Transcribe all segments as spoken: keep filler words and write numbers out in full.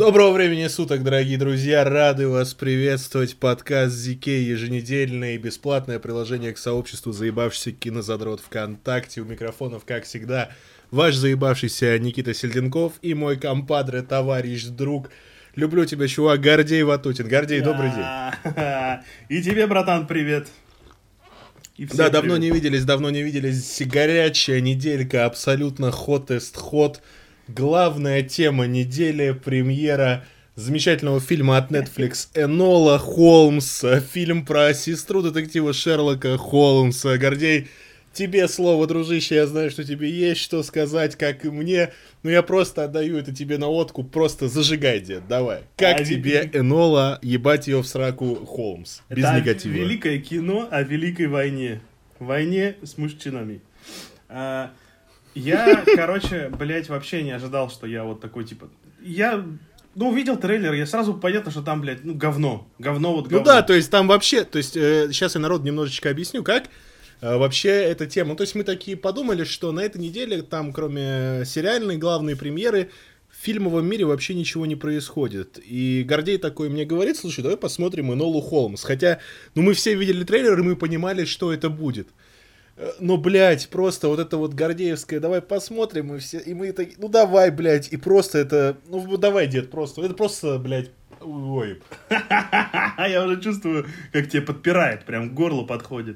Доброго времени суток, дорогие друзья! Рады вас приветствовать. Подкаст зет кей, еженедельное и бесплатное приложение к сообществу заебавшихся кинозадрот ВКонтакте. У микрофонов, как всегда, ваш заебавшийся Никита Сельденков и мой компадре, товарищ, друг. Люблю тебя, чувак, Гордей Ватутин. Гордей, добрый день. И тебе, братан, привет. Да, давно не виделись, давно не виделись. Горячая неделька, абсолютно hottest hot. Главная тема недели, премьера замечательного фильма от Netflix Энола Холмса. Фильм про сестру детектива Шерлока Холмса. Гордей, тебе слово, дружище. Я знаю, что тебе есть что сказать, как и мне. Но я просто отдаю это тебе на откуп. Просто зажигай, дед, давай. Как а тебе ви... Энола, ебать ее в сраку, Холмс? Без это негатива. Это великое кино о великой войне. Войне с мужчинами. А... Я, короче, блять, вообще не ожидал, что я вот такой, типа... Я, ну, увидел трейлер, я сразу понятно, что там, блядь, ну, говно. Говно вот говно. Ну да, то есть там вообще... То есть э, сейчас я народу немножечко объясню, как э, вообще эта тема. Ну, то есть мы такие подумали, что на этой неделе там, кроме сериальной главной премьеры, в фильмовом мире вообще ничего не происходит. И Гордей такой мне говорит: слушай, давай посмотрим Энолу Холмс. Хотя, ну, мы все видели трейлер, и мы понимали, что это будет. Ну, блядь, просто вот это вот гордеевское, давай посмотрим, и все, и мы такие, ну давай, блядь, и просто это, ну давай, дед, просто, это просто, блядь, ой. Я уже чувствую, как тебе подпирает, прям к горлу подходит.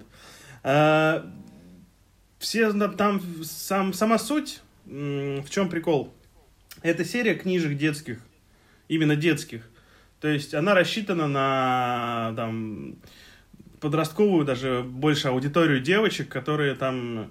Все там, сам, сама суть, в чем прикол? Это серия книжек детских, именно детских, то есть она рассчитана на, там... подростковую даже больше аудиторию девочек, которые там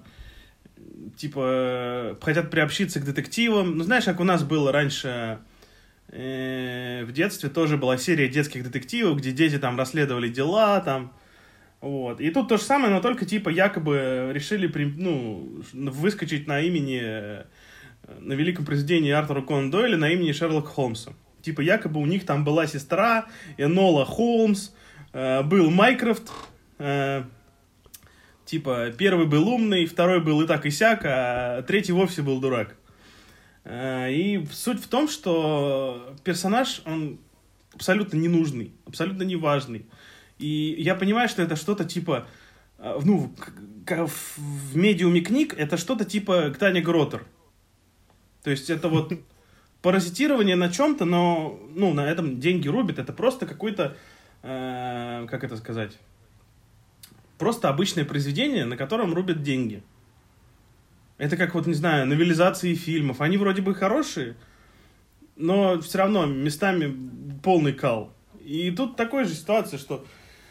типа хотят приобщиться к детективам. Ну, знаешь, как у нас было раньше э, в детстве, тоже была серия детских детективов, где дети там расследовали дела, там, вот. И тут то же самое, но только типа якобы решили, ну, выскочить на имени, на великом произведении Артура Конан Дойля, на имени Шерлока Холмса. Типа якобы у них там была сестра Энола Холмс, был Майкрофт, э, типа, первый был умный, второй был и так и сяк, а третий вовсе был дурак. Э, и суть в том, что персонаж, он абсолютно ненужный, абсолютно неважный. И я понимаю, что это что-то типа, э, ну, в, в медиуме книг это что-то типа Таня Гротер. То есть это вот паразитирование на чем-то, но, ну, на этом деньги рубят, это просто какой-то, как это сказать, просто обычное произведение, на котором рубят деньги. Это как, вот, не знаю, новелизации фильмов. Они вроде бы хорошие, но все равно местами полный кал. И тут такая же ситуация, что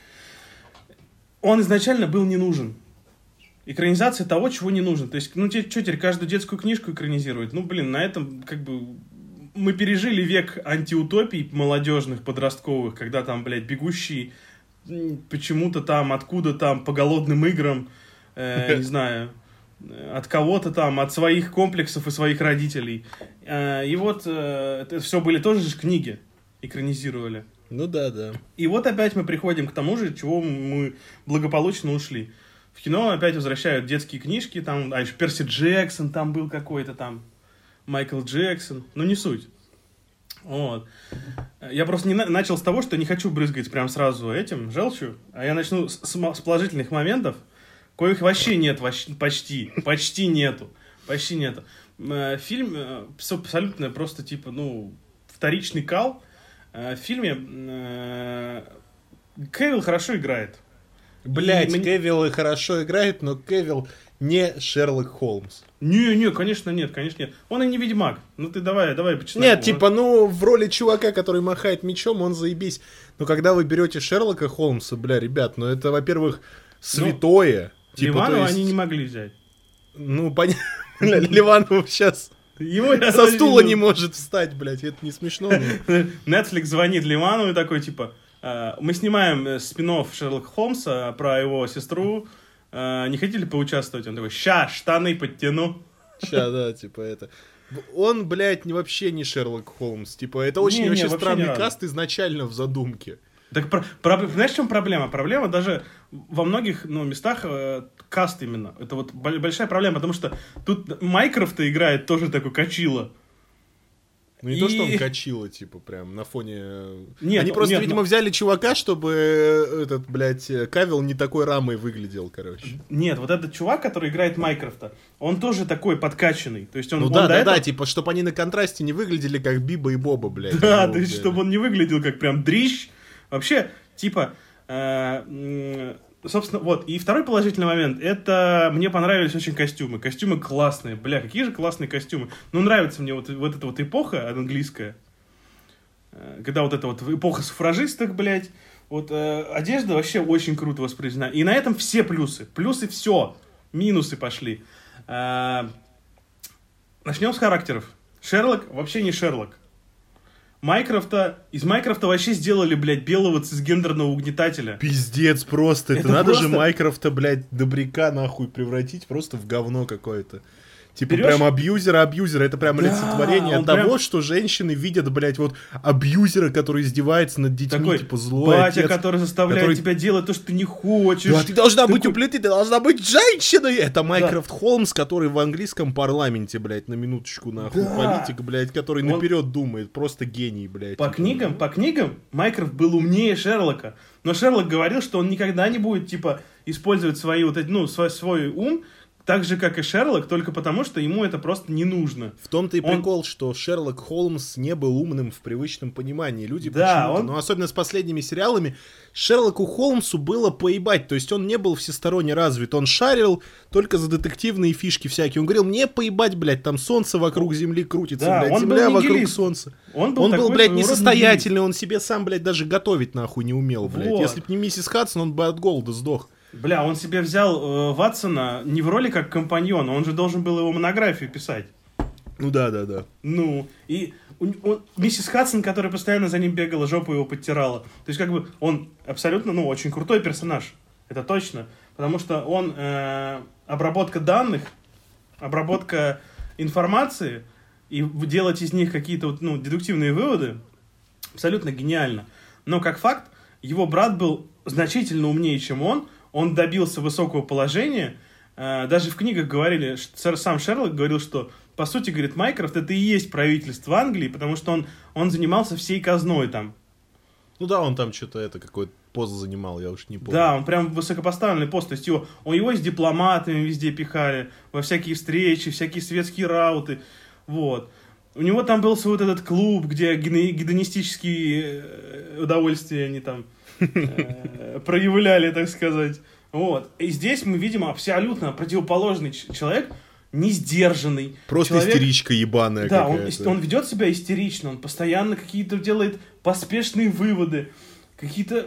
он изначально был не нужен. Экранизация того, чего не нужно. То есть, ну, что теперь, каждую детскую книжку экранизировать? Ну, блин, на этом, как бы... Мы пережили век антиутопий молодежных, подростковых, когда там, блядь, бегущий почему-то там, откуда там, по голодным играм, э, не знаю, от кого-то там, от своих комплексов и своих родителей. Э, и вот э, это все были тоже же книги, экранизировали. Ну да, да. И вот опять мы приходим к тому же, чего мы благополучно ушли. В кино опять возвращают детские книжки, там, а еще Перси Джексон там был какой-то там. Майкл Джексон, ну не суть. Вот. Я просто не на- начал с того, что не хочу брызгать прям сразу этим, желчью, а я начну с, с положительных моментов, коих вообще нет, вообще, почти, почти нету, почти нету. Фильм абсолютно просто типа, ну, вторичный кал. В фильме Кевилл хорошо играет. Блять, мне... Кевилл хорошо играет, но Кевилл не Шерлок Холмс. Не-не, конечно нет, конечно нет. Он и не Ведьмак. Ну ты давай, давай по чесноку. Нет, типа, ну, в роли чувака, который махает мечом, он заебись. Но когда вы берете Шерлока Холмса, бля, ребят, ну это, во-первых, святое. Ну, типа, Ливанова есть... они не могли взять. Ну, понятно. Ливанов сейчас со стула не может встать, блядь, это не смешно. Netflix звонит Ливанову и такой, типа, мы снимаем спин-офф Шерлока Холмса про его сестру. Uh, не хотели поучаствовать? Он такой: ща, штаны подтяну. Ща, да, типа это. Он, блядь, не, вообще не Шерлок Холмс. Типа, это очень не, вообще, вообще странный каст изначально в задумке. Так, про, про, знаешь, в чем проблема? Проблема даже во многих, ну, местах э, каст именно. Это вот большая проблема, потому что тут Майкрофт играет тоже такой качило. Ну не и... то, что он качило, типа, прям на фоне... Нет, Они просто, нет, видимо, но... взяли чувака, чтобы этот, блядь, Кавилл не такой рамой выглядел, короче. Нет, вот этот чувак, который играет Майкрофта, он тоже такой подкачанный. То есть он, ну он да, да, этого... да, типа, чтобы они на контрасте не выглядели как Биба и Боба, блядь. Да, то есть чтобы он не выглядел как прям дрищ. Вообще, типа... Э, собственно, вот. И второй положительный момент, это мне понравились очень костюмы. Костюмы классные. Бля, какие же классные костюмы. Ну, нравится мне вот, вот эта вот эпоха английская. Когда вот эта вот эпоха суфражисток, блядь. Вот э, одежда вообще очень круто воспроизведена. И на этом все плюсы. Плюсы все. Минусы пошли. Э, начнем с характеров. Шерлок вообще не Шерлок. Майкрофта, из Майкрофта вообще сделали, блядь, белого цисгендерного угнетателя. Пиздец просто, это, это надо просто... же Майкрофта, блядь, добряка нахуй превратить просто в говно какое-то. Типа берешь... прям абьюзера-абьюзера, это прям да, олицетворение того, прям... что женщины видят, блядь, вот абьюзера, который издевается над детьми, такой типа злой батя, отец, который заставляет который... тебя делать то, что ты не хочешь. Да, ты должна такой... быть у плиты, ты должна быть женщиной. Это Майкрофт да. Холмс, который в английском парламенте, блядь, на минуточку, нахуй, да. политик, блядь, который Он... наперед думает, просто гений, блядь. По типа. книгам, по книгам Майкрофт был умнее Шерлока, но Шерлок говорил, что он никогда не будет, типа, использовать свои вот эти, ну, свой, свой ум, так же, как и Шерлок, только потому, что ему это просто не нужно. В том-то и он... прикол, что Шерлок Холмс не был умным в привычном понимании. Люди да, почему-то, он... ну особенно с последними сериалами, Шерлоку Холмсу было поебать. То есть он не был всесторонне развит. Он шарил только за детективные фишки всякие. Он говорил, мне поебать, блядь, там солнце вокруг Земли крутится, да, блядь, он Земля был вокруг солнца. Он был, он был блядь, несостоятельный, он себе сам, блядь, даже готовить нахуй не умел, блядь. Вот. Если б не миссис Хадсон, он бы от голода сдох. Бля, он себе взял э, Ватсона не в роли как компаньона, он же должен был его монографию писать. Ну да, да, да. Ну, и он, он, миссис Хадсон, которая постоянно за ним бегала, жопу его подтирала. То есть, как бы, он абсолютно, ну, очень крутой персонаж. Это точно. Потому что он, э, обработка данных, обработка информации, и делать из них какие-то, вот, ну, дедуктивные выводы, абсолютно гениально. Но, как факт, его брат был значительно умнее, чем он. Он добился высокого положения. Даже в книгах говорили, что сам Шерлок говорил, что, по сути, говорит, Майкрофт это и есть правительство Англии, потому что он, он занимался всей казной там. Ну да, он там что-то это, какой-то пост занимал, я уж не помню. Да, он прям высокопоставленный пост. То есть его, он, его с дипломатами везде пихали, во всякие встречи, всякие светские рауты. Вот. У него там был вот этот клуб, где гедонистические удовольствия они там э, проявляли, так сказать. Вот. И здесь мы видим абсолютно противоположный человек, не сдержанный. Просто человек, истеричка ебаная да, какая-то. Он, он ведет себя истерично, он постоянно какие-то делает поспешные выводы, какие-то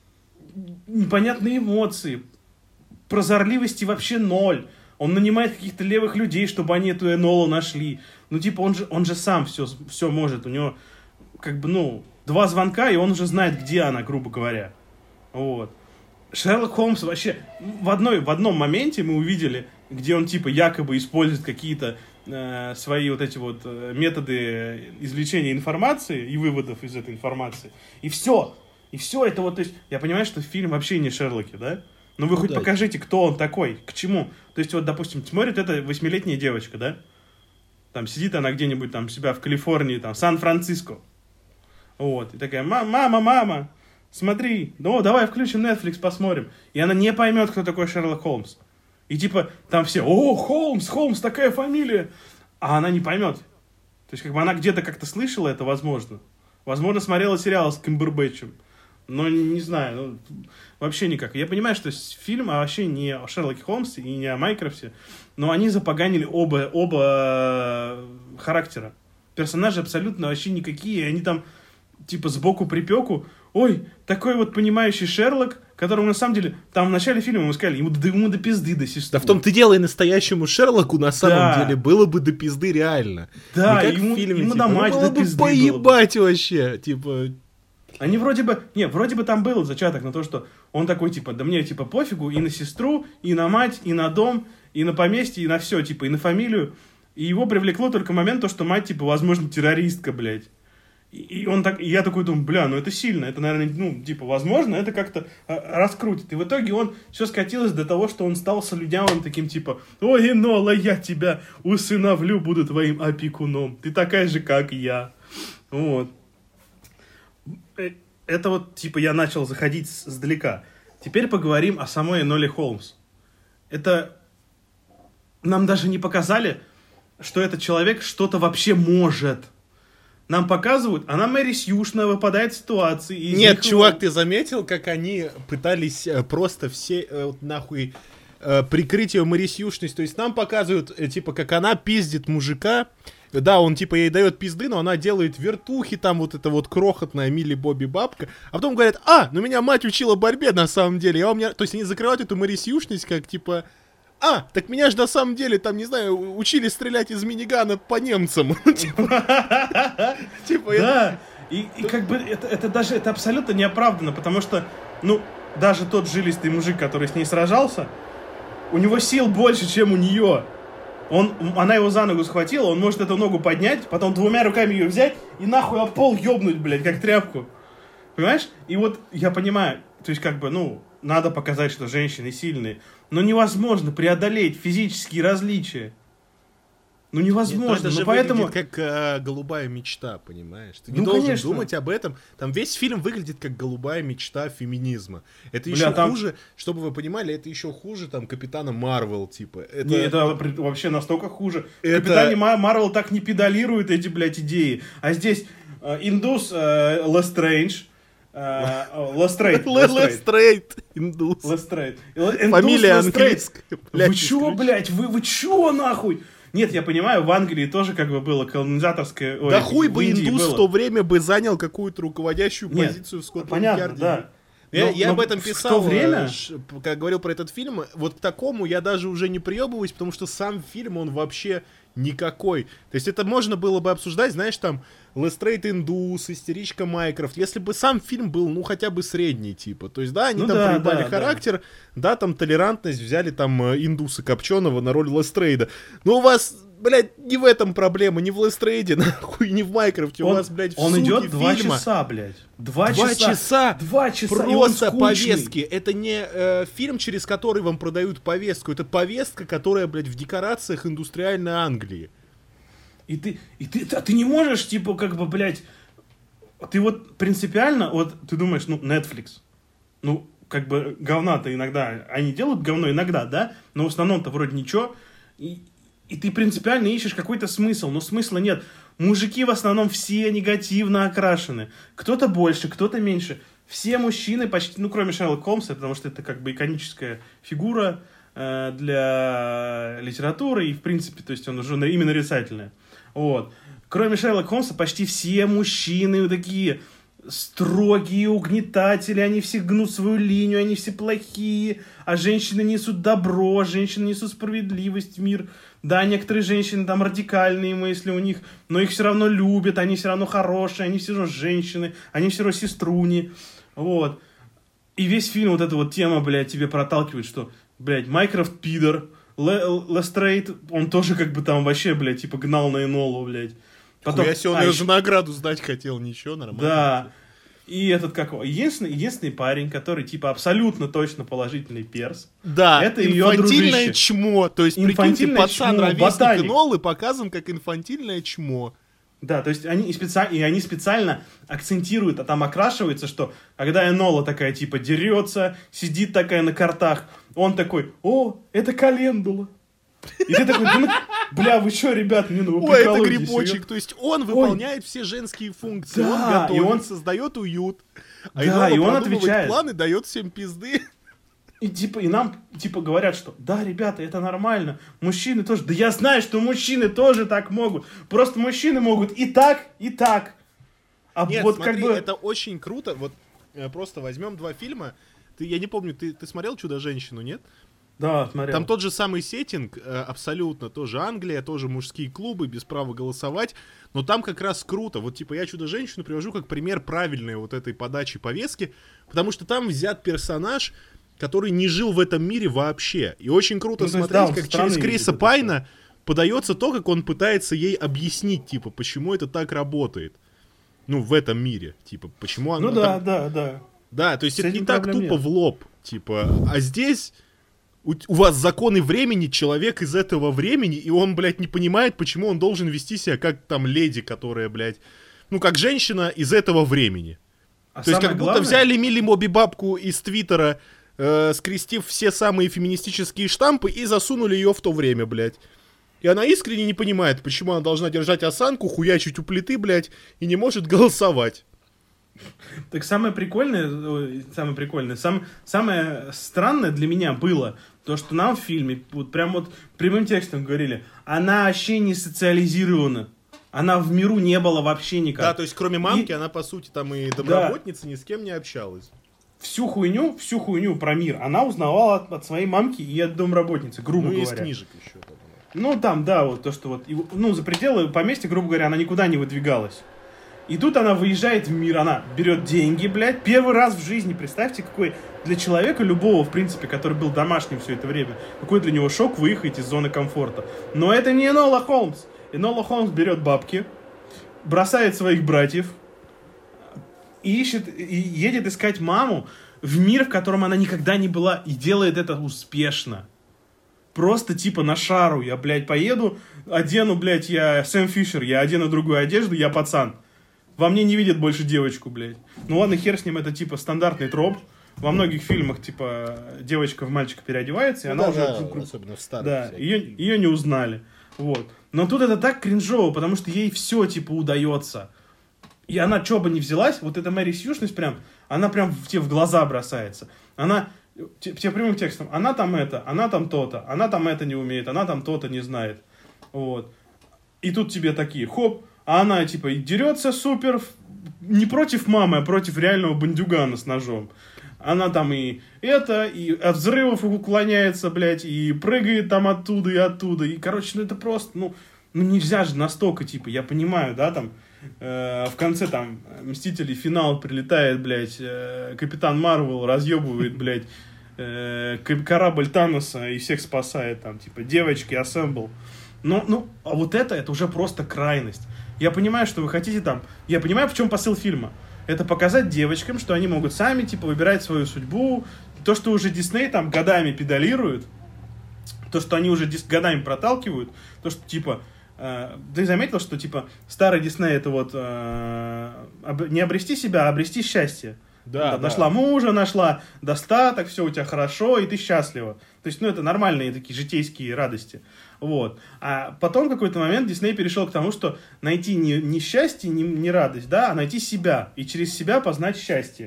непонятные эмоции, прозорливости вообще ноль. Он нанимает каких-то левых людей, чтобы они эту Энолу нашли. Ну, типа, он же, он же сам все, все может. У него, как бы, ну, два звонка, и он уже знает, где она, грубо говоря. Вот. Шерлок Холмс вообще... В, одной, в одном моменте мы увидели, где он, типа, якобы использует какие-то э, свои вот эти вот э, методы извлечения информации и выводов из этой информации. И все. И все это вот... То есть, я понимаю, что фильм вообще не Шерлоки, да? Но вы ну, хоть да. покажите, кто он такой, к чему. То есть, вот, допустим, смотрит эта восьмилетняя девочка, да? Там сидит она где-нибудь там себя в Калифорнии, там, Сан-Франциско. Вот. И такая, мама, мама, смотри, ну, давай включим Netflix, посмотрим. И она не поймет, кто такой Шерлок Холмс. И типа, там все, о, Холмс, Холмс, такая фамилия. А она не поймет. То есть, как бы она где-то как-то слышала это, возможно. Возможно, смотрела сериал с Камбербэтчем. Но не знаю, ну, вообще никак. Я понимаю, что фильм а вообще не о Шерлоке Холмсе и не о Майкрофте, но они запоганили оба, оба характера. Персонажи абсолютно вообще никакие, они там типа сбоку припеку. Ой, такой вот понимающий Шерлок, которому на самом деле, там в начале фильма мы сказали, ему, да, ему до пизды до сестры. Да в том-то и дело, и настоящему Шерлоку на самом да. деле было бы до пизды реально. Да, ему, фильме, ему типа, на мать было до бы пизды поебать было бы. Вообще, типа... Они вроде бы... Не, вроде бы там был зачаток на то, что он такой, типа, да мне, типа, пофигу и на сестру, и на мать, и на дом, и на поместье, и на все, типа, и на фамилию. И его привлекло только момент, то, что мать, типа, возможно, террористка, блядь. И, и он так... И я такой думаю, бля, ну это сильно, это, наверное, ну, типа, возможно, это как-то раскрутит. И в итоге он все скатилось до того, что он стал солюдявым таким, типа, ой, Энола, я тебя усыновлю, буду твоим опекуном. Ты такая же, как я. Вот. Это вот, типа, я начал заходить сдалека. Теперь поговорим о самой Эноле Холмс. Это... Нам даже не показали, что этот человек что-то вообще может. Нам показывают, она Мэри Сьюшна, выпадает в ситуации. И Нет, чувак, его... ты заметил, как они пытались просто все, э, нахуй, э, прикрыть ее Мэри Сьюшность? То есть нам показывают, э, типа, как она пиздит мужика. Да, он, типа, ей дает пизды, но она делает вертухи, там вот это вот крохотная Милли Бобби бабка. А потом говорят, а, ну меня мать учила борьбе на самом деле. Я у меня... То есть они закрывают эту Мэри Сьюшность как, типа... А, так меня же на самом деле, там, не знаю, учили стрелять из минигана по немцам. Типа, да, и как бы это даже, это абсолютно неоправданно, потому что, ну, даже тот жилистый мужик, который с ней сражался, у него сил больше, чем у нее. Он, она его за ногу схватила, он может эту ногу поднять, потом двумя руками ее взять и нахуй об пол ёбнуть, блядь, как тряпку. Понимаешь? И вот я понимаю, то есть как бы, ну, надо показать, что женщины сильные, но невозможно преодолеть физические различия. Ну невозможно, Нет, ну поэтому... как э, голубая мечта, понимаешь? Ты не ну, должен конечно. думать об этом. Там весь фильм выглядит как голубая мечта феминизма. Это Бля, еще там... хуже, чтобы вы понимали, это еще хуже там Капитана Марвел, типа. Это... Не, это вообще настолько хуже. Это... В Капитане Марвел так не педалирует эти, блядь, идеи. А здесь э, индус э, Лестрейндж, Лестрейд. Лестрейд. Индус. Лестрейд. Фамилия английская. Вы чё, блядь, вы, вы чё, нахуй? Нет, я понимаю, в Англии тоже как бы было колонизаторское... Да ой, хуй бы индус было. В то время бы занял какую-то руководящую Нет, позицию в Скотланд-Ярде. Да. Я, но, я но об этом писал, в то время... как говорил про этот фильм, вот к такому я даже уже не приебываюсь, потому что сам фильм, он вообще никакой. То есть это можно было бы обсуждать, знаешь, там, Лестрейд индус, истеричка Майкрофт, если бы сам фильм был, ну, хотя бы средний, типа. То есть, да, они ну, там да, проебали да, характер, да. да, там толерантность, взяли там индуса Копченого на роль Лестрейда. Но у вас... Блядь, не в этом проблема, не в Лестрейде, нахуй, не в Майкрофте. Он, у вас, блядь, в Он идет два фильма. часа, блядь. Два, два часа. часа. Два часа. Просто повестки. Это не э, фильм, через который вам продают повестку. Это повестка, которая, блядь, в декорациях индустриальной Англии. И ты, и ты, а ты не можешь, типа, как бы, блядь, ты вот принципиально, вот, ты думаешь, ну, Netflix, ну, как бы, говна-то иногда, они делают говно иногда, да, но в основном-то вроде ничего, и И ты принципиально ищешь какой-то смысл, но смысла нет. Мужики в основном все негативно окрашены. Кто-то больше, кто-то меньше. Все мужчины почти, ну кроме Шерлока Холмса, потому что это как бы иконическая фигура э, для литературы, и в принципе, то есть он уже именно нарицательная. Вот. Кроме Шерлока Холмса почти все мужчины такие строгие угнетатели, они все гнут свою линию, они все плохие, а женщины несут добро, женщины несут справедливость в мир. Да, некоторые женщины там радикальные мысли у них, но их все равно любят, они все равно хорошие, они все равно женщины, они все равно сеструни. Вот. И весь фильм вот эта вот тема, блядь, тебе проталкивает, что, блядь, Майкрофт пидор, Лестрейд, он тоже как бы там вообще, блядь, типа гнал на Энолу, блядь. Потом, Хуя себе, он а, ее за награду сдать хотел, ничего, нормально. Да. И этот, как его, единственный, единственный парень, который, типа, абсолютно точно положительный перс. Да, это ее инфантильное чмо. То есть, прикиньте, пацан, ровесник Энолы показан как инфантильное чмо. Да, то есть, они, и, специ... и они специально акцентируют, а там окрашивается, что, когда Энола такая, типа, дерется, сидит такая на картах, он такой, о, это календула. И ты такой, ну, бля, вы что, ребят, не ну вы Ой, это грибочек, серьезно? То есть он выполняет Ой. все женские функции, да, он готовит, и он создает уют, а да, и он отвечает планы, дает всем пизды. И типа, и нам, типа, говорят, что да, ребята, это нормально, мужчины тоже, да я знаю, что мужчины тоже так могут, просто мужчины могут и так, и так. А Нет, вот смотри, как бы... это очень круто, вот просто возьмем два фильма, ты, я не помню, ты, ты смотрел «Чудо-женщину», нет? Да, смотрел. Там тот же самый сеттинг, абсолютно, тоже Англия, тоже мужские клубы, без права голосовать, но там как раз круто. Вот типа я «Чудо-женщину» привожу как пример правильной вот этой подачи повестки, потому что там взят персонаж, который не жил в этом мире вообще. И очень круто ну, смотреть, да, как через Криса Пайна это. подается то, как он пытается ей объяснить, типа, почему это так работает. Ну, в этом мире, типа, почему она... Ну да, так... да, да. Да, то есть это не так тупо нет. в лоб, типа, а здесь... У, у вас законы времени, человек из этого времени, и он, блядь, не понимает, почему он должен вести себя как там леди, которая, блядь, ну, как женщина из этого времени. А То есть как главное... будто взяли Милли Моби бабку из Твиттера, э, скрестив все самые феминистические штампы и засунули ее в то время, блядь. И она искренне не понимает, почему она должна держать осанку, хуячить у плиты, блядь, и не может голосовать. Так самое прикольное, самое прикольное, сам, самое странное для меня было, то, что нам в фильме, вот прям вот прямым текстом говорили, она вообще не социализирована. Она в миру не была вообще никак. Да, то есть кроме мамки, и... она, по сути, там и домработница, да. Ни с кем не общалась. Всю хуйню, всю хуйню про мир она узнавала от, от своей мамки и от домработницы, грубо ну, говоря. Ну, из книжек еще. Там. Ну, там, да, вот то, что вот, ну, за пределы поместья, грубо говоря, она никуда не выдвигалась. И тут она выезжает в мир, она берет деньги, блядь, первый раз в жизни, представьте, какой для человека любого, в принципе, который был домашним все это время, какой для него шок выехать из зоны комфорта. Но это не Энола Холмс. Энола Холмс берет бабки, бросает своих братьев, и ищет, и едет искать маму в мир, в котором она никогда не была, и делает это успешно. Просто типа на шару, я, блядь, поеду, одену, блядь, я Сэм Фишер, я одену другую одежду, я пацан. Во мне не видят больше девочку, блядь. Ну ладно, хер с ним, это типа стандартный троп. Во многих фильмах, типа, девочка в мальчика переодевается, и ну, она да, уже... Да, особенно в старых. Да, ее, ее не узнали. Вот. Но тут это так кринжово, потому что ей все, типа, удается. И она, что бы ни взялась, вот эта Мэри Сьюшность прям, она прям в, тебе в глаза бросается. Она, тебе прямым текстом, она там это, она там то-то, она там это не умеет, она там то-то не знает. Вот. И тут тебе такие, хоп, а она, типа, дерется супер, не против мамы, а против реального бандюгана с ножом. Она там и это, и от взрывов уклоняется, блядь, и прыгает там оттуда и оттуда. И, короче, ну это просто, ну, ну нельзя же настолько, типа, я понимаю, да, там, э, в конце там Мстителей финал прилетает, блядь, э, Капитан Марвел разъебывает, блядь, э, корабль Таноса и всех спасает, там, типа, девочки, ассембл. Ну, ну, а вот это, это уже просто крайность. Я понимаю, что вы хотите там... Я понимаю, в чем посыл фильма. Это показать девочкам, что они могут сами, типа, выбирать свою судьбу. То, что уже Дисней там годами педалирует. То, что они уже дис- годами проталкивают. То, что, типа... Э, ты заметил, что, типа, старый Дисней это вот... Э, об, не обрести себя, а обрести счастье. Да, да, да. Нашла мужа, нашла достаток, все у тебя хорошо, и ты счастлива. То есть, ну, это нормальные такие житейские радости. Вот. А потом в какой-то момент Дисней перешел к тому, что найти не, не счастье, не, не радость, да, а найти себя. И через себя познать счастье.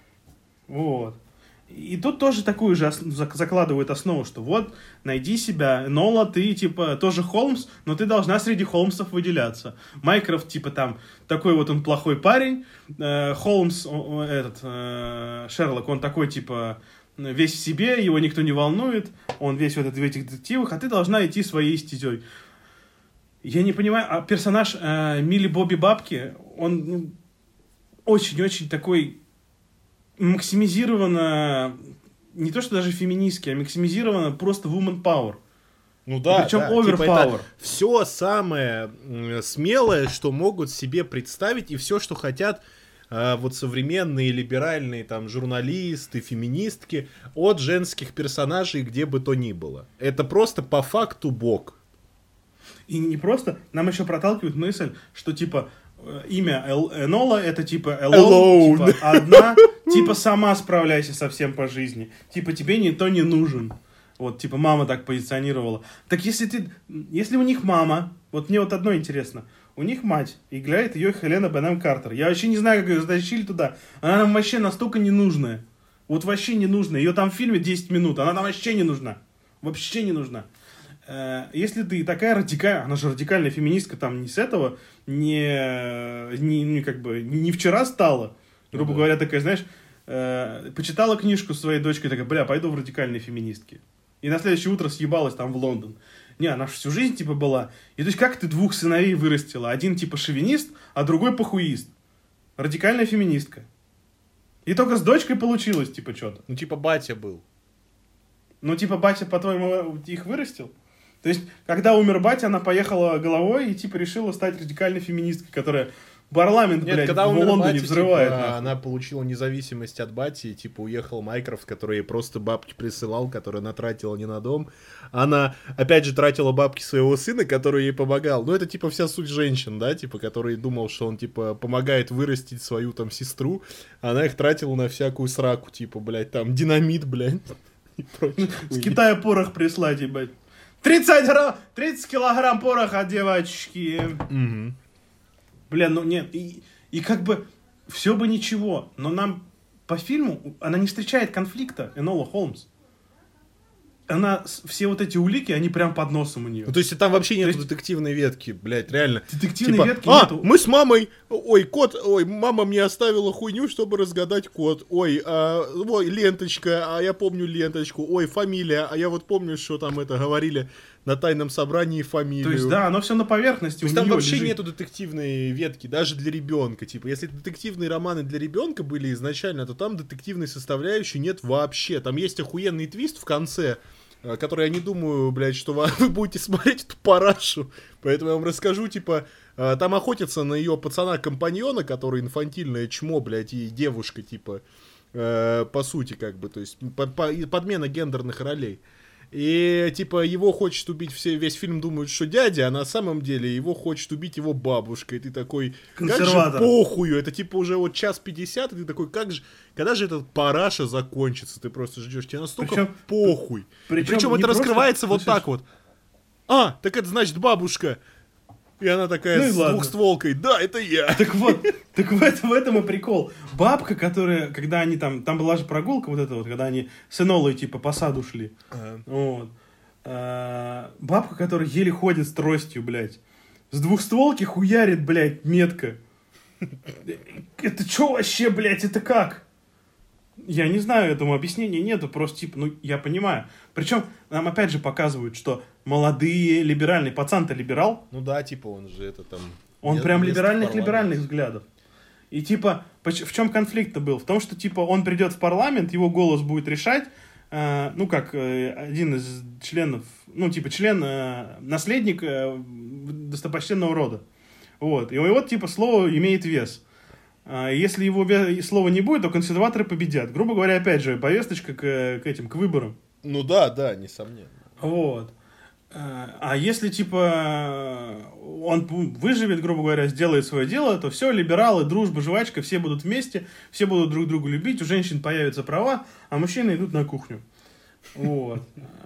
Вот. И тут тоже такую же ос- закладывают основу, что вот, найди себя. Нола, ты, типа, тоже Холмс, но ты должна среди Холмсов выделяться. Майкрофт, типа, там, такой вот он плохой парень. Э, Холмс, о, о, этот, э, Шерлок, он такой, типа... весь в себе, его никто не волнует, он весь в, этот, в этих детективах, а ты должна идти своей стезей. Я не понимаю, а персонаж э, Милли Бобби Бабки, он ну, очень-очень такой максимизированно, не то что даже феминистский, а максимизированно просто woman power. Ну да, причем да. overpower. Типа это все самое смелое, что могут себе представить, и все, что хотят вот современные либеральные там журналисты, феминистки от женских персонажей, где бы то ни было. Это просто по факту бог. И не просто, нам еще проталкивают мысль, что типа имя Энола это типа alone, alone. Типа, одна, типа сама справляйся со всем по жизни. Типа тебе никто не нужен. Вот, типа мама так позиционировала. Так если ты, если у них мама, вот мне вот одно интересно, у них мать, играет ее Хелена Бонем Картер. Я вообще не знаю, как ее затащили туда. Она нам вообще настолько ненужная. Вот вообще не нужна. Ее там в фильме десять минут, она нам вообще не нужна. Вообще не нужна. Если ты такая радикальная, она же радикальная феминистка, там не с этого, не, не, не как бы, не вчера стала, грубо mm-hmm. говоря, такая, знаешь, э, почитала книжку своей дочкой, такая, бля, пойду в радикальные феминистки. И на следующее утро съебалась там в Лондон. Не, она же всю жизнь, типа, была. И то есть, как ты двух сыновей вырастила? Один, типа, шовинист, а другой похуист. Радикальная феминистка. И только с дочкой получилось, типа, что-то. Ну, типа, батя был. Ну, типа, батя, по-твоему, их вырастил? То есть, когда умер батя, она поехала головой и, типа, решила стать радикальной феминисткой, которая парламент, Нет, блядь, когда в Лондоне бати, взрывает. Типа, она получила независимость от бати, и, типа, уехал Майкрофт, который ей просто бабки присылал, который она тратила не на дом. Она, опять же, тратила бабки своего сына, который ей помогал. Ну, это, типа, вся суть женщин, да, типа, который думал, что он, типа, помогает вырастить свою, там, сестру. Она их тратила на всякую сраку, типа, блядь, там, динамит, блядь. С Китая порох прислать, ебать. тридцать грамм, тридцать килограмм пороха, девочки. Угу. Бля, ну нет, и, и как бы все бы ничего, но нам по фильму она не встречает конфликта, Энола Холмс. Она, все вот эти улики, они прям под носом у нее. Ну, то есть там вообще нет есть... детективной ветки, блядь, реально. Детективной типа, ветки а, нету. мы с мамой, ой, кот, ой, мама мне оставила хуйню, чтобы разгадать код. Ой, а, ой, ленточка, а я помню ленточку. Ой, фамилия, а я вот помню, что там это говорили на тайном собрании фамилию. То есть, да, оно все на поверхности. То есть там вообще лежит. Нету детективной ветки, даже для ребенка. Типа, если детективные романы для ребенка были изначально, то там детективной составляющей нет вообще. Там есть охуенный твист в конце, который я не думаю, блядь, что вы будете смотреть эту парашу. Поэтому я вам расскажу, типа, там охотятся на ее пацана-компаньона, который инфантильное чмо, блядь, и девушка, типа, по сути, как бы, то есть подмена гендерных ролей. И, типа, его хочет убить, все, весь фильм думают, что дядя, а на самом деле его хочет убить его бабушка. И ты такой, как же похую, это, типа, уже вот час пятьдесят, и ты такой, как же, когда же этот параша закончится? Ты просто ждешь, тебе настолько причем, похуй. Причем, причем это раскрывается просто, вот так вот. А, так это значит бабушка. И она такая ну с ладно. двухстволкой. Да, это я. Так вот, так в этом, в этом и прикол. Бабка, которая, когда они там, там была же прогулка вот эта вот, когда они с Энолой типа по саду шли. Ага. Вот. А, бабка, которая еле ходит с тростью, блядь. С двухстволки хуярит, блядь, метко. Это что вообще, блядь, это как? Я не знаю, этому объяснения нету, просто типа, ну, я понимаю. Причем нам опять же показывают, что молодые, либеральные, пацан-то либерал. Ну да, типа он же это там... Он прям либеральных-либеральных взглядов. И типа, в чем конфликт-то был? В том, что типа он придет в парламент, его голос будет решать, э, ну как э, один из членов, ну типа член, э, наследник э, достопочтенного рода. Вот. И вот типа слово имеет вес. Если его слова не будет, то консерваторы победят. Грубо говоря, опять же, повесточка к, к этим, к выборам. Ну да, да, несомненно. Вот. А если, типа, он выживет, грубо говоря, сделает свое дело, то все, либералы, дружба, жвачка, все будут вместе, все будут друг друга любить, у женщин появятся права, а мужчины идут на кухню. Вот.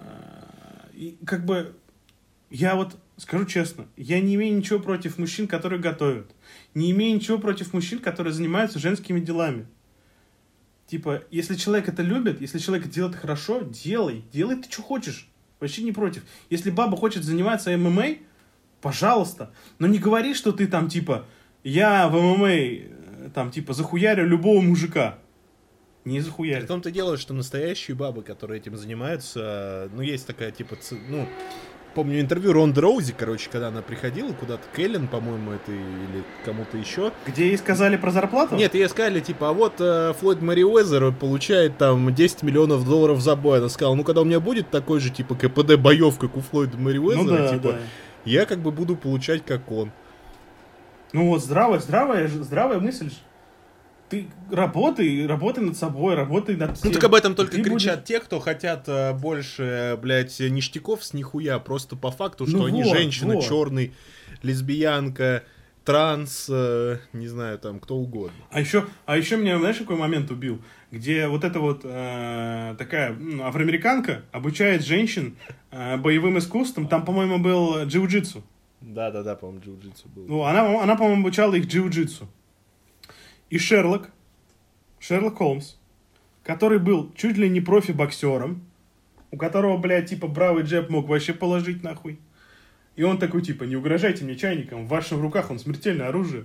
И как бы, я вот скажу честно, я не имею ничего против мужчин, которые готовят. Не имею ничего против мужчин, которые занимаются женскими делами. Типа, если человек это любит, если человек делает хорошо, делай. Делай ты, что хочешь. Вообще не против. Если баба хочет заниматься эм эм а, пожалуйста. Но не говори, что ты там, типа, я в эм эм а, там, типа, захуярю любого мужика. Не захуярю. В том-то дело, что настоящие бабы, которые этим занимаются, ну, есть такая, типа, ну... Помню интервью Ронды Роузи, короче, когда она приходила куда-то к Эллен, по-моему, это или кому-то еще. Где ей сказали про зарплату? Нет, ей сказали, типа, а вот э, Флойд Мэриуэзер получает там десять миллионов долларов за бой. Она сказала, ну, когда у меня будет такой же, типа, ка пэ дэ-боев, как у Флойда Мэриуэзера, ну, да, типа, да. Я как бы буду получать, как он. Ну вот, здравая, здравая, здравая мысль же. Ты работай, работай над собой, работай над всем. Ну так об этом только ты кричат будешь... те, кто хотят а, больше, блядь, ништяков с нихуя, просто по факту, что ну они вот, женщина, вот. Черный, лесбиянка, транс, э, не знаю, там, кто угодно. А еще, а еще меня, знаешь, какой момент убил? Где вот эта вот э, такая ну, афроамериканка обучает женщин э, боевым искусствам. Там, по-моему, был джиу-джитсу. Да-да-да, по-моему, джиу-джитсу был. Ну, она, она, по-моему, обучала их джиу-джитсу. И Шерлок, Шерлок Холмс, который был чуть ли не профи-боксером, у которого, блядь, типа, бравый джеб мог вообще положить нахуй. И он такой, типа, не угрожайте мне чайником, в ваших руках он смертельное оружие.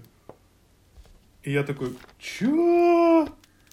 И я такой, чё?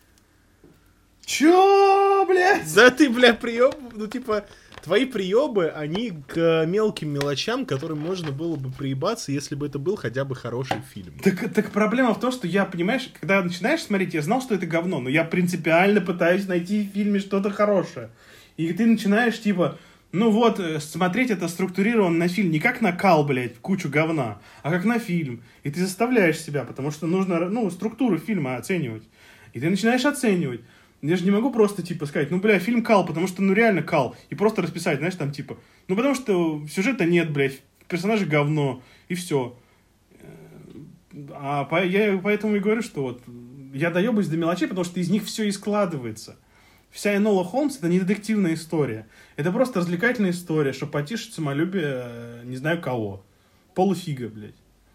Чё, блядь? Да ты, бля, прием, ну, типа... Твои приемы, они к мелким мелочам, которым можно было бы приебаться, если бы это был хотя бы хороший фильм. Так, так проблема в том, что я, понимаешь, когда начинаешь смотреть, я знал, что это говно, но я принципиально пытаюсь найти в фильме что-то хорошее. И ты начинаешь, типа, ну вот, смотреть это структурировано на фильм не как на кал, блядь, кучу говна, а как на фильм. И ты заставляешь себя, потому что нужно, ну, структуру фильма оценивать. И ты начинаешь оценивать. Я же не могу просто, типа, сказать, ну, бля, фильм кал, потому что, ну, реально кал. И просто расписать, знаешь, там, типа, ну, потому что сюжета нет, блядь, персонажи говно, и все. А по, я поэтому и говорю, что вот я доебаюсь до мелочей, потому что из них все и складывается. Вся Энола Холмс — это не детективная история. Это просто развлекательная история, чтобы потешить самолюбие не знаю кого. Полуфига, блядь.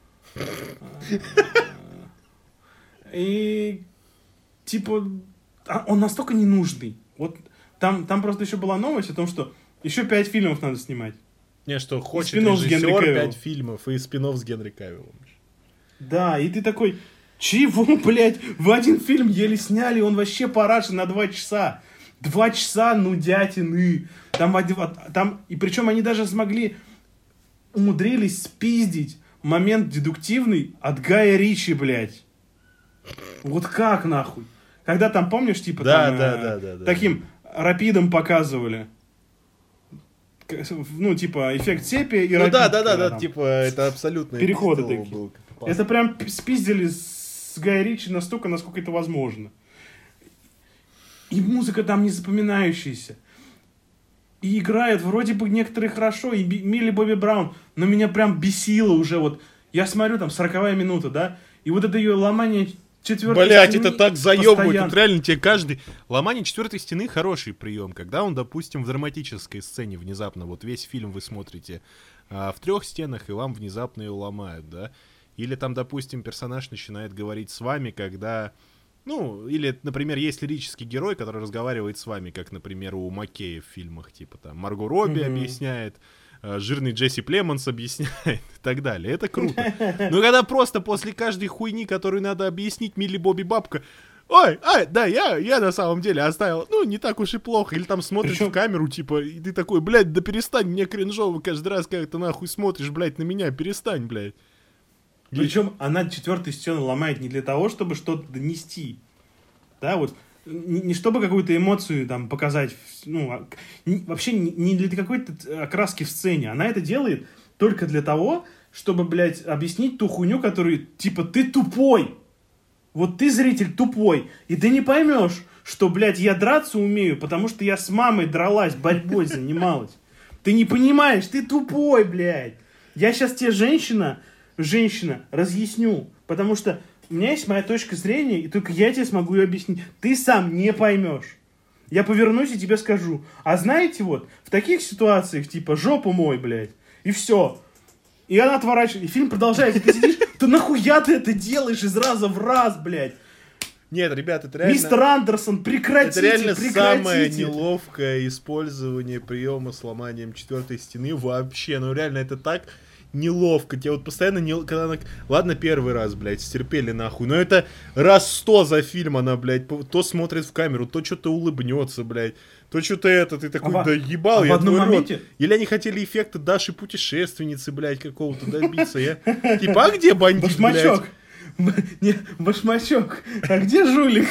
И типа он настолько ненужный. Вот там, там просто еще была новость о том, что еще пять фильмов надо снимать. Не, что хочет режиссер пять фильмов и спин-офф с Генри Кавиллом. Да, и ты такой, чего, блядь, в один фильм еле сняли, он вообще парашен на два часа. Два часа нудятины. Там, там, и причем они даже смогли, умудрились спиздить момент дедуктивный от Гая Ричи, блядь. Вот как, нахуй? Когда там, помнишь, типа, да, там, да, э, да, да, да, таким да. рапидом показывали. Ну, типа, эффект сепия и ну, рапид. да, да, да, да, типа, это абсолютно... Переходы такие. Был, это прям спиздили с Гая Ричи настолько, насколько это возможно. И музыка там не запоминающаяся. И играют вроде бы некоторые хорошо, и Милли Бобби Браун, но меня прям бесило уже вот. Я смотрю, там, сороковая минута, да, и вот это ее ломание четвертой Блять, стены. это так заебывает. Тут реально тебе каждый... Ломание четвертой стены хороший прием, когда он, допустим, в драматической сцене внезапно, вот весь фильм вы смотрите а, в трех стенах, и вам внезапно ее ломают, да. Или там, допустим, персонаж начинает говорить с вами, когда... Ну, или, например, есть лирический герой, который разговаривает с вами, как, например, у Маккея в фильмах, типа там Марго Робби mm-hmm. объясняет, э, жирный Джесси Племонс объясняет и так далее. Это круто. Но когда просто после каждой хуйни, которую надо объяснить, Милли Бобби Бабка, ой, ай, да, я, я на самом деле оставил, ну, не так уж и плохо. Или там смотришь Причем... в камеру, типа, и ты такой, блядь, да перестань, мне кринжово каждый раз, как ты нахуй смотришь, блядь, на меня, перестань, блядь. Причем она четвертую стену ломает не для того, чтобы что-то донести. Да, вот. Не, не чтобы какую-то эмоцию там показать. Ну, не, вообще не, не для какой-то окраски в сцене. Она это делает только для того, чтобы, блядь, объяснить ту хуйню, которую, типа, ты тупой. Вот ты, зритель, тупой. И ты не поймешь, что, блядь, я драться умею, потому что я с мамой дралась, борьбой занималась. Ты не понимаешь, ты тупой, блядь. Я сейчас тебе, женщина... Женщина, разъясню, потому что у меня есть моя точка зрения, и только я тебе смогу ее объяснить. Ты сам не поймешь. Я повернусь и тебе скажу. А знаете, вот, в таких ситуациях, типа, жопу мой, блядь, и все. И она отворачивает, и фильм продолжается. Ты сидишь, ты нахуя ты это делаешь из раза в раз, блядь? Нет, ребят, это реально... Мистер Андерсон, прекратите, это реально прекратите. самое неловкое использование приема с ломанием четвертой стены вообще. Ну, реально, это так... неловко, тебе вот постоянно не... Когда она... Ладно, первый раз, блядь, стерпели нахуй, но это раз сто за фильм она, блядь, то смотрит в камеру, то что-то улыбнется, блядь, то что-то это, ты такой, а да ебал, а я твой моменте... рот. Или они хотели эффекта Даши путешественницы, блядь, какого-то добиться, я... Типа, а где бандит, Башмачок. Не, башмачок, а где жулик?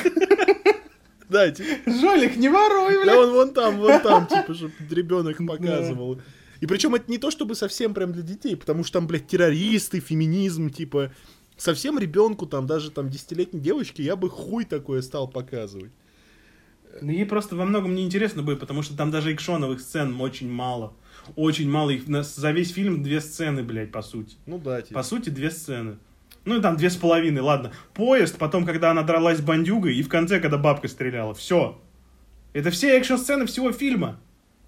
Да, типа... Жулик, не воруй, блядь. Да он вон там, вон там, типа, чтобы ребенок показывал. И причем это не то, чтобы совсем прям для детей, потому что там, блядь, террористы, феминизм, типа, совсем ребенку, там, даже там десятилетней девочке я бы хуй такое стал показывать. Ну, ей просто во многом неинтересно будет, потому что там даже экшоновых сцен очень мало. Очень мало. Их за весь фильм две сцены, блядь, по сути. Ну да, типа. По сути, две сцены. Ну, и там две с половиной, ладно. Поезд, потом, когда она дралась с бандюгой, и в конце, когда бабка стреляла. Все. Это все экшн-сцены всего фильма.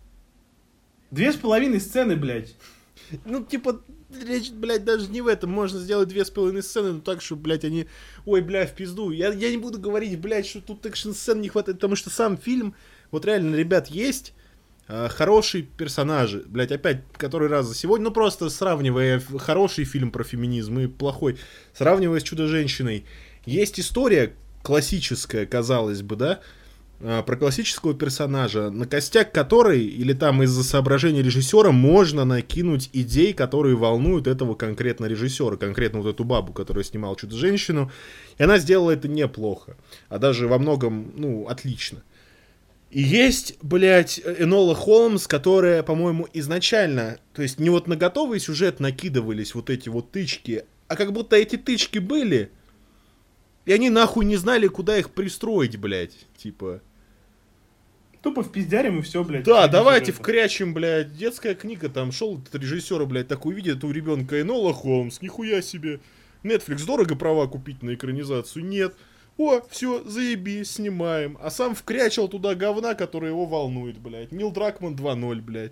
Две с половиной сцены, блядь. Ну, типа, речь, блядь, даже не в этом. Можно сделать две с половиной сцены, но так, что, блядь, они... Ой, блядь, в пизду. Я, я не буду говорить, блядь, что тут экшн-сцен не хватает, потому что сам фильм... Вот реально, ребят, есть э, хорошие персонажи. Блядь, опять, который раз за сегодня. Ну, просто сравнивая хороший фильм про феминизм и плохой, сравнивая с «Чудо-женщиной». Есть история классическая, казалось бы, да? Про классического персонажа, на костяк которой, или там из-за соображения режиссера, можно накинуть идей, которые волнуют этого конкретно режиссера, конкретно вот эту бабу, которая снимала «Чудо-женщину», и она сделала это неплохо, а даже во многом, ну, отлично. И есть, блядь, Энола Холмс, которая, по-моему, изначально, то есть не вот на готовый сюжет накидывались вот эти вот тычки, а как будто эти тычки были, и они нахуй не знали, куда их пристроить, блядь, типа. Тупо в пиздярем и все, блядь. Да, давайте вкрячем, блядь, детская книга, там шел этот режиссер, блядь, такой видит у ребенка Энола Холмс, нихуя себе. Netflix дорого права купить на экранизацию? Нет. О, все, заебись, снимаем. А сам вкрячил туда говна, который его волнует, блядь. Нил Дракман два ноль, блядь.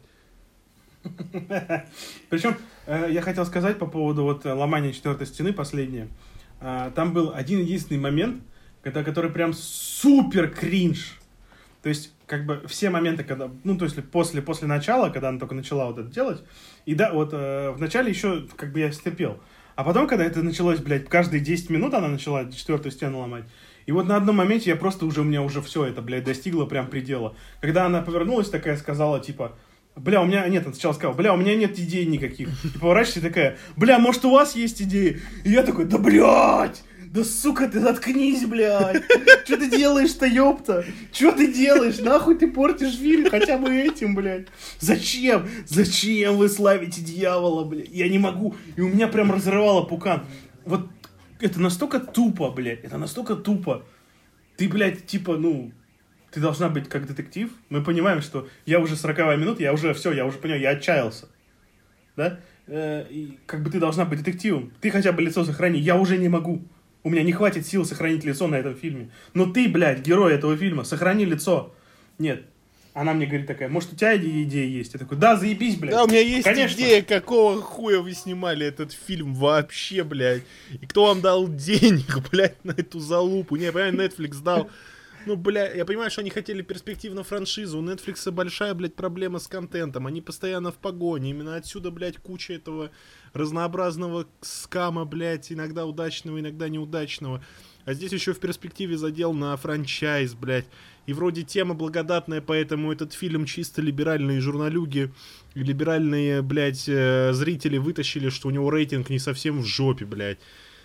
Причем, э, я хотел сказать по поводу вот ломания четвертой стены, последнее. Э, там был один единственный момент, когда, который прям супер кринж. То есть, как бы, все моменты, когда, ну, то есть, после, после начала, когда она только начала вот это делать, и да, вот э, в начале еще, как бы, я стерпел. А потом, когда это началось, блядь, каждые десять минут она начала четвертую стену ломать. И вот на одном моменте я просто уже, у меня уже все это, блядь, достигло прям предела. Когда она повернулась такая, сказала, типа, бля, у меня, нет, она сначала сказала, бля, у меня нет идей никаких. И поворачивается такая, бля, может, у вас есть идеи? И я такой, да, блядь! Да, сука, ты заткнись, блядь. Что ты делаешь-то, ёпта? Что ты делаешь? Нахуй ты портишь фильм хотя бы этим, блядь? Зачем? Зачем вы славите дьявола, блядь? Я не могу. И у меня прям разрывало пукан. Вот это настолько тупо, блядь. Это настолько тупо. Ты, блядь, типа, ну... Ты должна быть как детектив. Мы понимаем, что я уже сороковая минута, я уже все, я уже понял, я отчаялся. Да? Э, и как бы ты должна быть детективом. Ты хотя бы лицо сохрани. Я уже не могу. У меня не хватит сил сохранить лицо на этом фильме. Но ты, блядь, герой этого фильма, сохрани лицо. Нет. Она мне говорит такая, может, у тебя идея есть? Я такой, да, заебись, блядь. Да, у меня есть Конечно. идея, какого хуя вы снимали этот фильм вообще, блядь. И кто вам дал денег, блядь, на эту залупу? Не, я понимаю, Netflix дал. Ну, бля, я понимаю, что они хотели перспективно франшизу. У Netflix большая, блядь, проблема с контентом. Они постоянно в погоне. Именно отсюда, блядь, куча этого разнообразного скама, блядь, иногда удачного, иногда неудачного. А здесь еще в перспективе задел на франчайз, блядь. И вроде тема благодатная, поэтому этот фильм чисто либеральные журналюги и либеральные, блядь, зрители вытащили, что у него рейтинг не совсем в жопе, блядь.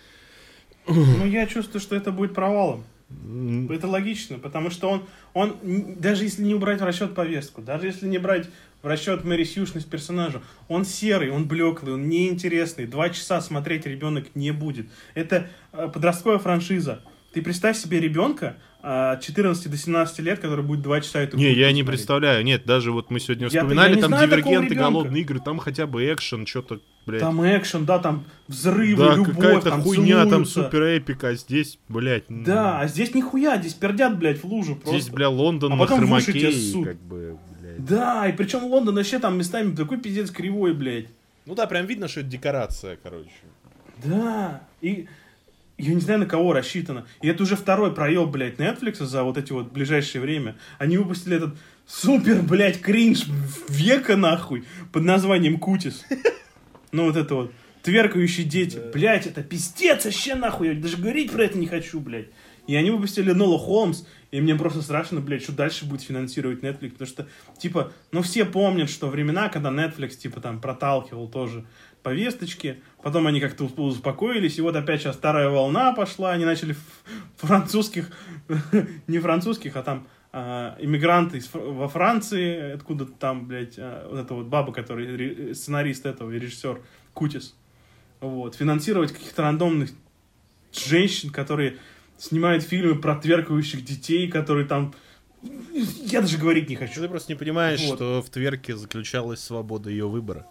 Ну, я чувствую, что это будет провалом. Это логично, потому что он, он, даже если не убрать в расчет повестку, даже если не брать в расчет Мэри Сьюшность персонажа, он серый, он блеклый, он неинтересный. Два часа смотреть ребенок не будет. Это подростковая франшиза. Ты представь себе ребенка от четырнадцати до семнадцати лет, который будет два часа эту Не, я смотреть. Не представляю. Нет, даже вот мы сегодня вспоминали, я, я там Дивергенты, голодные игры, там хотя бы экшен, что-то, блядь. Там экшен, да, там взрывы, да, любовь, какая-то там хуйня, целуются. Там супер эпика, а здесь, блядь. Да, а здесь нихуя, здесь пердят, блядь, в лужу просто. Здесь, бля, Лондон а на хромаке, как бы, блядь. Да, и причем Лондон вообще там местами такой пиздец кривой, блядь. Ну да, прям видно, что это декорация, короче. Да, и... Я не знаю, на кого рассчитано. И это уже второй проеб, блядь, Netflix за вот эти вот ближайшее время. Они выпустили этот супер, блядь, кринж века, нахуй, под названием Кутис. Ну, вот это вот. Тверкающие дети. Блядь, это пиздец вообще, нахуй. Я даже говорить про это не хочу, блядь. И они выпустили Нола Холмс. И мне просто страшно, блядь, что дальше будет финансировать Netflix. Потому что, типа, ну, все помнят, что времена, когда Netflix, типа, там, проталкивал тоже повесточки, потом они как-то успокоились, и вот опять сейчас вторая волна пошла, они начали французских, не французских, а там э, иммигранты из, во Франции, откуда там, блядь, э, вот эта вот баба, который сценарист этого и режиссер Кутис, вот, финансировать каких-то рандомных женщин, которые снимают фильмы про тверкающих детей, которые там... Я даже говорить не хочу. Ты просто не понимаешь, вот. Что в тверке заключалась свобода ее выбора.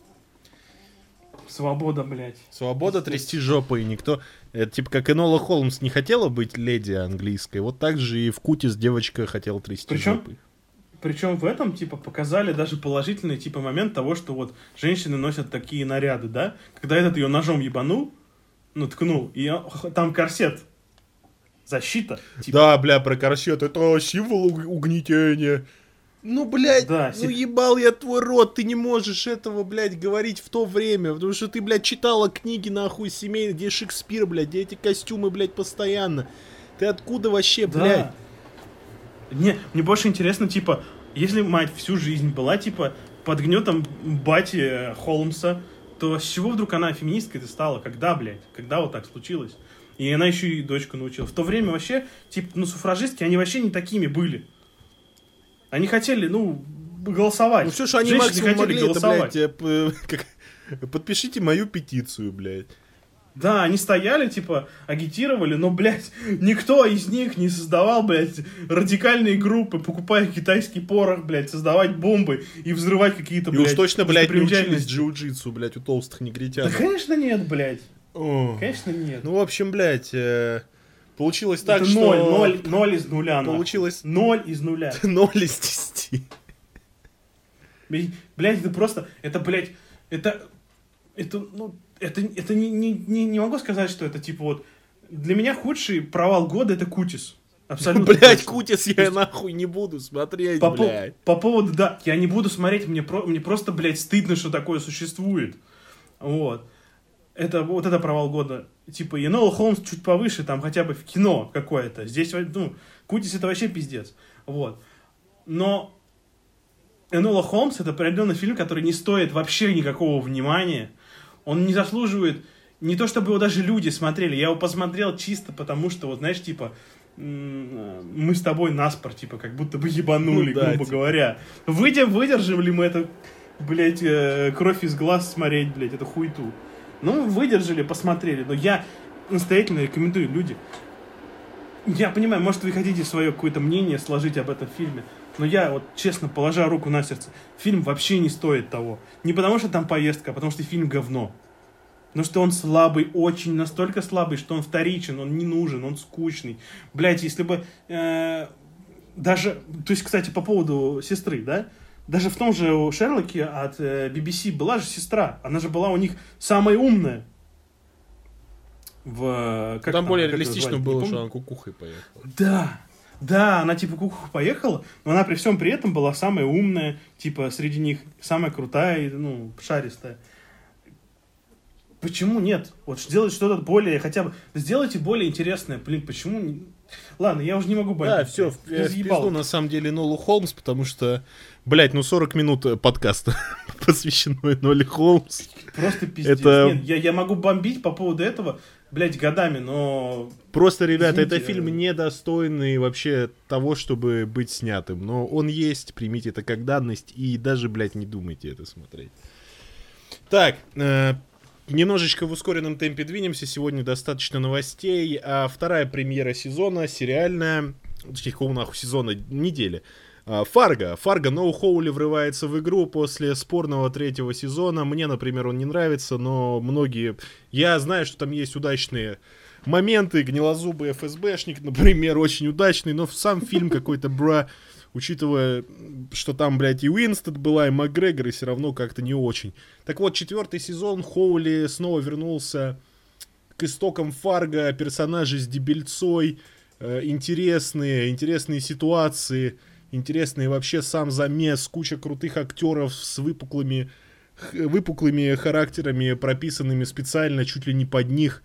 Свобода, блядь. Свобода трясти жопой, и никто... Это типа как Энола Холмс не хотела быть леди английской, вот так же и в Кутис девочка хотела трясти причем, жопой. Причем в этом, типа, показали даже положительный, типа, момент того, что вот женщины носят такие наряды, да? Когда этот ее ножом ебанул, ну, ткнул, и там корсет. Защита. Типа. Да, бля, про корсет, это символ угнетения. Ну, блядь, да, ну ебал я твой рот, ты не можешь этого, блядь, говорить в то время, потому что ты, блядь, читала книги, нахуй, семейные, где Шекспир, блядь, где эти костюмы, блядь, постоянно. Ты откуда вообще, да. блядь? Не, мне больше интересно, типа, если мать всю жизнь была, типа, под гнетом бати Холмса, то с чего вдруг она феминисткой-то стала? Когда, блядь? Когда вот так случилось? И она еще и дочку научила. В то время вообще, типа, ну, суфражистки, они вообще не такими были. Они хотели, ну, голосовать. Ну все, что они Женщины максимум могли, голосовать. это, блядь, как... подпишите мою петицию, блядь. Да, они стояли, типа, агитировали, но, блядь, никто из них не создавал, блядь, радикальные группы, покупая китайский порох, блядь, создавать бомбы и взрывать какие-то, блядь, и уж точно, блядь, не учились джиу-джитсу, блядь, у толстых негритян. Да, конечно, нет, блядь. О. Конечно, нет. Ну, в общем, блядь, э, получилось так, это что... ноль, ноль, ноль из нуля, получилось... Ноль из нуля. Ноль из десяти. Блядь, это просто, это, блядь, это, это, ну... Это, это не, не, не, не могу сказать, что это типа вот... Для меня худший провал года — это Кутис. Абсолютно. Блять, точно. Кутис я есть, нахуй не буду смотреть, по, блядь. По, по поводу, да, я не буду смотреть, мне, про, мне просто, блядь, стыдно, что такое существует. Вот. Это, вот это провал года. Типа, Энола Холмс чуть повыше, там хотя бы в кино какое-то. Здесь, ну, Кутис — это вообще пиздец. Вот. Но Энола Холмс — это определенный фильм, который не стоит вообще никакого внимания. Он не заслуживает, не то чтобы его даже люди смотрели, я его посмотрел чисто потому, что, вот знаешь, типа, мы с тобой наспор, типа, как будто бы ебанули, ну, да, грубо типа. говоря. Выйдем, выдержим ли мы это, блядь, э, кровь из глаз смотреть, блядь, эту хуйту. Ну, выдержали, посмотрели, но я настоятельно рекомендую, люди. Я понимаю, может, вы хотите свое какое-то мнение сложить об этом фильме, но я, вот, честно, положа руку на сердце, фильм вообще не стоит того. Не потому, что там поездка, а потому, что фильм говно. Потому что он слабый, очень, настолько слабый, что он вторичен, он не нужен, он скучный. Блядь, если бы... Э, даже... То есть, кстати, по поводу сестры, да? Даже в том же Шерлоке от э, би би си была же сестра. Она же была у них самая умная. В, как там, там более реалистично было, что она кукухой поехала. Да. Да, она типа кукуха поехала, но она при всем при этом была самая умная, типа среди них самая крутая, ну, шаристая. Почему нет? Вот сделать что-то более, хотя бы, сделайте более интересное, блин, почему не... Ладно, я уже не могу бомбить. Да, все, в, в пизду на самом деле Нолу Холмс, потому что, блядь, ну сорок минут подкаста посвящено Ноле Холмс. Просто пиздец. Это... Нет, я, я могу бомбить по поводу этого, блядь, годами, но... Просто, ребята, Извините, это фильм недостойный вообще того, чтобы быть снятым. Но он есть, примите это как данность и даже, блядь, не думайте это смотреть. Так, э, немножечко в ускоренном темпе двинемся. Сегодня достаточно новостей. А вторая премьера сезона, сериальная, точнее, какого нахуй сезона, недели. Фарго. Фарго Ноу Хоули врывается в игру после спорного третьего сезона. Мне, например, он не нравится, но многие... Я знаю, что там есть удачные моменты. Гнилозубый эф эс бэшник, например, очень удачный, но сам фильм какой-то, бра... Учитывая, что там, блядь, и Уинстед была, и Макгрегор, и все равно как-то не очень. Так вот, четвертый сезон Хоули снова вернулся к истокам Фарго. Персонажи с дебильцой. Э, интересные, интересные ситуации. Интересный вообще сам замес, куча крутых актеров с выпуклыми, выпуклыми характерами, прописанными специально чуть ли не под них.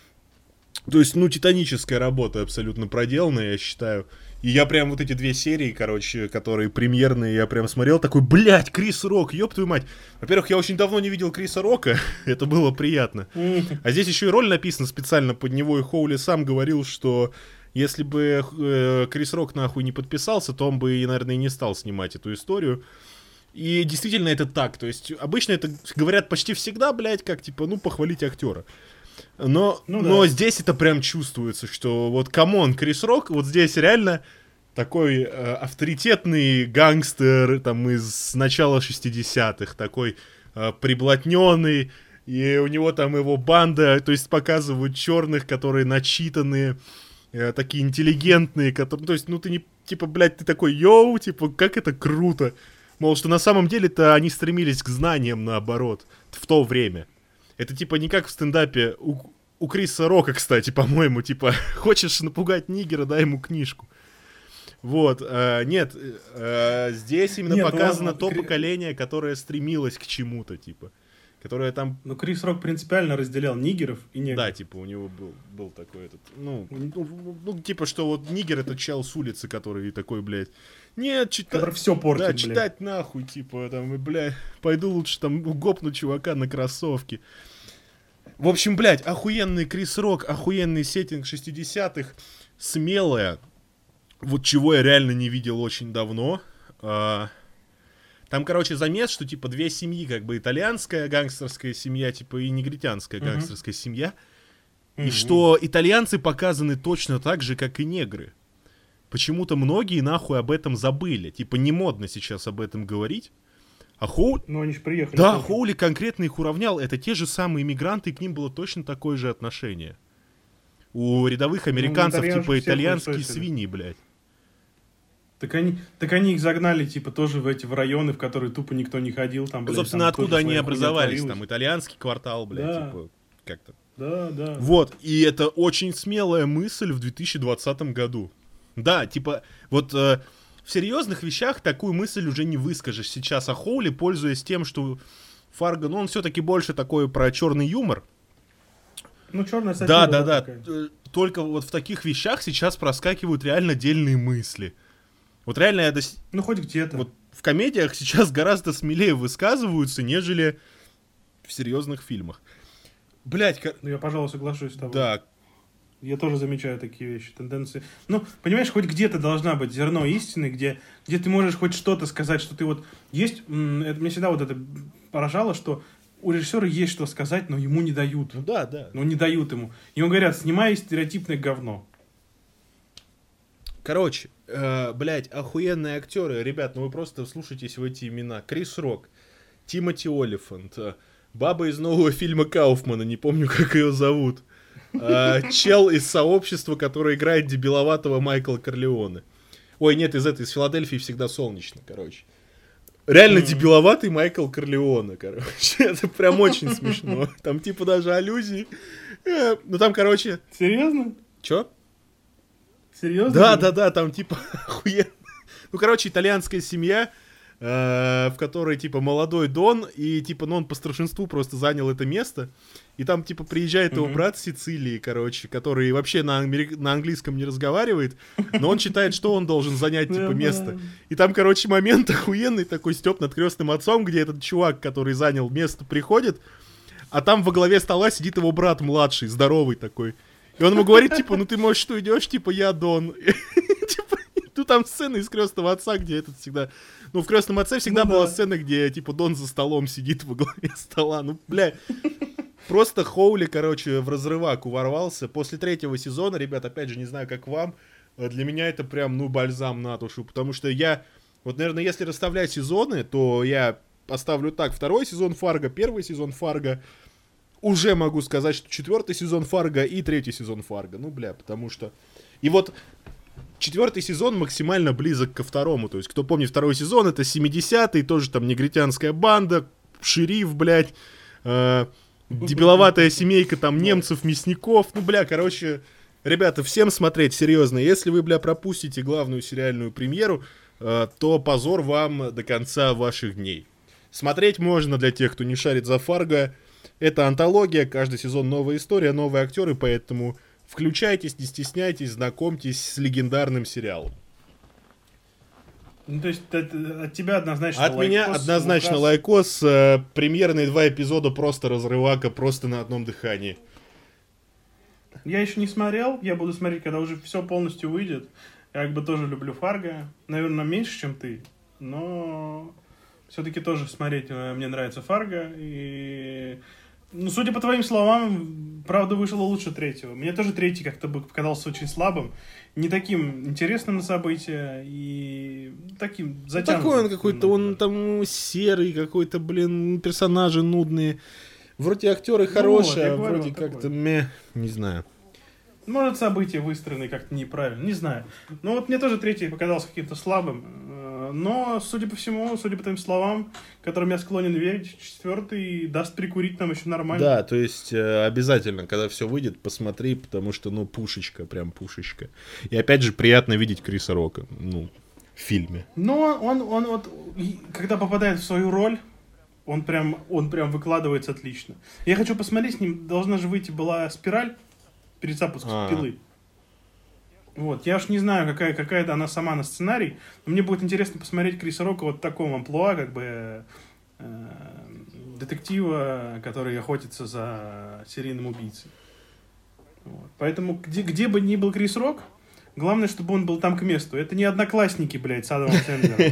То есть, ну, титаническая работа абсолютно проделанная, я считаю. И я прям вот эти две серии, короче, которые премьерные, я прям смотрел, такой, блядь, Крис Рок, ёб твою мать. Во-первых, я очень давно не видел Криса Рока, это было приятно. А здесь еще и роль написана специально под него, и Хоули сам говорил, что... Если бы э, Крис Рок нахуй не подписался, то он бы, наверное, и не стал снимать эту историю. И действительно это так. То есть обычно это говорят почти всегда, блядь, как типа, ну, похвалить актера. Но, ну, да. но здесь это прям чувствуется, что вот, камон, Крис Рок, вот здесь реально такой э, авторитетный гангстер там из начала шестидесятых, такой э, приблотненный. И у него там его банда, то есть показывают черных, которые начитанные, такие интеллигентные, которые, то есть, ну ты не, типа, блядь, ты такой, йоу, типа, как это круто. Мол, что на самом деле-то они стремились к знаниям, наоборот, в то время. Это, типа, не как в стендапе у, у Криса Рока, кстати, по-моему, типа, хочешь напугать нигера, дай ему книжку. Вот, а, нет, а, здесь именно нет, показано ладно, то Кри... поколение, которое стремилось к чему-то, типа. Которая там... Ну, Крис Рок принципиально разделял нигеров и негров. Да, типа, у него был, был такой этот... Ну, ну, ну, типа, что вот нигер — это чел с улицы, который такой, блядь... Нет, читать... Который все портит, да, блядь. читать нахуй, типа, там, и, блядь, пойду лучше там гопну чувака на кроссовке. В общем, блядь, охуенный Крис Рок, охуенный сеттинг шестидесятых, смелая, вот чего я реально не видел очень давно. А, там, короче, замес, что, типа, две семьи, как бы, итальянская гангстерская семья, типа, и негритянская uh-huh. гангстерская семья. Uh-huh. И что итальянцы показаны точно так же, как и негры. Почему-то многие, нахуй, об этом забыли. Типа, не модно сейчас об этом говорить. А Хоули... Ну, они же приехали. Да, тоже. Хоули конкретно их уравнял. Это те же самые иммигранты, и к ним было точно такое же отношение. У рядовых американцев, ну, типа, итальянские свиньи, блядь. Так они, так они их загнали, типа, тоже в эти в районы, в которые тупо никто не ходил. Там, блядь, собственно, там откуда они образовались? Там итальянский квартал, блядь, да. типа, как-то. Да, да. Вот, и это очень смелая мысль в две тысячи двадцатом году. Да, типа, вот... Э, в серьезных вещах такую мысль уже не выскажешь сейчас, а Хоули, пользуясь тем, что Фарго, ну, он все-таки больше такой про черный юмор. Ну, черная сатира. Да, да, да. Такая. Только вот в таких вещах сейчас проскакивают реально дельные мысли. Вот реально я... До... Ну, хоть где-то. Вот в комедиях сейчас гораздо смелее высказываются, нежели в серьезных фильмах. Блять, ка... Ну, я, пожалуй, соглашусь с тобой. Да. Я тоже замечаю такие вещи, тенденции. Ну, понимаешь, хоть где-то должна быть зерно истины, где, где ты можешь хоть что-то сказать, что ты вот... Есть... Это, мне всегда вот это поражало, что у режиссера есть что сказать, но ему не дают. Ну да, да. Ну, не дают ему. Ему говорят, снимай стереотипное говно. Короче, э, блядь, охуенные актеры. Ребят, ну вы просто вслушайтесь в эти имена. Крис Рок, Тимоти Олифант, баба из нового фильма Кауфмана, не помню, как ее зовут. Uh, чел из сообщества, который играет дебиловатого Майкла Корлеоне. Ой, нет, из этой, из Филадельфии всегда солнечно, короче. Реально mm-hmm. дебиловатый Майкл Корлеоне, короче. Это прям очень смешно. Там типа даже аллюзии. Ну там, короче... Серьезно? Чё? Серьезно? Да, да, да, там типа охуенно. Ну, короче, итальянская семья, в которой типа молодой Дон, и типа, ну он по старшинству просто занял это место. И там, типа, приезжает его mm-hmm. брат с Сицилии, короче, который вообще на, англи... на английском не разговаривает, но он считает, что он должен занять, типа, место. И там, короче, момент охуенный такой, Стёб над крестным отцом, где этот чувак, который занял место, приходит, а там во главе стола сидит его брат младший, здоровый такой. И он ему говорит, типа, ну ты, может, что идешь, типа, я Дон. Ну, там сцена из крестного отца, где этот всегда... Ну, в крестном отце всегда была сцена, где, типа, Дон за столом сидит во главе стола. Ну, бля... Просто Хоули, короче, в разрываку ворвался. После третьего сезона, ребят, опять же, не знаю, как вам, для меня это прям, ну, бальзам на душу. Потому что я, вот, наверное, если расставлять сезоны, то я поставлю так. Второй сезон Фарго, первый сезон Фарго. Уже могу сказать, что четвертый сезон Фарго и третий сезон Фарго. Ну, бля, потому что... И вот четвертый сезон максимально близок ко второму. То есть, кто помнит второй сезон, это семидесятые, тоже там негритянская банда, шериф, блядь, э- дебиловатая семейка там немцев, мясников. Ну, бля, короче, ребята, всем смотреть, серьезно. Если вы, бля, пропустите главную сериальную премьеру, э, то позор вам до конца ваших дней. Смотреть можно для тех, кто не шарит за Фарго. Это антология, каждый сезон новая история, новые актеры, поэтому включайтесь, не стесняйтесь, знакомьтесь с легендарным сериалом. Ну, то есть от, от тебя однозначно от лайкос. От меня однозначно Лукас. Лайкос. Э, премьерные два эпизода просто разрывака, просто на одном дыхании. Я еще не смотрел, я буду смотреть, когда уже все полностью выйдет. Я как бы тоже люблю Фарго. Наверное, меньше, чем ты, но все-таки тоже смотреть мне нравится Фарго. И... Ну, судя по твоим словам, правда вышло лучше третьего. Мне тоже третий как-то бы показался очень слабым, не таким интересным на события и таким затянутым. Ну, такой он какой-то, он там серый какой-то, блин, персонажи нудные. Вроде актеры ну, хорошие, вот, а вроде как-то мeh, не знаю. Может, события выстроены как-то неправильно, не знаю. Ну, вот мне тоже третий показался каким-то слабым. Но, судя по всему, судя по твоим словам, которым я склонен верить, четвертый даст прикурить нам еще нормально. Да, то есть э, обязательно, когда все выйдет, посмотри, потому что, ну, пушечка, прям пушечка. И опять же, приятно видеть Криса Рока, ну, в фильме. Но он, он вот, когда попадает в свою роль, он прям, он прям выкладывается отлично. Я хочу посмотреть, с ним должна же выйти была «Спираль» перед запуском А-а-а. «Пилы». Вот, я уж не знаю, какая, какая-то она сама на сценарий, но мне будет интересно посмотреть Криса Рока вот в таком амплуа, как бы э, детектива, который охотится за серийным убийцей. Вот. Поэтому где, где бы ни был Крис Рок, Главное, чтобы он был там к месту. Это не «Одноклассники», блядь, с Адамом Сэндлером.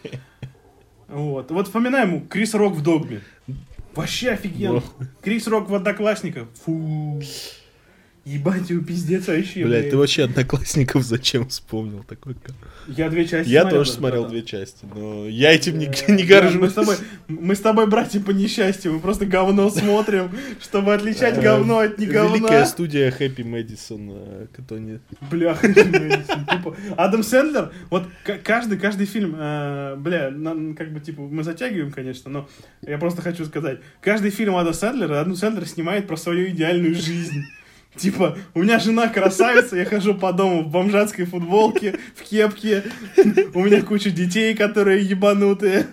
Вот. Вот вспоминаем Крис Рок в «Догме». Вообще офигенно. Крис Рок в «Одноклассниках». Фу. Ебать, его пиздец вообще. Блядь, ты вообще «Одноклассников» зачем вспомнил? Такой... Я две части Я смотрел. тоже смотрел да. две части, но я этим не, не горжусь. Мы с, тобой, мы с тобой братья по несчастью, мы просто говно смотрим, чтобы отличать говно от не говна. Великая студия Happy Madison, кто не... Бля, Happy Madison. Адам Сэндлер, вот каждый, каждый фильм, бля, как бы, типа, мы затягиваем, конечно, но я просто хочу сказать, каждый фильм Адама Сэндлера, Адам Сэндлер снимает про свою идеальную жизнь. Типа, у меня жена красавица, я хожу по дому в бомжатской футболке, в кепке, у меня куча детей, которые ебанутые.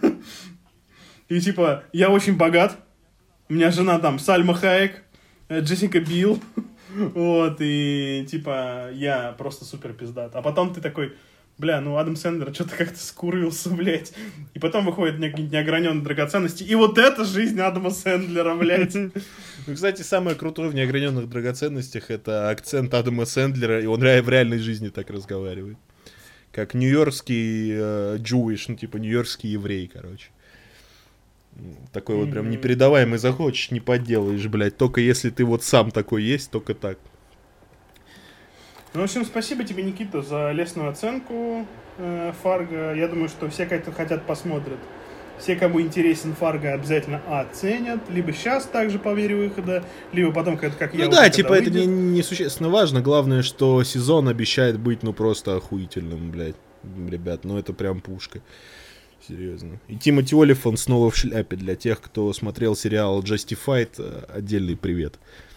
И типа, я очень богат, у меня жена там Сальма Хайек, Джессика Билл, вот, и типа, я просто супер пиздат. А потом ты такой, бля, ну Адам Сэндлер что-то как-то скурился, блядь. И потом выходят какие-нибудь неограненные драгоценности. И вот это жизнь Адама Сэндлера, блядь. Ну, кстати, самое крутое в неограненных драгоценностях это акцент Адама Сэндлера, и он в реальной жизни так разговаривает. Как нью-йоркский э, Jewish, ну типа нью-йоркский еврей, короче. Такой вот прям непередаваемый, захочешь, не поделаешь, блядь. Только если ты вот сам такой есть, только так. Ну, в общем, спасибо тебе, Никита, за лестную оценку э, Фарго. Я думаю, что все, кто хотят, посмотрят. Все, кому интересен Фарго, обязательно оценят. Либо сейчас также по мере выхода, либо потом, как, как я... Ну да, типа выйдет. Это не, не существенно важно. Главное, что сезон обещает быть, ну, просто охуительным, блядь. Ребят, ну это прям пушка. Серьезно. И Тимоти Олифант снова в шляпе. Для тех, кто смотрел сериал Justified, отдельный привет.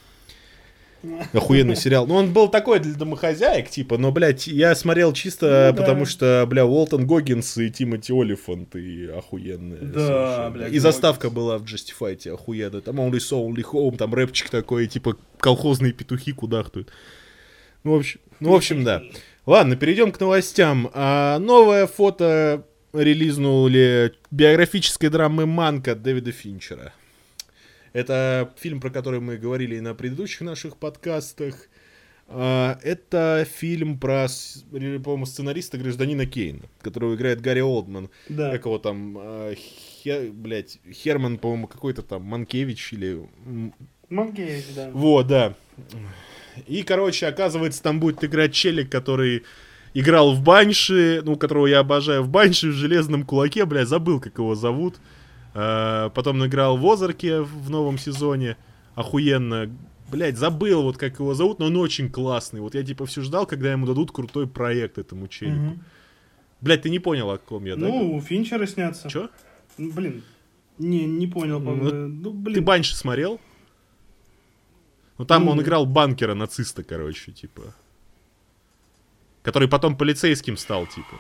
Охуенный сериал. Ну, он был такой для домохозяек, типа, но, блядь, я смотрел чисто ну, потому, да. что, бля, Уолтон Гоггинс и Тимоти Олифант и охуенные. Да, бля. И заставка была в Justified охуенная. Там Only So, Only Home, там рэпчик такой, типа, колхозные петухи кудахтают. Ну, в общем, ну, в общем, да. Ладно, перейдем к новостям. А, новое фото релизнули биографической драмы «Манка» Дэвида Финчера. Это фильм, про который мы говорили и на предыдущих наших подкастах. Это фильм про, по-моему, сценариста гражданина Кейна, которого играет Гарри Олдман. Да. Как его там, Хер, блядь, Херман, по-моему, какой-то там Манкевич или... Манкевич, да. Вот, да. И, короче, оказывается, там будет играть челик, который играл в Банши, ну, которого я обожаю, в Банши, в Железном Кулаке, блядь, забыл, как его зовут. Uh, потом играл в Озарке в новом сезоне. Охуенно. Блять, забыл вот как его зовут, но он очень классный. Вот я типа все ждал, когда ему дадут крутой проект этому челику. Mm-hmm. Блять, ты не понял, о ком я, ну, да? Ну, у Финчера снятся. Чё? Ну, блин. Не, не понял. Ну, ну, блин. Ты Банши смотрел? Ну там mm-hmm. он играл банкера, нациста, короче, типа. Который потом полицейским стал, типа.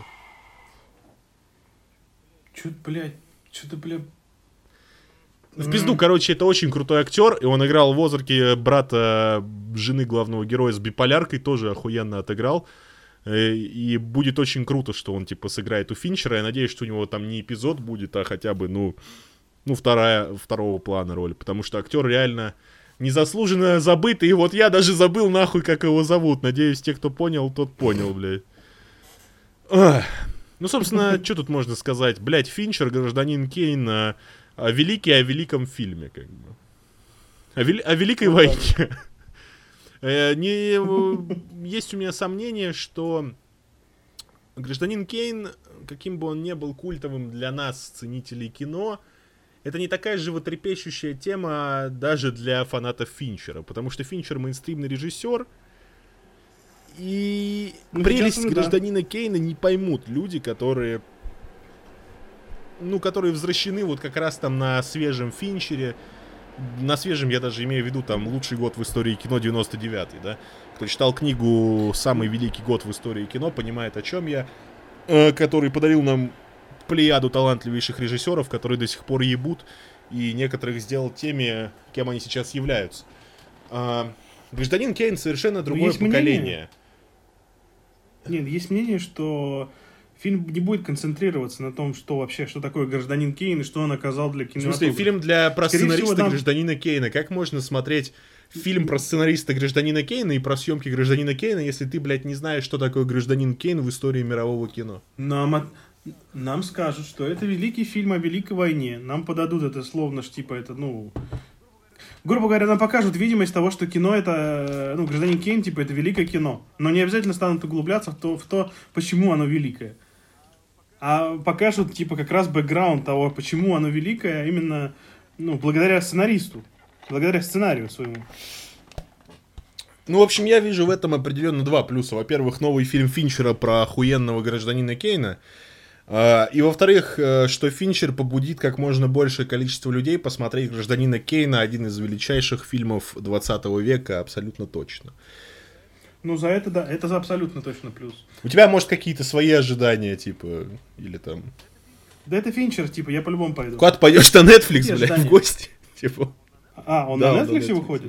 Чё, блядь, чё-то, блядь. В пизду, короче, это очень крутой актер, и он играл в Озарке брата жены главного героя с биполяркой, тоже охуенно отыграл. И будет очень круто, что он, типа, сыграет у Финчера. Я надеюсь, что у него там не эпизод будет, а хотя бы, ну, ну вторая, второго плана роль. Потому что актер реально незаслуженно забытый. И вот я даже забыл, нахуй, как его зовут. Надеюсь, те, кто понял, тот понял, блядь. Ах. Ну, собственно, что тут можно сказать? Блядь, Финчер, гражданин Кейн... О великий, о великом фильме, как бы. О, вели, о великой ну, войне. Не, есть у меня сомнение, что гражданин Кейн, каким бы он ни был культовым для нас, ценителей кино, это не такая животрепещущая тема даже для фанатов Финчера. Потому что Финчер мейнстримный режиссер. И ну, прелесть гражданина да. Кейна не поймут люди, которые... Ну, которые возвращены вот как раз там на свежем Финчере. На свежем я даже имею в виду там лучший год в истории кино девяносто девятый, да. Кто читал книгу «Самый великий год в истории кино», понимает, о чем я. Э, который подарил нам плеяду талантливейших режиссеров, которые до сих пор ебут. И некоторых сделал теми, кем они сейчас являются. Э, гражданин Кейн совершенно другое поколение. Мнение? Нет, есть мнение, что... Фильм не будет концентрироваться на том, что вообще, что такое гражданин Кейн и что он оказал для кинематографа. В смысле, фильм для про сценариста там... гражданина Кейна. Как можно смотреть фильм про сценариста Гражданина Кейна и про съемки Гражданина Кейна, если ты, блядь, не знаешь, что такое Гражданин Кейн в истории мирового кино? Нам, от... Нам скажут, что это великий фильм о Великой войне. Нам подадут это словно, ж, типа, это, ну... Грубо говоря, нам покажут видимость того, что кино это... Ну, Гражданин Кейн, типа, это великое кино. Но не обязательно станут углубляться в то, в то, почему оно великое. А покажут, типа, как раз бэкграунд того, почему оно великое, именно, ну, благодаря сценаристу. Благодаря сценарию своему. Ну, в общем, я вижу в этом определенно два плюса. Во-первых, новый фильм Финчера про охуенного Гражданина Кейна. И, во-вторых, что Финчер побудит как можно большее количество людей посмотреть Гражданина Кейна, один из величайших фильмов двадцатого века, абсолютно точно. Ну, за это, да, это за абсолютно точно плюс. У тебя, может, какие-то свои ожидания, типа, или там... Да это Финчер, типа, я по-любому пойду. Куда ты пойдешь на Netflix, блядь, в гости? Типа... А, он да, на Netflix выходит?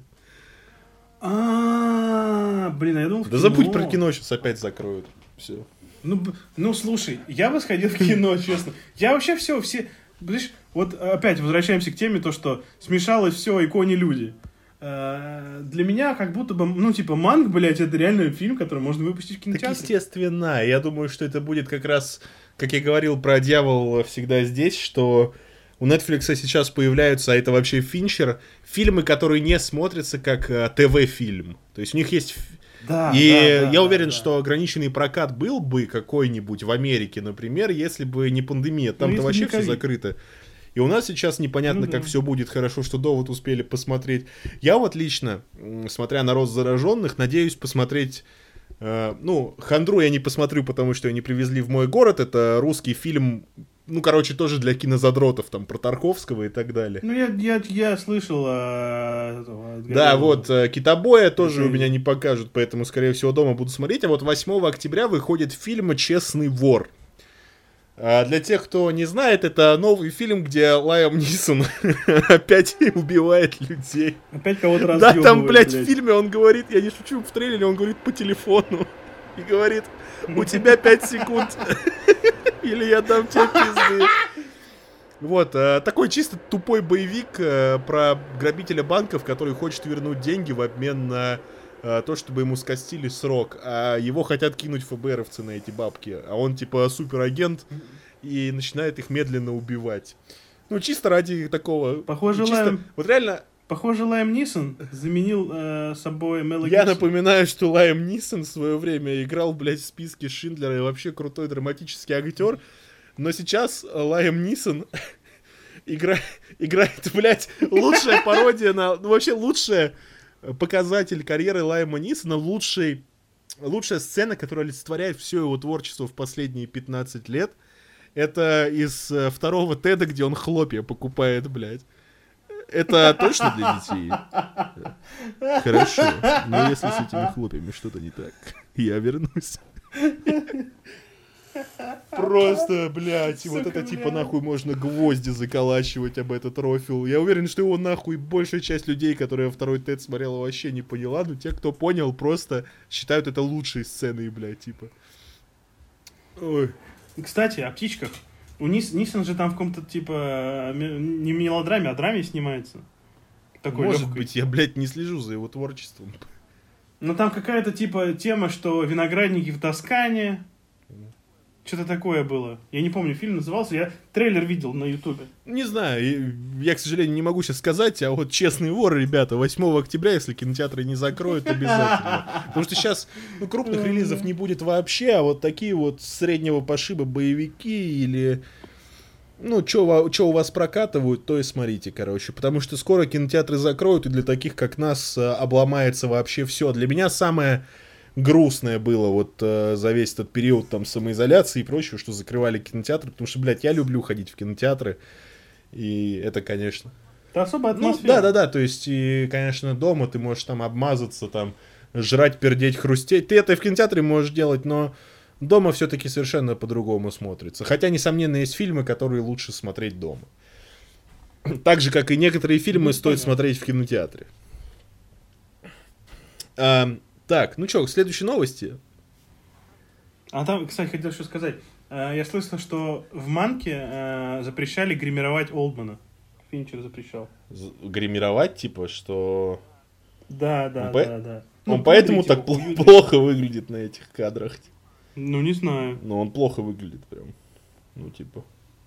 А, блин, я думал, в Да забудь про кино, сейчас опять закроют. Все. Ну, ну, слушай, я бы сходил в кино, честно. Я вообще все, все... Видишь, вот опять возвращаемся к теме, то, что смешалось все иконе-люди. Для меня как будто бы, ну, типа, Манк, блядь, это реально фильм, который можно выпустить в кинотеатре. Так, естественно. Я думаю, что это будет как раз, как я говорил про «Дьявол всегда здесь», что у Netflix сейчас появляются, а это вообще Финчер, фильмы, которые не смотрятся как ТВ-фильм. То есть у них есть... Да, и да, я да, уверен, да, что ограниченный прокат был бы какой-нибудь в Америке, например, если бы не пандемия. Там-то ну, вообще все закрыто. И у нас сейчас непонятно, ну, как да. все будет. Хорошо, что «Довод» успели посмотреть. Я вот лично, смотря на рост зараженных, надеюсь посмотреть... Э, ну, «Хандру» я не посмотрю, потому что ее не привезли в мой город. Это русский фильм... Ну, короче, тоже для кинозадротов, там, про Тарковского и так далее. Ну, я, я, я слышал... А... Да, вот, «Китобоя» тоже у меня не покажут, поэтому, скорее всего, дома буду смотреть. А вот восьмого октября выходит фильм «Честный вор». А для тех, кто не знает, это новый фильм, где Лайам Нисон опять убивает людей. Опять кого-то разъебывает. Да, там, блядь, блядь, в фильме он говорит, я не шучу, в трейлере он говорит по телефону и говорит, у тебя пять секунд, или я дам тебе пизды. Вот, такой чисто тупой боевик про грабителя банков, который хочет вернуть деньги в обмен на то, чтобы ему скостили срок, а его хотят кинуть ФБРовцы на эти бабки, а он типа суперагент и начинает их медленно убивать. Ну, чисто ради такого... Похоже, чисто... Лайм... Вот реально... Похоже, Лайм Нисон заменил э, собой Мела Я Гибсон. напоминаю, что Лайм Нисон в свое время играл, блядь, в списке Шиндлера и вообще крутой драматический актер, но сейчас Лайм Нисон игра... играет, блядь, лучшая пародия на... Ну, вообще лучшая... показатель карьеры Лайма Нисона, лучший, лучшая сцена, которая олицетворяет все его творчество в последние пятнадцать лет. Это из э, второго Теда, где он хлопья покупает, блядь. Это точно для детей? Хорошо. Но если с этими хлопьями что-то не так, я вернусь. Просто, блядь, сука, вот это блядь. Типа нахуй можно гвозди заколачивать об этот рофил. Я уверен, что его нахуй большая часть людей, которые второй Тед смотрела, вообще не поняла. Но те, кто понял, просто считают это лучшей сценой, блядь, типа. Ой. Кстати, о птичках. У Нис... Нисон же там в каком-то, типа, не мелодраме, а драме снимается. Такой Может легкой. быть, я, блядь, не слежу за его творчеством. Ну там какая-то, типа, тема, что виноградники в Тоскане... Что-то такое было. Я не помню, фильм назывался. Я трейлер видел на Ютубе. Не знаю. Я, к сожалению, не могу сейчас сказать. А вот «Честный вор», ребята, восьмого октября, если кинотеатры не закроют, обязательно. Потому что сейчас ну, крупных релизов не будет вообще. А вот такие вот среднего пошиба боевики или... Ну, что у вас прокатывают, то и смотрите, короче. Потому что скоро кинотеатры закроют, и для таких, как нас, обломается вообще все. Для меня самое... грустное было вот э, за весь этот период там самоизоляции и прочего, что закрывали кинотеатры, потому что, блядь, я люблю ходить в кинотеатры, и это, конечно... Это особая атмосфера. Ну, да-да-да, то есть, и, конечно, дома ты можешь там обмазаться, там, жрать, пердеть, хрустеть, ты это и в кинотеатре можешь делать, но дома все-таки совершенно по-другому смотрится, хотя, несомненно, есть фильмы, которые лучше смотреть дома. Так же, как и некоторые фильмы ну, стоит понятно. Смотреть в кинотеатре. А, Так, ну что, следующие новости. А там, кстати, хотел еще сказать. Я слышал, что в «Манке» запрещали гримировать Олдмана. Финчер запрещал. Гримировать, типа, что... Да, да, он да, по... да. Он ну, поэтому так уютно. Плохо выглядит на этих кадрах. Ну, не знаю. Но он плохо выглядит прям. Ну, типа...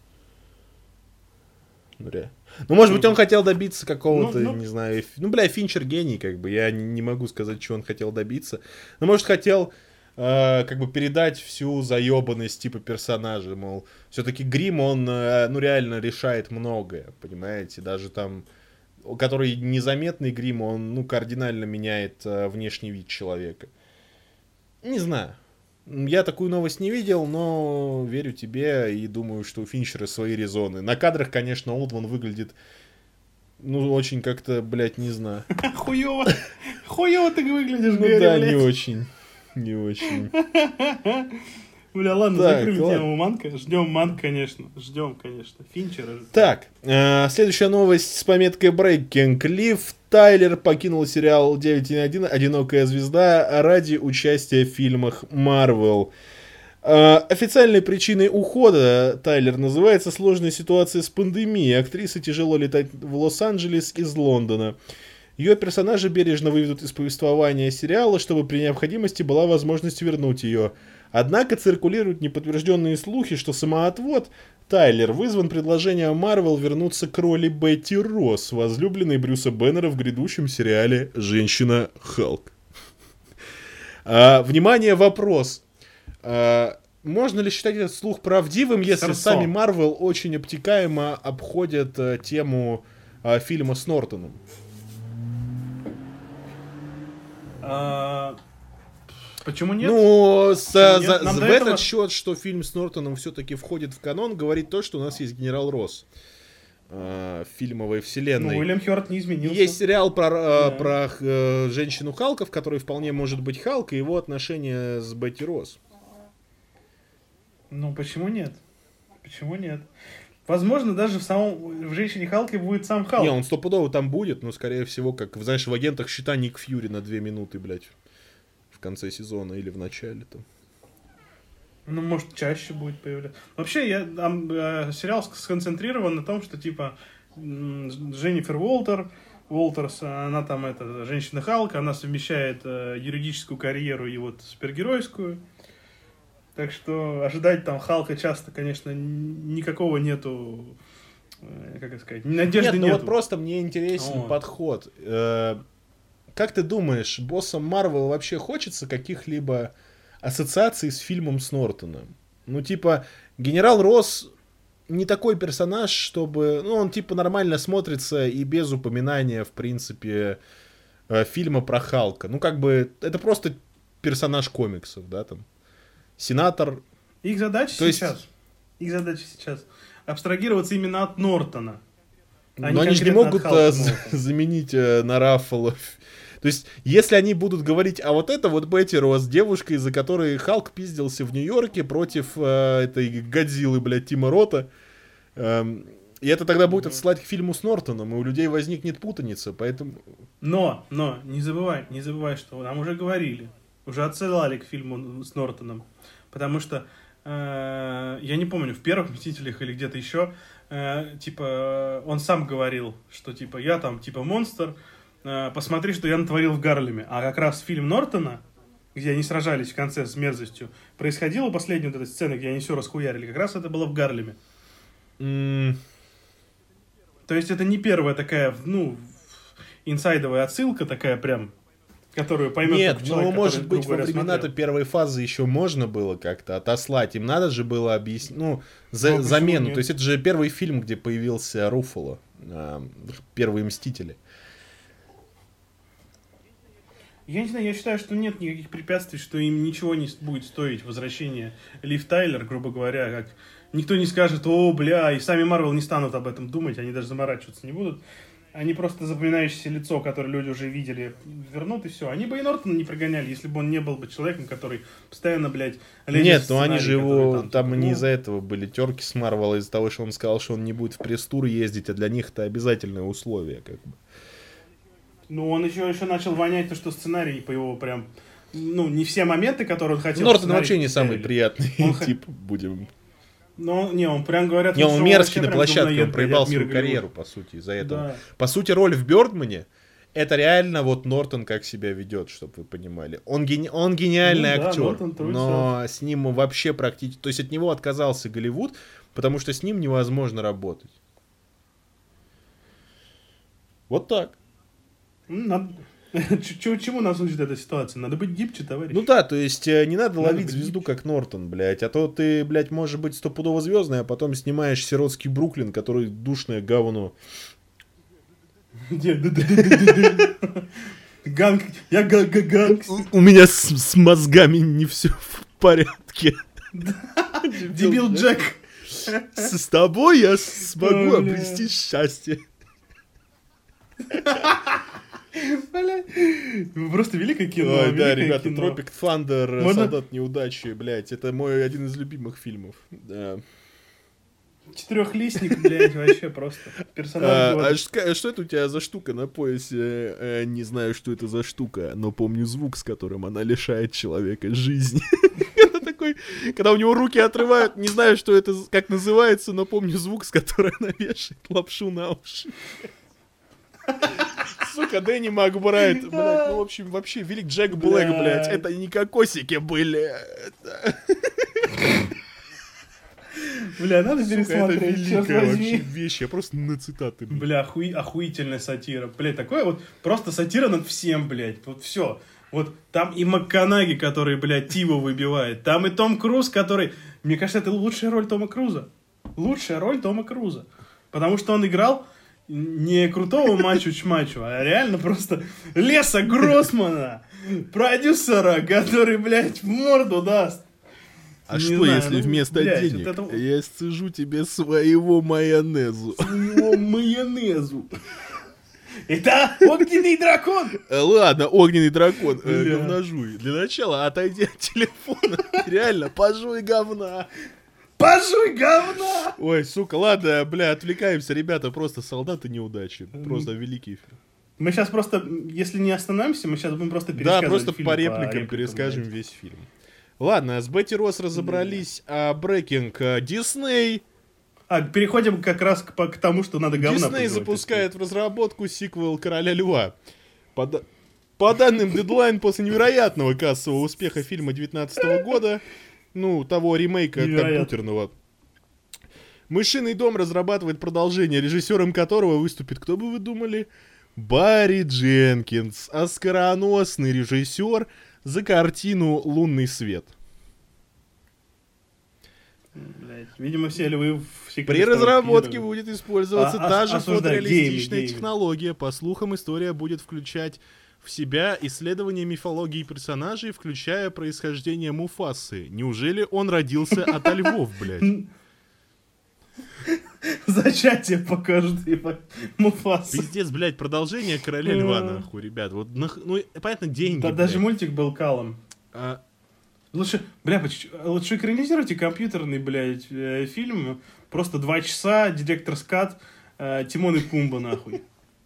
Ну, реально. Ну, может быть, он хотел добиться какого-то, ну, ну... не знаю... Ну, бля, Финчер гений, как бы. Я не могу сказать, чего он хотел добиться. Но, может, хотел... как бы передать всю заебанность типа персонажа, мол, все-таки Грим, он, ну, реально решает многое, понимаете, даже там, который незаметный Грим, он, ну, кардинально меняет внешний вид человека. Не знаю, я такую новость не видел, но верю тебе и думаю, что у Финчера свои резоны. На кадрах, конечно, Олдман выглядит, ну, очень как-то, блядь, не знаю. Хуёво, хуёво ты выглядишь, ну да, не очень. Не очень. Бля, ладно, так, закрыли ладно. Тему Манка. Ждем Манк, конечно. Ждем, конечно. Финчера. Так, э, следующая новость с пометкой Breaking. Лив Тайлер покинул сериал девять на один «Одинокая звезда» ради участия в фильмах Marvel. Э, официальной причиной ухода Тайлер называется сложная ситуация с пандемией. Актрисе тяжело летать в Лос-Анджелес из Лондона. Ее персонажи бережно выведут из повествования сериала, чтобы при необходимости была возможность вернуть ее. Однако циркулируют неподтвержденные слухи, что самоотвод Тайлер вызван предложением Marvel вернуться к роли Бетти Росс, возлюбленной Брюса Беннера в грядущем сериале «Женщина-Халк». А, внимание, вопрос. А, можно ли считать этот слух правдивым, если Сорсо. сами Marvel очень обтекаемо обходят а, тему а, фильма с Нортоном? А, почему нет? Ну, с, нет? За, в этот этого... счет, что фильм с Нортоном все-таки входит в канон, говорит то, что у нас есть Генерал Росс э, в фильмовой вселенной. Ну, Уильям Хёрд не изменился. Есть сериал про, да. э, про э, женщину Халка, в которой вполне может быть Халк, и его отношения с Бетти Росс. Ну, почему нет? Почему нет? Возможно, даже в самом в «Женщине Халке» будет сам Халк. Не, он стопудово там будет, но, скорее всего, как, знаешь, в «Агентах щита» Ник Фьюри на две минуты, блядь, в конце сезона или в начале там. Ну, может, чаще будет появляться. Вообще, я, там, э, сериал сконцентрирован на том, что, типа, Дженнифер Уолтер, Уолтерс, она там, это, женщина Халк, она совмещает э, юридическую карьеру и вот супергеройскую. Так что ожидать там Халка часто, конечно, никакого нету, как это сказать, надежды Нет, нету. ну вот просто мне интересен вот. подход. Как ты думаешь, боссам Марвел вообще хочется каких-либо ассоциаций с фильмом с Нортоном? Ну, типа, Генерал Росс не такой персонаж, чтобы... Ну, он, типа, нормально смотрится и без упоминания, в принципе, фильма про Халка. Ну, как бы, это просто персонаж комиксов, да, там. Сенатор. Их задача То сейчас. Есть... Их задача сейчас абстрагироваться именно от Нортона. А Но они же не могут а, заменить а, на Раффало. То есть, если они будут говорить, а вот это вот Бетти Росс, девушка, из-за которой Халк пиздился в Нью-Йорке против а, этой Годзиллы, блядь, Тима Рота. А, и это тогда будет mm-hmm. отсылать к фильму с Нортоном, и у людей возникнет путаница, поэтому... Но, но, не забывай, не забывай, что нам уже говорили, уже отсылали к фильму с Нортоном. Потому что, э, я не помню, в первых «Мстителях» или где-то еще, э, типа, он сам говорил, что, типа, я там, типа, монстр, э, посмотри, что я натворил в Гарлеме. А как раз фильм Нортона, где они сражались в конце с мерзостью, происходила последняя вот эта сцена, где они все расхуярили, как раз это было в Гарлеме. Mm. То есть это не первая такая, ну, инсайдовая отсылка такая прям... которую поймет Нет, человек, ну, может быть, во времена-то первой фазы еще можно было как-то отослать. Им надо же было объяснить, ну, за, ну замену. Нет? То есть это же первый фильм, где появился Руффало, э, первые «Мстители». Я не знаю, я считаю, что нет никаких препятствий, что им ничего не будет стоить возвращение Лив Тайлер, грубо говоря, как никто не скажет, о, бля, и сами Марвел не станут об этом думать, они даже заморачиваться не будут. Они просто запоминающееся лицо, которое люди уже видели, вернут, и все. Они бы и Нортона не прогоняли, если бы он не был бы человеком, который постоянно, блядь, лезет. Нет, ну они же его, там, там не ну... из-за этого были терки с Марвел, из-за того, что он сказал, что он не будет в пресс-тур ездить, а для них это обязательное условие, как бы. Ну, он еще, еще начал вонять то, что сценарий по его прям... Ну, не все моменты, которые он хотел... Нортон вообще не самый приятный он... тип, будем... Ну, не, он прям говорят... Не, он мерзкий на площадке, он проебал свою карьеру, по сути, из-за этого. Да. По сути, роль в Бёрдмане, это реально вот Нортон как себя ведет, чтобы вы понимали. Он, гени... он гениальный ну, актер, да, но с ним вообще практически... То есть от него отказался Голливуд, потому что с ним невозможно работать. Вот так. Надо... Чему нас учит эта ситуация? Надо быть гибче, товарищ. Ну да, то есть не надо, надо ловить звезду, гибче. Как Нортон, блядь. А то ты, блядь, можешь быть стопудово звездный, а потом снимаешь сиротский Бруклин, который душное говно. Ганг, я ганг. У меня с мозгами не все в порядке. Дебил Джек. С тобой я смогу обрести счастье. Просто великое кино. Ой, да, ребята, Tropic Thunder, Можно... Солдат неудачи, блядь, это мой один из любимых фильмов. Да. Четырехлистник, блядь, вообще просто. Персонаж а, а что это у тебя за штука на поясе? Э, не знаю, что это за штука, но помню звук, с которым она лишает человека жизни. Это такой, когда у него руки отрывают, не знаю, что это, как называется, но помню звук, с которым она вешает лапшу на уши. Сука, Дэнни Макбрайт, блядь, ну, в общем, вообще, велик Джек Блэк, блядь, это не кокосики были. Бля, надо Сука, пересмотреть, это великая вообще вещь, я просто на цитаты. Блядь. Бля, охуи- охуительная сатира. Блядь, такое вот, просто сатира над всем, блядь, вот все. Вот там и МакКонахи, который, блядь, Тиву выбивает, там и Том Круз, который, мне кажется, это лучшая роль Тома Круза. Лучшая роль Тома Круза. Потому что он играл не крутого мачо-чмачо, а реально просто Леса Гроссмана, продюсера, который, блядь, в морду даст. А не что, знаю, если ну, вместо блядь, денег вот это... я сцежу тебе своего майонезу? Своего майонезу. Это огненный дракон! Ладно, огненный дракон, э, говножуй. Для начала отойди от телефона. Реально, пожуй говна. Пожуй говна! Ой, сука, ладно, бля, отвлекаемся, ребята, просто солдаты неудачи. Просто великий фильм. Мы сейчас просто, если не остановимся, мы сейчас будем просто пересказывать Да, просто фильм по репликам по перескажем блядь. Весь фильм. Ладно, с Бетти Росс разобрались, а Брекинг, Дисней... А, переходим как раз к, к тому, что надо говна Дисней запускает в разработку сиквел «Короля льва». По, по данным Deadline, после невероятного кассового успеха фильма девятнадцатого года, ну, того ремейка Невероятно. компьютерного, «Мышиный дом» разрабатывает продолжение, режиссером которого выступит, кто бы вы думали, Барри Дженкинс, оскароносный режиссер за картину «Лунный свет». Блять, видимо, все львы в При разработке будет использоваться а, та же фотореалистичная технология. По слухам, история будет включать в себя исследование мифологии персонажей, включая происхождение Муфасы. Неужели он родился от львов, блядь? Зачатие покажут, ебать, Муфаса. Пиздец, блядь, продолжение «Короля льва», нахуй, ребят. Вот, нах... ну, понятно, деньги, да, даже мультик был калом. А... Лучше, бля, лучше экранизируйте компьютерный, блядь, э, фильм. Просто два часа, директор's кат, э, Тимон и Пумба, нахуй.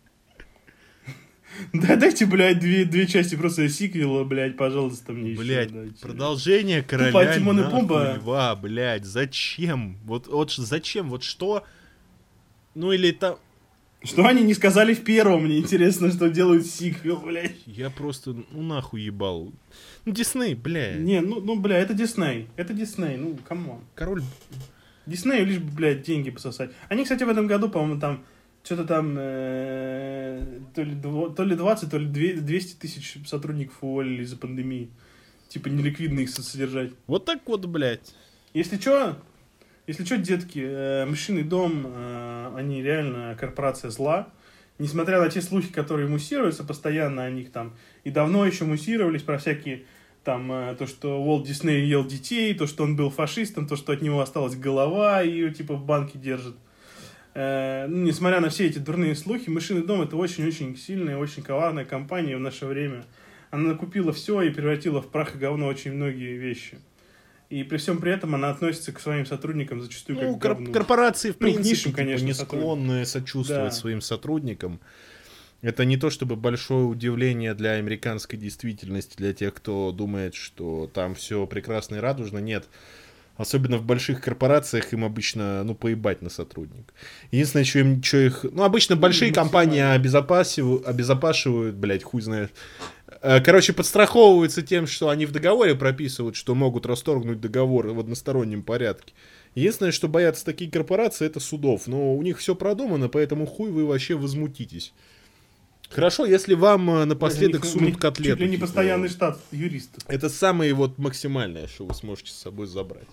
Да дайте, блядь, две, две части просто сиквела, блядь, пожалуйста, мне еще. Блядь, продолжение «Короля льва», блядь, зачем? Вот, вот зачем? Вот что? Ну или там... Что они не сказали в первом, мне интересно, что делают сиквел, блядь. Я просто, ну нахуй ебал. Ну, Дисней, блядь. Не, ну, ну, бля, это Дисней. Это Дисней, ну, камон. Король... Диснею лишь, блядь, деньги пососать. Они, кстати, в этом году, по-моему, там, что-то там, э, то, ли, то ли двадцать, то ли двести тысяч сотрудников уволили из-за пандемии. Типа, неликвидно их содержать. Вот так вот, блядь. Если что... Если что, детки, э, «Мышиный дом», э, они реально корпорация зла. Несмотря на те слухи, которые муссируются постоянно о них там, и давно еще муссировались про всякие, там, э, то, что Уолт Дисней ел детей, то, что он был фашистом, то, что от него осталась голова, и ее, типа, в банке держат. Э, ну, несмотря на все эти дурные слухи, «Мышиный дом» — это очень-очень сильная, очень коварная компания в наше время. Она накупила все и превратила в прах и говно очень многие вещи. И при всем при этом она относится к своим сотрудникам зачастую ну, как к корпорации, в принципе, ну, низшим, конечно, не склонны сочувствовать да. своим сотрудникам. Это не то чтобы большое удивление для американской действительности, для тех, кто думает, что там все прекрасно и радужно. Нет. Особенно в больших корпорациях им обычно, ну, поебать на сотрудника. Единственное, что им, что их... Ну, обычно большие компании обезопасивают, обезопашивают, блядь, хуй знает. Короче, подстраховываются тем, что они в договоре прописывают, что могут расторгнуть договор в одностороннем порядке. Единственное, что боятся такие корпорации, это судов. Но у них все продумано, поэтому хуй вы вообще возмутитесь. Хорошо, если вам напоследок сунут котлету. Чуть ли не постоянный штат юристов. Это самое вот максимальное, что вы сможете с собой забрать.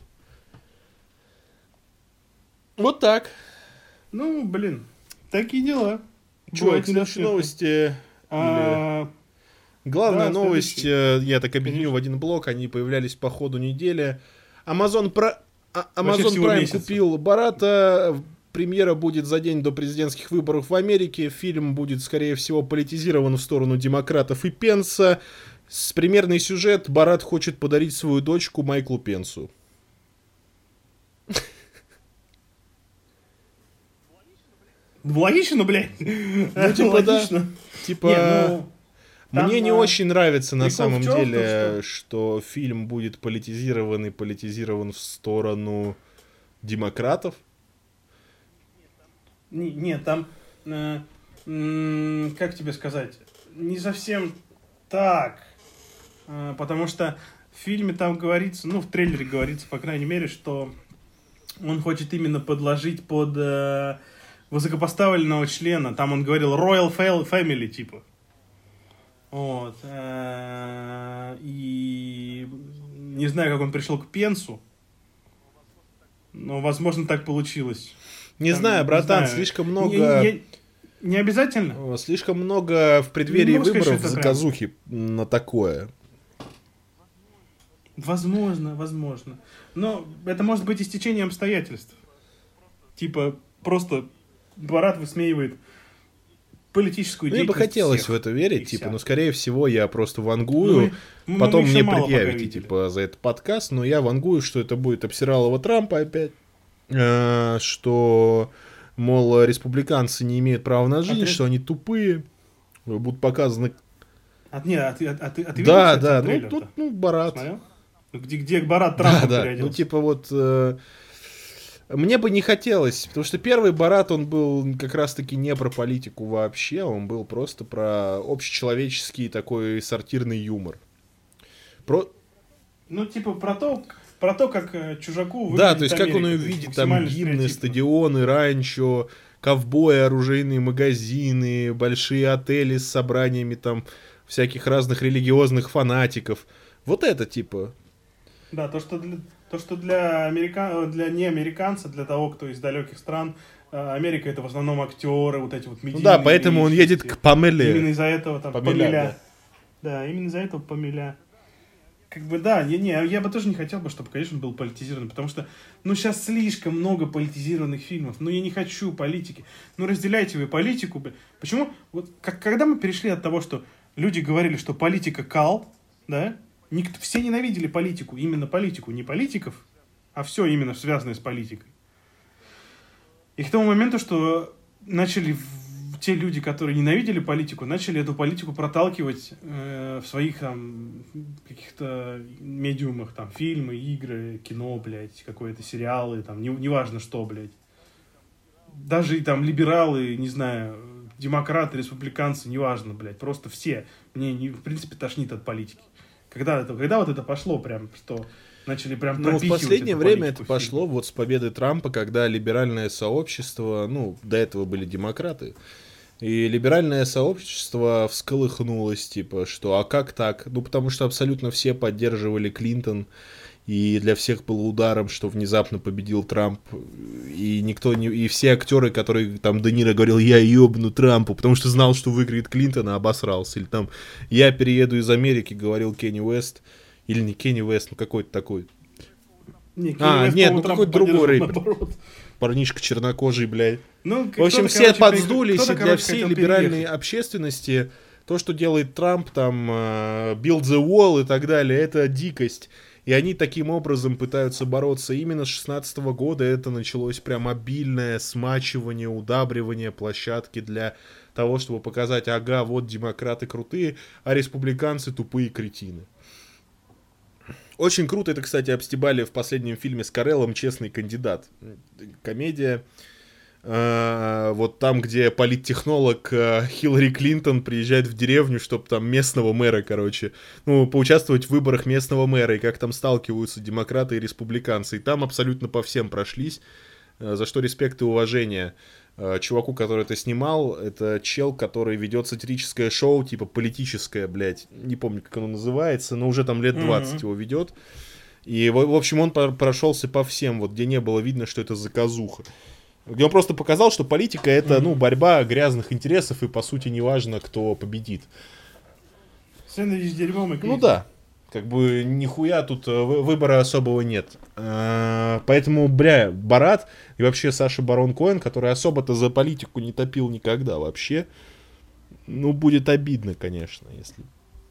Вот так. Ну, блин, такие дела. Че, следующие новости... А... Главная да, новость, следующий. Я так объединю Конечно. в один блок, они появлялись по ходу недели. Amazon, Про... Amazon Prime месяца. Купил Барата. Премьера будет за день до президентских выборов в Америке. Фильм будет, скорее всего, политизирован в сторону демократов и Пенса. С примерный сюжет: Барат хочет подарить свою дочку Майклу Пенсу. Логично, блядь. Ну, типа, да. Типа... Не, ну... Там, Мне не а... очень нравится на самом чем, деле, то, что... что фильм будет политизирован и политизирован в сторону демократов. Не, нет, там, э, э, как тебе сказать, не совсем так, э, потому что в фильме там говорится, ну в трейлере говорится, по крайней мере, что он хочет именно подложить под э, высокопоставленного члена, там он говорил Royal Family, типа. Вот. И не знаю, как он пришел к Пенсу, но, возможно, так получилось. Не Там, знаю, братан, не знаю. слишком много... Не, не, не обязательно. Слишком много в преддверии выборов заказухи прям... на такое. Возможно, возможно. Но это может быть истечением обстоятельств. Типа, просто Барат высмеивает политическую деятельность. Мне бы хотелось всех. в это верить, типа, но скорее всего я просто вангую, ну, потом мне предъявите, типа, за этот подкаст, но я вангую, что это будет обсиралово Трампа опять, э, что, мол, республиканцы не имеют права на жизнь, а что ты... они тупые, будут показаны... А, не, а ты, а, а ты, а ты да, видел, да, ну, тут, ну, Барат. Смотрел? Где, где Барат Трампа да, да. Ну, типа, вот... Э, Мне бы не хотелось, потому что первый Барат, он был как раз-таки не про политику вообще, он был просто про общечеловеческий такой сортирный юмор. Про... Ну, типа, про то, про то, как чужаку выглядит Да, то есть, Америка, как он ее видит, там гимны, стадионы, ранчо, ковбои, оружейные магазины, большие отели с собраниями там всяких разных религиозных фанатиков. Вот это, типа... Да, то, что для... То, что для, америка... для неамериканца, для того, кто из далеких стран, Америка — это в основном актеры, вот эти вот медийные. Ну да, поэтому он едет к Памеле. Именно из-за этого там Памеля. Памеля. Да. да, именно из-за этого Памеля. Как бы да, я, не, я бы тоже не хотел бы, чтобы, конечно, был политизирован, потому что, ну, сейчас слишком много политизированных фильмов, ну, я не хочу политики. Ну, разделяйте вы политику. Почему? Вот как, когда мы перешли от того, что люди говорили, что политика кал, да, Никто, все ненавидели политику, именно политику, не политиков, а все именно связанное с политикой. И к тому моменту, что начали в, те люди, которые ненавидели политику, начали эту политику проталкивать э, в своих там каких-то медиумах, там фильмы, игры, кино, блядь, какое-то сериалы, там, не, неважно что, блядь. Даже и там либералы, не знаю, демократы, республиканцы, неважно, блядь, просто все. Мне, не, в принципе, тошнит от политики. Когда, это, когда вот это пошло прям, что начали прям пропихивать? Ну, в последнее время это пошло вот с победы Трампа, когда либеральное сообщество, ну, до этого были демократы, и либеральное сообщество всколыхнулось, типа, что, а как так? Ну, потому что абсолютно все поддерживали Клинтон, и для всех было ударом, что внезапно победил Трамп, и никто не, и все актеры, которые там Де Ниро говорил, я ебну Трампу, потому что знал, что выиграет Клинтон, а обосрался, или там я перееду из Америки, говорил Кенни Уэст, или не Кенни Уэст, ну какой-то такой. Не, а, Уэст, нет, ну какой-то другой рэпер. Наоборот. Парнишка чернокожий, блядь. Ну, в общем, все короче, подсдулись, и для всей либеральной переехать. общественности то, что делает Трамп, там, uh, build the wall и так далее, это дикость. И они таким образом пытаются бороться. Именно с шестнадцатого года это началось прям обильное смачивание, удабривание площадки для того, чтобы показать, ага, вот демократы крутые, а республиканцы тупые кретины. Очень круто это, кстати, обстебали в последнем фильме с Кареллом «Честный кандидат». Комедия. Uh, вот там, где политтехнолог uh, Хиллари Клинтон приезжает в деревню, чтобы там местного мэра, короче, ну, поучаствовать в выборах местного мэра, и как там сталкиваются демократы и республиканцы. И там абсолютно по всем прошлись, uh, за что респект и уважение uh, чуваку, который это снимал. Это чел, который ведет сатирическое шоу, типа политическое, блядь, не помню, как оно называется, но уже там лет двадцать mm-hmm. его ведет. И, в, в общем, он прошелся по всем, вот где не было видно, что это заказуха. Где он просто показал, что политика это, mm-hmm. ну, борьба грязных интересов, и по сути не важно, кто победит. Сэндвич с дерьмом и кризис. Ну да, как бы нихуя тут выбора особого нет. А, поэтому, бля, Борат и вообще Саша Барон Коэн, который особо-то за политику не топил никогда вообще, ну, будет обидно, конечно, если...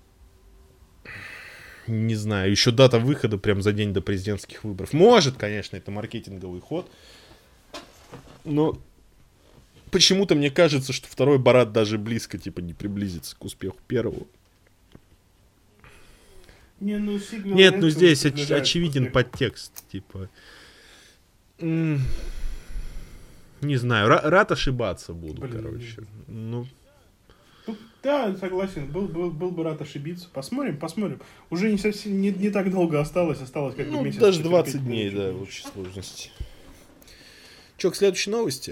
Не знаю, еще дата выхода прям за день до президентских выборов. Может, конечно, это маркетинговый ход. Но почему-то мне кажется, что второй Борат даже близко типа не приблизится к успеху первого. Не, ну, Нет, ну здесь оч- очевиден подтекст, типа. М- не знаю, ра- рад ошибаться буду, Блин, короче. Ну. Ну, да, согласен, был, был, был бы рад ошибиться. Посмотрим, посмотрим. Уже не совсем не, не так долго осталось, осталось как бы ну, месяц. Даже двадцать дней, да, в общей сложности. Че, к следующей новости?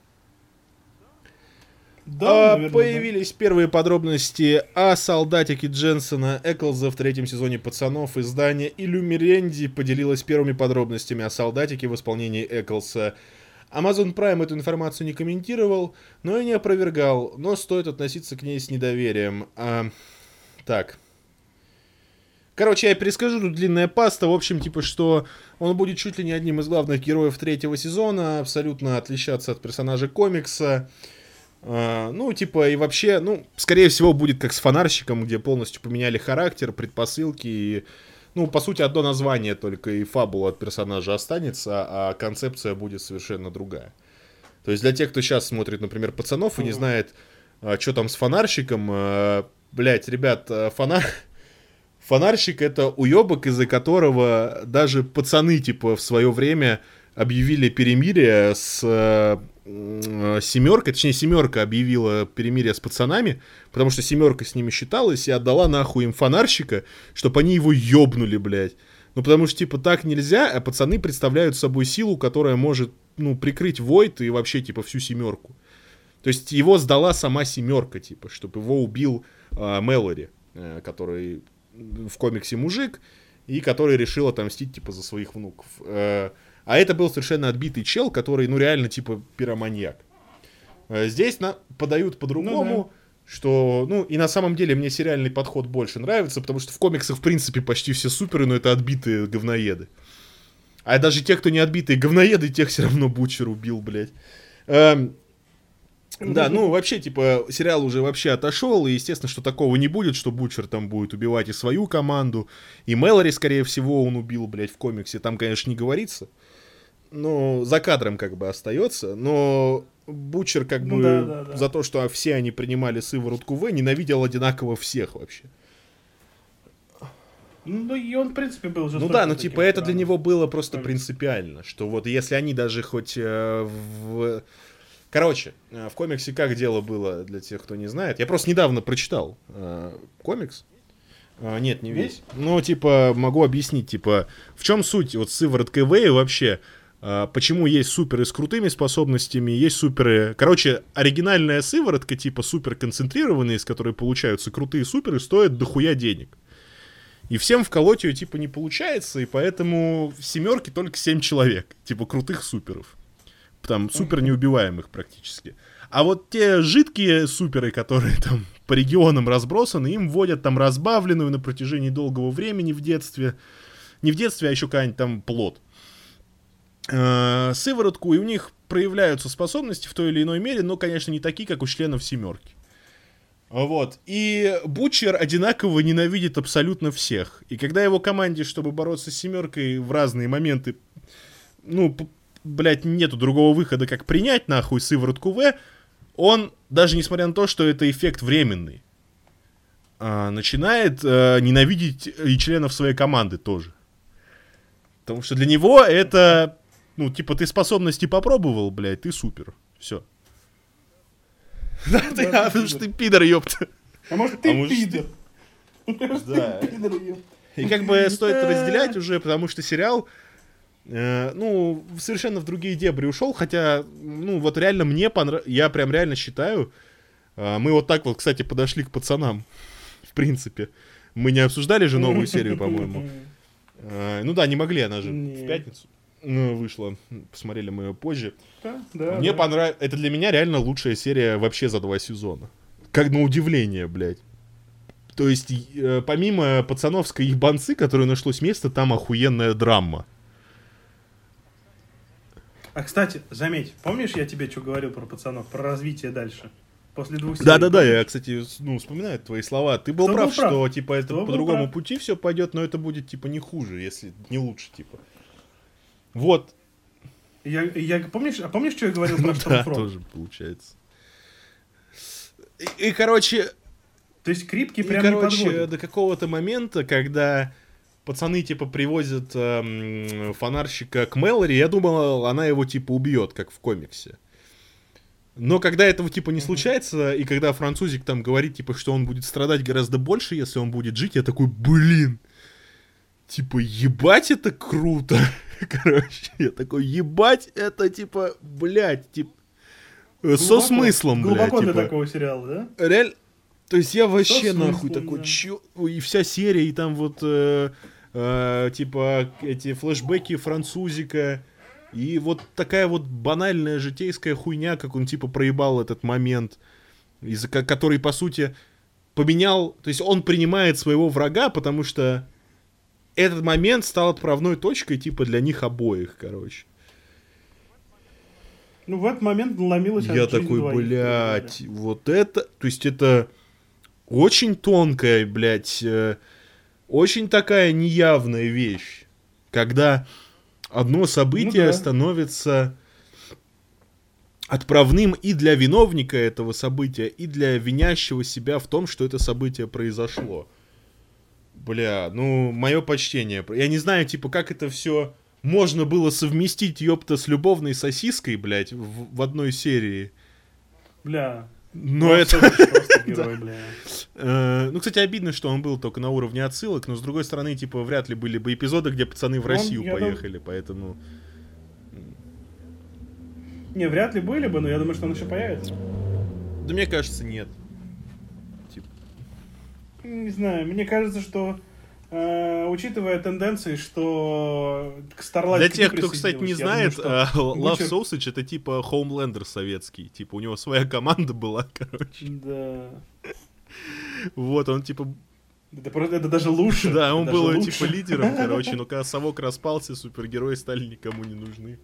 Да, а, наверное, появились да. первые подробности о солдатике Дженсона Эклза в третьем сезоне «Пацанов». Издание Illumierendi поделилось первыми подробностями о солдатике в исполнении Эклса. Amazon Prime эту информацию не комментировал, но и не опровергал, но стоит относиться к ней с недоверием. А, так... Короче, я перескажу, тут длинная паста, в общем, типа, что он будет чуть ли не одним из главных героев третьего сезона, абсолютно отличаться от персонажа комикса, а, ну, типа, и вообще, ну, скорее всего, будет как с «Фонарщиком», где полностью поменяли характер, предпосылки, и, ну, по сути, одно название только и фабула от персонажа останется, а концепция будет совершенно другая. То есть для тех, кто сейчас смотрит, например, «Пацанов» и не знает, а, что там с «Фонарщиком», а, блять, ребят, фонарь... Фонарщик — это уебок, из-за которого даже пацаны, типа, в свое время объявили перемирие с э, семеркой, точнее, семерка объявила перемирие с пацанами, потому что семерка с ними считалась и отдала нахуй им фонарщика, чтобы они его ебнули, блядь. Ну, потому что, типа, так нельзя, а пацаны представляют собой силу, которая может, ну, прикрыть Войд и вообще, типа, всю семерку. То есть его сдала сама семерка, типа, чтобы его убил э, Мэлори, э, который... в комиксе мужик, и который решил отомстить, типа, за своих внуков. А это был совершенно отбитый чел, который, ну, реально, типа, пироманьяк. Здесь на... подают по-другому, ну, да. Что, ну, и на самом деле мне сериальный подход больше нравится, потому что в комиксах, в принципе, почти все суперы, но это отбитые говноеды. А даже те, кто не отбитые говноеды, тех все равно Бутчер убил, блядь. Да, ну вообще, типа, сериал уже вообще отошел, и естественно, что такого не будет, что Бутчер там будет убивать и свою команду, и Мэлори, скорее всего, он убил, блядь, в комиксе, там, конечно, не говорится, но за кадром как бы остается, но Бутчер как ну, бы да, да, да. за то, что все они принимали сыворотку В, ненавидел одинаково всех вообще. Ну, и он, в принципе, был жестоким. Ну да, но типа это для него было просто принципиально, что вот если они даже хоть э, в... Короче, в комиксе как дело было, для тех, кто не знает. Я просто недавно прочитал э, комикс. Э, нет, не весь. Ну, типа, могу объяснить, типа, в чем суть вот сывороткой В и вообще, э, почему есть суперы с крутыми способностями, есть суперы... Короче, оригинальная сыворотка, типа, супер концентрированная, из которой получаются крутые суперы, стоит дохуя денег. И всем вколоть ее, типа, не получается, и поэтому в семерке только семь человек, типа, крутых суперов. Там супер неубиваемых практически. А вот те жидкие суперы, которые там по регионам разбросаны, им вводят там разбавленную на протяжении долгого времени в детстве. Не в детстве, а еще какая-нибудь там плод. Э-э- сыворотку, и у них проявляются способности в той или иной мере, но, конечно, не такие, как у членов семерки. Вот. И Бутчер одинаково ненавидит абсолютно всех. И когда его команде, чтобы бороться с семеркой в разные моменты, ну, блять, нету другого выхода, как принять нахуй сыворотку В, он, даже несмотря на то, что это эффект временный, а, начинает а, ненавидеть и членов своей команды тоже. Потому что для него это, ну, типа, ты способности попробовал, блядь, ты супер. Все. Да, ты, а, потому что ты пидор, ёпта. А может, ты пидор. Да. И как бы стоит разделять уже, потому что сериал, э, ну, совершенно в другие дебри ушел, хотя, ну, вот реально мне понравилось, я прям реально считаю, э, мы вот так вот, кстати, подошли к пацанам, в принципе. Мы не обсуждали же новую серию, по-моему. Э, ну да, не могли, она же Нет. в пятницу ну, вышла, посмотрели мы ее позже. Да, да, мне да. понравилось, это для меня реально лучшая серия вообще за два сезона. Как на удивление, блядь. То есть, э, помимо пацановской ебанцы, которой нашлось место, там охуенная драма. А, кстати, заметь, помнишь, я тебе что говорил про пацанов, про развитие дальше? После двух серий. Да-да-да, я, кстати, ну, вспоминаю твои слова. Ты был, прав, был прав, что, типа, это Кто по другому пути все пойдет, но это будет, типа, не хуже, если не лучше, типа. Вот. Я, я помнишь, а помнишь, что я говорил про Stormfront? Да, тоже получается. И, и короче... То есть крипки и, прям короче, не подводят. До какого-то момента, когда пацаны, типа, привозят эм, фонарщика к Мэлори, я думал, она его, типа, убьет, как в комиксе. Но когда этого, типа, не случается, и когда французик там говорит, типа, что он будет страдать гораздо больше, если он будет жить, я такой, блин, типа, ебать, это круто. Короче, я такой, ебать, это, типа, блядь, типа, глубоко, со смыслом, блядь. Глубоко типа, для такого сериала, да? Реально. То есть я вообще Со нахуй смыслом, такой, да. чё? И вся серия, и там вот, э, э, типа, эти флешбеки французика, и вот такая вот банальная житейская хуйня, как он, типа, проебал этот момент, из-за который, по сути, поменял... То есть он принимает своего врага, потому что этот момент стал отправной точкой, типа, для них обоих, короче. Ну, в этот момент наломилась Я такой, двоих, блядь, вот это... То есть это... Очень тонкая, блядь, э, очень такая неявная вещь, когда одно событие ну, да. становится отправным и для виновника этого события, и для винящего себя в том, что это событие произошло. Бля, ну, мое почтение. Я не знаю, типа, как это все можно было совместить, ёпта, с любовной сосиской, блядь, в, в одной серии. Бля... Но ну, это... Герой, да. э, ну, кстати, обидно, что он был только на уровне отсылок, но, с другой стороны, типа, вряд ли были бы эпизоды, где пацаны в Россию он, поехали, дум... поэтому... Не, вряд ли были бы, но я думаю, что он еще появится. Да мне кажется, нет. Типа. Не знаю, мне кажется, что... Э, учитывая тенденции, что к Starlight... Для тех, кто, кстати, не знает, думаю, Love Butcher... Sausage — это типа Homelander советский. Типа у него своя команда была, короче. Да. Вот, он типа... Это, просто, это даже лучше. Да, он был лучше. типа лидером, короче, но когда совок распался, супергерои стали никому не нужны.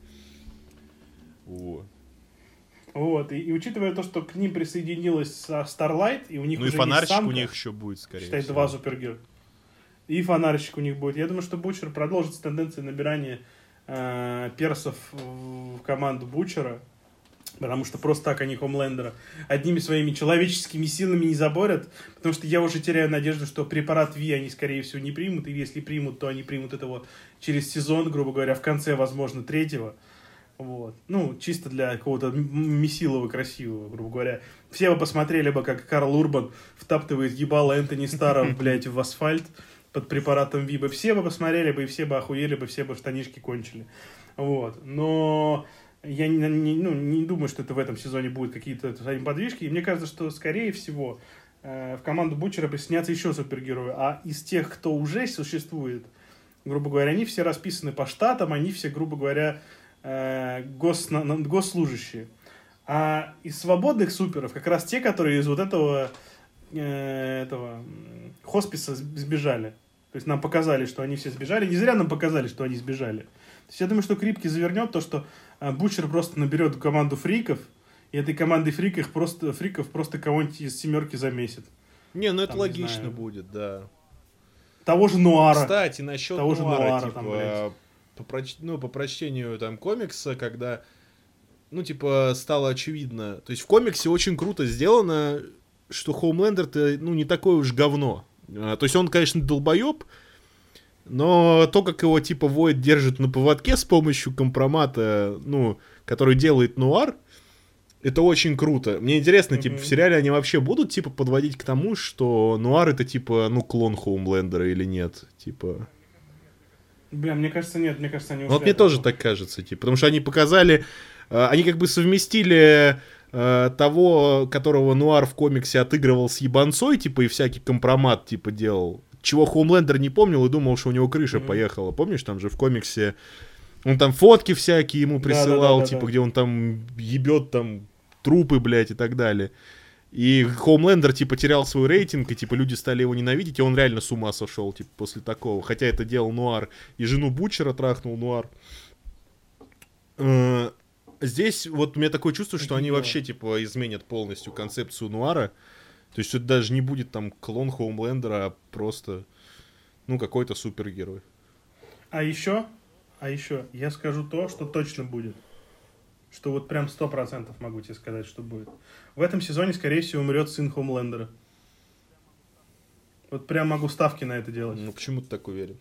Вот. Вот, и, и учитывая то, что к ним присоединилась Starlight, и у них ну уже и фонарщик есть самка, у них еще будет, скорее считай, всего. два супергероя. И фонарщик у них будет. Я думаю, что Бутчер продолжит с тенденцией набирания э, персов в команду Бутчера, потому что просто так они Хомлендера одними своими человеческими силами не заборят, потому что я уже теряю надежду, что препарат Ви они, скорее всего, не примут, и если примут, то они примут этого через сезон, грубо говоря, в конце, возможно, третьего. Вот. Ну, чисто для какого-то месилого, красивого, грубо говоря. Все бы посмотрели бы, как Карл Урбан втаптывает ебало Энтони Старра, блядь, в асфальт под препаратом Виба. Все бы посмотрели бы, и все бы охуели бы, все бы штанишки кончили. Вот. Но я не, не, ну, не думаю, что это в этом сезоне будут какие-то подвижки. И мне кажется, что, скорее всего, э, в команду Бутчера присоединятся еще супергерои. А из тех, кто уже существует, грубо говоря, они все расписаны по штатам, они все, грубо говоря, э, гос, на, госслужащие. А из свободных суперов как раз те, которые из вот этого, э, этого хосписа сбежали. То есть нам показали, что они все сбежали. Не зря нам показали, что они сбежали. То есть я думаю, что Крипки завернет то, что э, Бутчер просто наберет команду фриков, и этой командой фриков просто, фриков просто кого-нибудь из семерки замесит. Не, ну это там, логично будет, да. Того же Нуара. Кстати, насчет того же Нуара, Нуара типа, там, по, проч... ну, по прочтению там комикса, когда, ну, типа, стало очевидно. То есть в комиксе очень круто сделано, что Хоумлендер-то, ну, не такое уж говно. То есть он, конечно, долбоеб, Но то, как его, типа, Войд держит на поводке с помощью компромата, ну, который делает Нуар, это очень круто. Мне интересно, mm-hmm. типа, в сериале они вообще будут, типа, подводить к тому, что Нуар это, типа, ну, клон Хоумлендера или нет, типа... Бля, мне кажется, нет, мне кажется, они ушли. Вот мне тоже так кажется, типа, потому что они показали, э, они как бы совместили э, того, которого Нуар в комиксе отыгрывал с ебанцой, типа, и всякий компромат, типа, делал, чего Хоумлендер не помнил и думал, что у него крыша mm-hmm. поехала. Помнишь, там же в комиксе он там фотки всякие ему присылал, да, да, да, типа, да. где он там ебет там трупы, блядь, и так далее. И Хоумлендер, типа, терял свой рейтинг, и, типа, люди стали его ненавидеть, и он реально с ума сошел, типа, после такого. Хотя это делал Нуар. И жену Бутчера трахнул Нуар. Здесь вот у меня такое чувство, что они вообще, типа, изменят полностью концепцию Нуара. То есть это даже не будет там клон Хоумлендера, а просто, ну, какой-то супергерой. А еще, а еще, я скажу то, что точно будет. Что вот прям сто процентов могу тебе сказать, что будет. В этом сезоне, скорее всего, умрет сын Хоумлендера. Вот прям могу ставки на это делать. Ну, почему ты так уверен?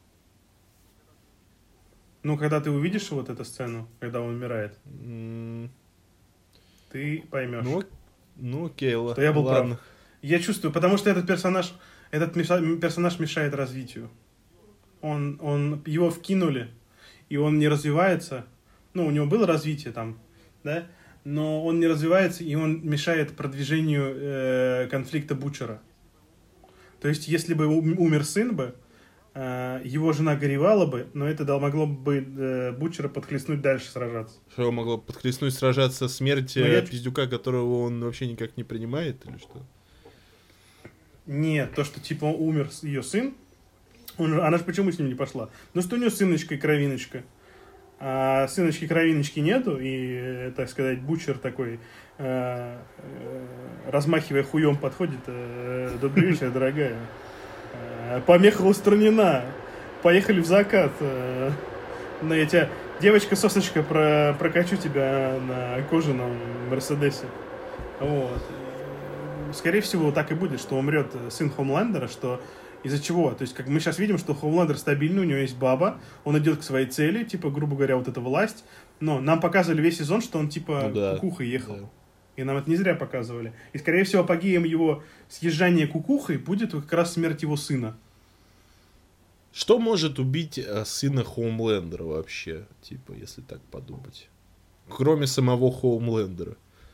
Ну, когда ты увидишь вот эту сцену, когда он умирает, mm. ты поймешь. Ну, ну окей, ладно. Что я был ладно. прав. Я чувствую, потому что этот персонаж, этот персонаж мешает развитию. Он, он, его вкинули, и он не развивается. Ну, у него было развитие там, да, но он не развивается, и он мешает продвижению э, конфликта Бутчера. То есть, если бы умер сын бы, э, его жена горевала бы, но это да, могло бы э, Бутчера подхлестнуть дальше сражаться. Что, могло подхлестнуть сражаться смерть я... пиздюка, которого он вообще никак не принимает, или что? Нет, то, что, типа, умер ее сын, он, она же почему с ним не пошла? Ну, что у нее сыночка и кровиночка. А сыночки-кровиночки нету, и, так сказать, Бутчер такой, э, э, размахивая хуем, подходит. Э, Добрый вечер, дорогая. Э, помеха устранена. Поехали в закат. Э, на я тебя, девочка-сосочка, про, прокачу тебя на кожаном Мерседесе. Вот. Скорее всего, так и будет, что умрет сын Хоумлендера, что... Из-за чего? То есть, как мы сейчас видим, что Хоумлендер стабильный, у него есть баба, он идет к своей цели, типа, грубо говоря, вот эта власть. Но нам показывали весь сезон, что он, типа, ну, да, кукухой ехал. Да. И нам это не зря показывали. И, скорее всего, апогеем его съезжания кукухой будет как раз смерть его сына. Что может убить а, сына Хоумлендера вообще, типа, если так подумать? Кроме самого Хоумлендера.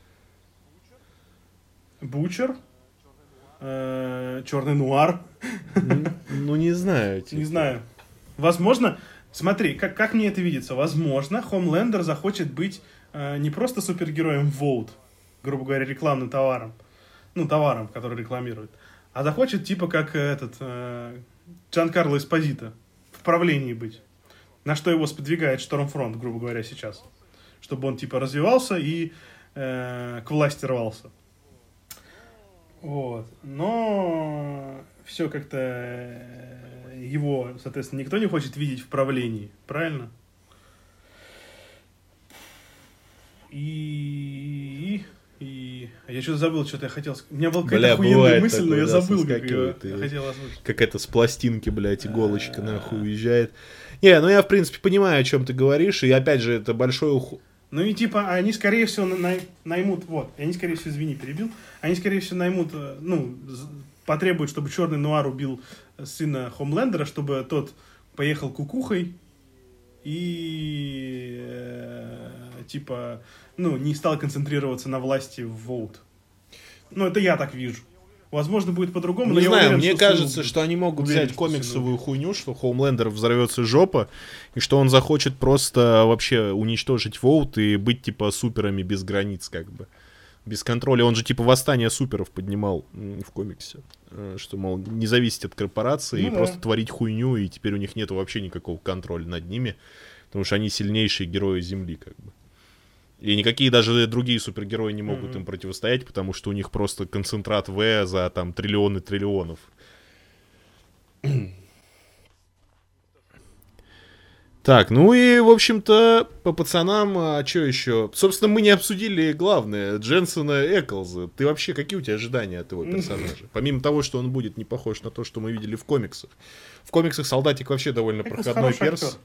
Бутчер? Черный Нуар. Ну, ну не знаю. Типа. Не знаю. Возможно, смотри, как, как мне это видится. Возможно, Хоумлендер захочет быть э, не просто супергероем Волт, грубо говоря, рекламным товаром, ну, товаром, который рекламирует, а захочет типа как этот э, Джанкарло Эспозито в правлении быть. На что его сподвигает Штормфронт, грубо говоря, сейчас. Чтобы он типа развивался и э, к власти рвался. Вот. Но все как-то его, соответственно, никто не хочет видеть в правлении. Правильно? И... и... Я что-то забыл, что-то я хотел сказать. У меня была какая-то охуенная мысль, такое, но я да, забыл, как ее я хотел озвучить. Какая-то с пластинки, блядь, иголочка нахуй уезжает. Не, ну я, в принципе, понимаю, о чем ты говоришь. И опять же, это большой уход. Ну и типа, они, скорее всего, най- наймут, вот, они, скорее всего, извини, перебил, они, скорее всего, наймут, ну, потребуют, чтобы Черный Нуар убил сына Хоумлендера, чтобы тот поехал кукухой и, э, типа, ну, не стал концентрироваться на власти в Волт. Ну, это я так вижу. Возможно, будет по-другому, не но знаю, я уверен, мне что кажется, сыну что они могут уверен, взять комиксовую хуйню, что Хоумлендер взорвется жопа, и что он захочет просто вообще уничтожить Волт и быть, типа, суперами без границ, как бы. Без контроля. Он же, типа, восстание суперов поднимал в комиксе. Что, мол, не зависеть от корпорации ну, и да. просто творить хуйню, и теперь у них нет вообще никакого контроля над ними, потому что они сильнейшие герои Земли, как бы. И никакие даже другие супергерои не могут mm-hmm. им противостоять, потому что у них просто концентрат В за там триллионы триллионов. Так, ну и, в общем-то, по пацанам, а что еще? Собственно, мы не обсудили главное, Дженсона Эклза. Ты вообще, какие у тебя ожидания от его персонажа? Помимо того, что он будет не похож на то, что мы видели в комиксах. В комиксах Солдатик вообще довольно Эклз проходной перс.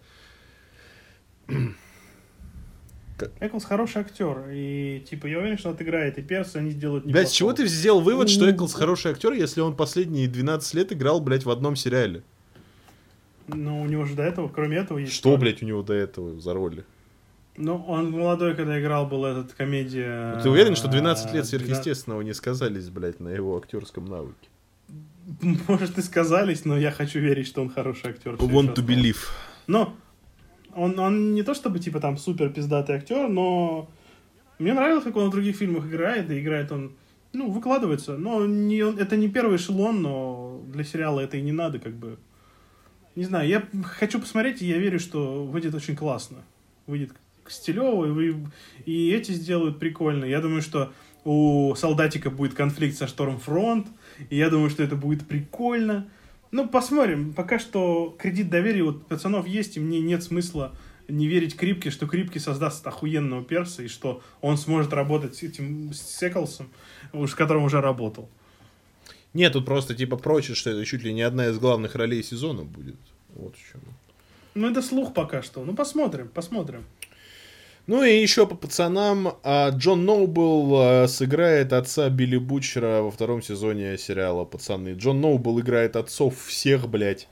Эклз хороший актер, и типа я уверен, что отыграет и перс, и они сделают неплохого. Блядь, с чего ты сделал вывод, что Эклз хороший актер, если он последние двенадцать лет играл, блядь, в одном сериале? Ну, у него же до этого, кроме этого, есть... Что, блядь, у него до этого за роли? Ну, он молодой, когда играл, был этот комедия... Ну, ты уверен, что двенадцать лет сверхъестественного не сказались, блядь, на его актерском навыке? Может, и сказались, но я хочу верить, что он хороший актер. Want to believe. Но он, он не то чтобы, типа, там, супер пиздатый актер, но мне нравилось, как он в других фильмах играет, и играет он, ну, выкладывается. Но не, он, это не первый эшелон, но для сериала это и не надо, как бы... Не знаю, я хочу посмотреть, и я верю, что выйдет очень классно. Выйдет стилево, и, и эти сделают прикольно. Я думаю, что у Солдатика будет конфликт со Штормфронт, и я думаю, что это будет прикольно. Ну, посмотрим. Пока что кредит доверия у пацанов есть, и мне нет смысла не верить Крипке, что Крипке создаст охуенного перса, и что он сможет работать с этим с Эклсом, с которым уже работал. Нет, тут просто типа прочит, что это чуть ли не одна из главных ролей сезона будет. Вот в чем. Ну, это слух пока что. Ну, посмотрим, посмотрим. Ну и еще по пацанам. Джон Ноубл сыграет отца Билли Бутчера во втором сезоне сериала «Пацаны». Джон Ноубл играет отцов всех, блядь.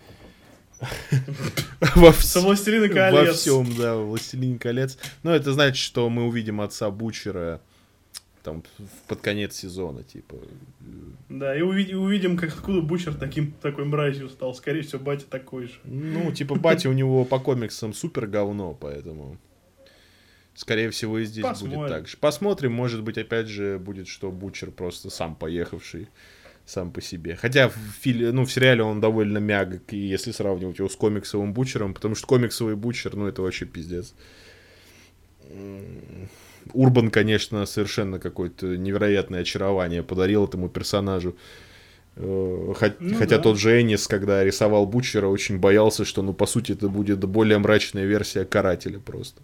Во «Властелин колец». Во всем, да, «Властелин колец». Но это значит, что мы увидим отца Бутчера там под конец сезона, типа. Да, и увидим, увидим как откуда Бутчер таким, такой мразью стал. Скорее всего, батя такой же. Ну, типа, батя у него по комиксам супер говно, поэтому... Скорее всего, и здесь Посмотрим. будет так же. Посмотрим, может быть, опять же, будет, что Бутчер просто сам поехавший, сам по себе. Хотя в, фили... ну, в сериале он довольно мягок, и если сравнивать его с комиксовым Бутчером, потому что комиксовый Бутчер, ну, это вообще пиздец. Урбан, конечно, совершенно какое-то невероятное очарование подарил этому персонажу. Хотя, ну, хотя да. тот же Эннис, когда рисовал Бутчера, очень боялся, что, ну, по сути, это будет более мрачная версия Карателя просто.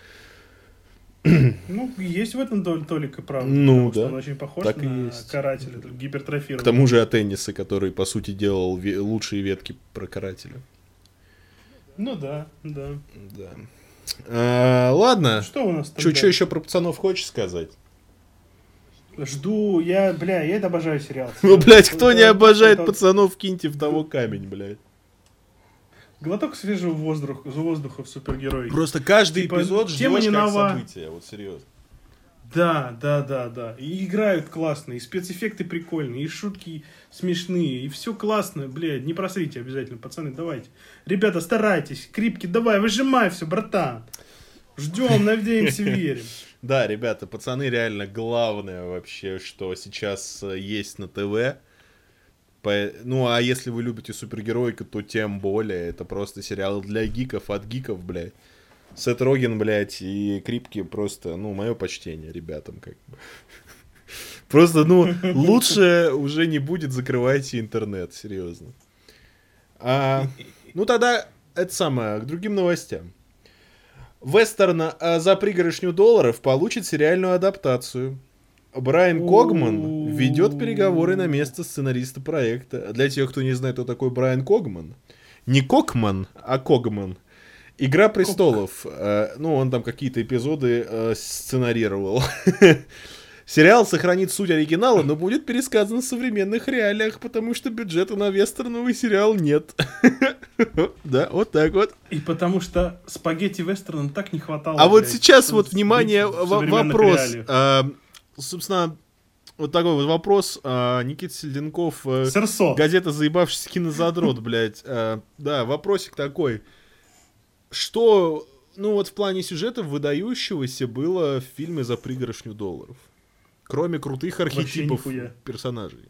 Ну, есть в этом дол- толика правда. Ну, да. Что он очень похож так на есть. Карателя, гипертрофированный. К тому же от Энниса, который, по сути, делал ве- лучшие ветки про Карателя. Ну, да, да. Да. А, ладно. Что у нас там? Что еще про пацанов хочешь сказать? Жду, я, бля, я это обожаю сериал. Ну, блядь, кто не обожает пацанов, киньте в того камень, блядь. Глоток свежего воздуха, воздуха в супергерой. Просто каждый типа, эпизод ждешь как нова... события, вот серьезно. Да, да, да, да. И играют классно, и спецэффекты прикольные, и шутки смешные, и все классно, блядь, не просрите обязательно, пацаны, давайте. Ребята, старайтесь, Крипки, давай, выжимай все, братан. Ждем, надеемся, верим. Да, ребята, пацаны реально главное вообще, что сейчас есть на ТВ. Ну, а если вы любите супергероику, то тем более. Это просто сериал для гиков, от гиков, блядь. Сет Роген, блядь, и Крипки просто, ну, мое почтение ребятам, как бы. Просто, ну, лучше уже не будет, закрывайте интернет, серьезно. А, ну, тогда, это самое, к другим новостям. Вестерн за пригоршню долларов получит сериальную адаптацию. Брайан Когман ведет переговоры на место сценариста проекта. Для тех, кто не знает, кто такой Брайан Когман. Не Кокман, а Когман. «Игра престолов». Э, ну, он там какие-то эпизоды э, сценарировал. Сериал сохранит суть оригинала, но будет пересказан в современных реалиях, потому что бюджета на вестерновый сериал нет. Да, вот так вот. И потому что спагетти вестерна так не хватало. А вот сейчас вот, внимание, вопрос. Собственно, вот такой вот вопрос. Никита Сельденков, газета «Заебавшийся кинозадрот», блядь. Да, вопросик такой. Что, ну вот в плане сюжета выдающегося было в фильме «За пригоршню долларов»? Кроме крутых архетипов персонажей.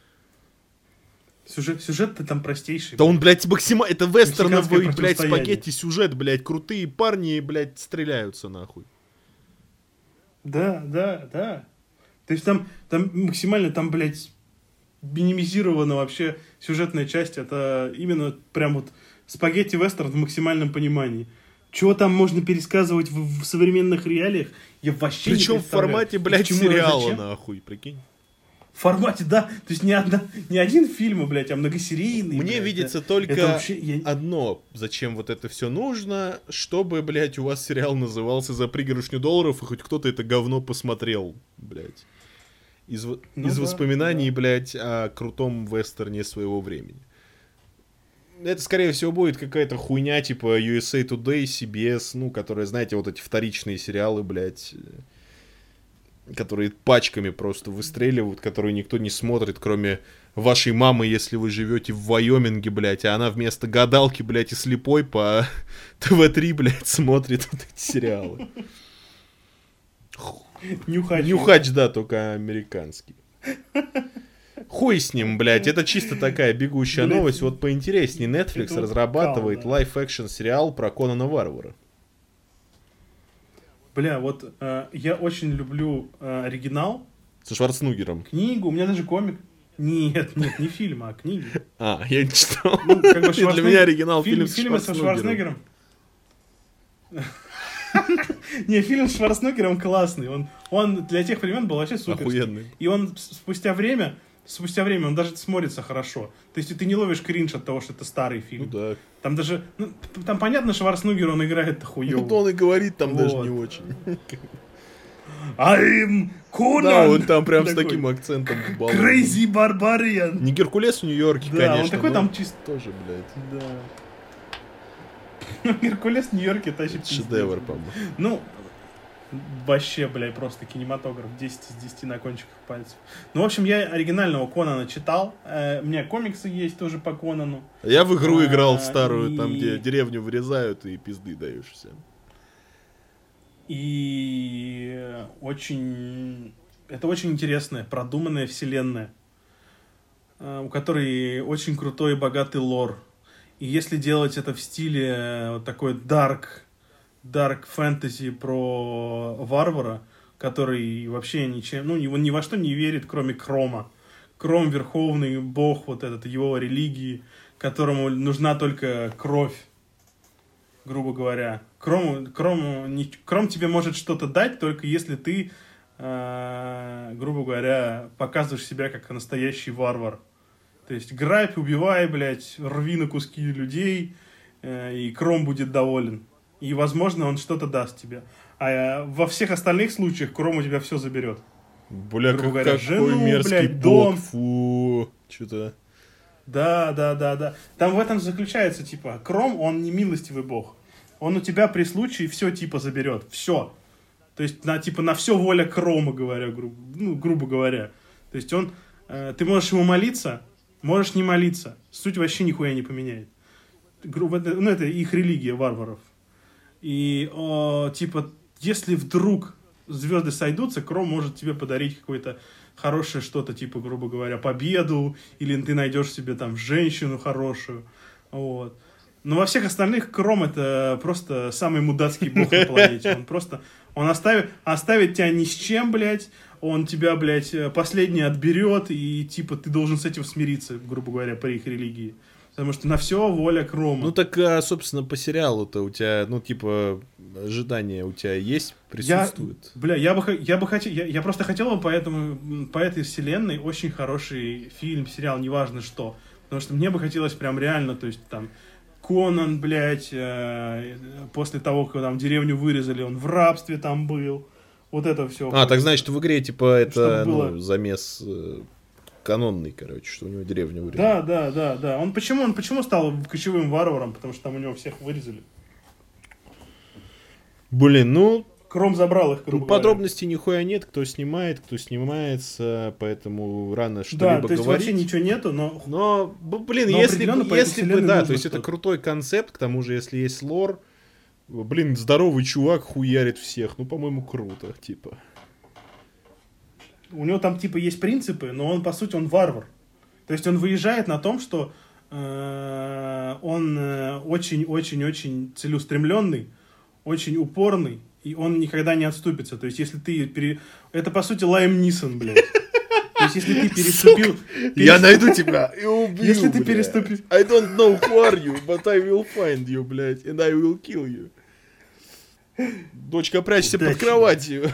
Сюжет, сюжет-то там простейший. Да он, блядь, максимально... Это вестерновый, блядь, спагетти сюжет, блядь. Крутые парни, блядь, стреляются, нахуй. Да, да, да. То есть там, там максимально, там, блядь, минимизирована вообще сюжетная часть. Это именно прям вот спагетти-вестерн в максимальном понимании. Чего там можно пересказывать в, в современных реалиях, я вообще Причем не представляю. в формате, блядь, сериала, нахуй, прикинь. В формате, да. То есть не, одна, не один фильм, блядь, а многосерийный. Мне блядь, видится да. только вообще, я... одно, зачем вот это все нужно, чтобы, блядь, у вас сериал назывался «За пригоршню долларов», и хоть кто-то это говно посмотрел, блядь. Из, ну, из да, воспоминаний, да. блядь, о крутом вестерне своего времени. Это, скорее всего, будет какая-то хуйня, типа ю эс эй Today, си би эс, ну, которые, знаете, вот эти вторичные сериалы, блядь, которые пачками просто выстреливают, которые никто не смотрит, кроме вашей мамы, если вы живете в Вайоминге, блядь, а она вместо гадалки, блядь, и слепой по тэ вэ три, блядь, смотрит вот эти сериалы. Нюхач. Нюхач, да, только американский. Хуй с ним, блядь, это чисто такая бегущая блядь, новость. Вот поинтереснее, Netflix разрабатывает да. лайф-экшн сериал про Конана Варвара. Бля, вот э, я очень люблю э, оригинал. Со Шварценеггером. Книгу, у меня даже комик. Нет, нет, не фильм, а книги. А, я не читал. Ну, как бы Для меня оригинал фильм, фильм с Шварценеггером. Не, фильм с Шварценеггером классный. Он, он для тех времен был вообще супер. Охуенный. И он спустя время, спустя время он даже смотрится хорошо. То есть ты не ловишь кринж от того, что это старый фильм. Ну да. Там даже, ну, там понятно, Шварценеггер он играет хуёво. Ну, он и говорит там вот. Даже не очень. I'm Conan! Да, он там прям такой, с таким акцентом. Crazy Barbarian! Не Геркулес в Нью-Йорке, да, конечно. он такой там чисто. Тоже, блядь. Да. Геркулес в Нью-Йорке тащит. Шедевр, по-моему. Ну, вообще, блядь, просто кинематограф десять из десяти на кончиках пальцев. Ну, в общем, я оригинального Конана читал. Э, у меня комиксы есть тоже по Конану. Я в игру играл в старую, и... там, где деревню вырезают и пизды даешь всем. И очень... Это очень интересная, продуманная вселенная, у которой очень крутой и богатый лор. И если делать это в стиле вот такой dark, dark fantasy про варвара, который вообще ничем, ну, ни, ни во что не верит, кроме Крома. Кром — верховный бог вот этот, его религии, которому нужна только кровь, грубо говоря. Крому, крому, не, кром тебе может что-то дать, только если ты, э, грубо говоря, показываешь себя как настоящий варвар. То есть грабь, убивай, блядь, рви на куски людей, э, и кром будет доволен. И, возможно, он что-то даст тебе. А э, во всех остальных случаях кром у тебя все заберет. Бля, грубо говоря, какой жену, мерзкий блядь, бог. Дом. Фу, что-то... Да, да, да, да. Там в этом заключается, типа, кром, он не милостивый бог. Он у тебя при случае все типа заберет. Все. То есть, на, типа, на все воля Крома, говоря, гру, ну, грубо говоря. То есть, он, э, ты можешь ему молиться, можешь не молиться. Суть вообще нихуя не поменяет. Грубо, ну, это их религия варваров. И, о, типа, если вдруг звезды сойдутся, Кром может тебе подарить какое-то хорошее что-то, типа, грубо говоря, победу, или ты найдешь себе там женщину хорошую. Вот. Но во всех остальных Кром — это просто самый мудацкий бог на планете. Он просто, он оставит, оставит тебя ни с чем, блядь, он тебя, блядь, последний отберет, и, типа, ты должен с этим смириться, грубо говоря, по их религии. Потому что на все воля Крома. Ну, так, собственно, по сериалу-то у тебя, ну, типа, ожидания у тебя есть, присутствуют? Я, бля, я бы, я бы хотел, я, я просто хотел бы по, этому, по этой вселенной очень хороший фильм, сериал, неважно что. Потому что мне бы хотелось прям реально, то есть, там... Конан, блядь, э, после того, как там деревню вырезали, он в рабстве там был. Вот это все. А, так значит, в игре, типа, это ну, замес э, канонный, короче, что у него деревню вырезали. Да, да, да, да. Он почему, он почему стал кочевым варваром? Потому что там у него всех вырезали. Блин, ну... Кром забрал их, грубо говоря. Подробностей нихуя нет, кто снимает, кто снимается, поэтому рано что-либо говорить. Да, то есть говорить. Вообще ничего нету, но... Но, блин, но если, если бы, да, то есть это крутой концепт, к тому же, если есть лор, блин, здоровый чувак хуярит всех, ну, по-моему, круто, типа. У него там, типа, есть принципы, но он, по сути, он варвар. То есть он выезжает на том, что э, он очень-очень-очень целеустремленный, очень упорный, и он никогда не отступится. То есть, если ты... Пере... Это, по сути, Лайм Нисон, блядь. То есть, если ты переступил... переступил... Я найду тебя и убью, Если ты блядь. переступил... I don't know who are you, but I will find you, блядь, and I will kill you. Дочка, прячься под кроватью.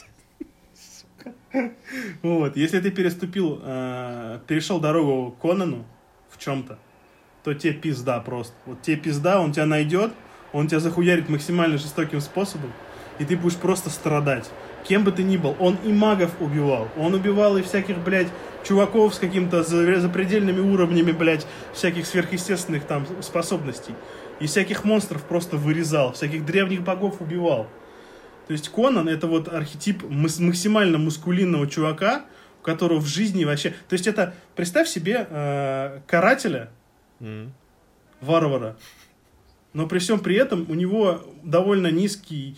Вот, если ты переступил, э, перешел дорогу Конану в чем-то, то тебе пизда просто. Вот тебе пизда, он тебя найдет, он тебя захуярит максимально жестоким способом, и ты будешь просто страдать. Кем бы ты ни был, он и магов убивал, он убивал и всяких, блядь, чуваков с каким-то запредельными уровнями, блядь, всяких сверхъестественных там способностей. И всяких монстров просто вырезал, всяких древних богов убивал. То есть Конан — это вот архетип максимально мускулинного чувака, у которого в жизни вообще... То есть это, представь себе э, карателя, mm. варвара, но при всем при этом у него довольно низкий,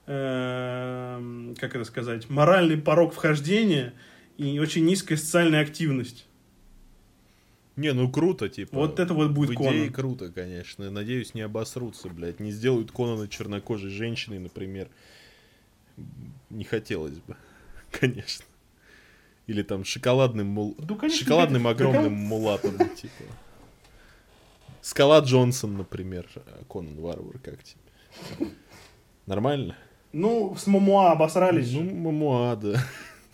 э, как это сказать, моральный порог вхождения и очень низкая социальная активность. Не, ну круто, типа. Вот это вот будет Конан. В идее круто, конечно. Надеюсь, не обосрутся, блядь. Не сделают Конана чернокожей женщиной, например. Не хотелось бы, конечно. Или там шоколадным, мул... ну, конечно, шоколадным конечно. огромным мулатом, типа. Скала Джонсон, например. Конан Варвар, как тебе? Нормально? Ну, с Момоа обосрались. Ну, Момоа, да.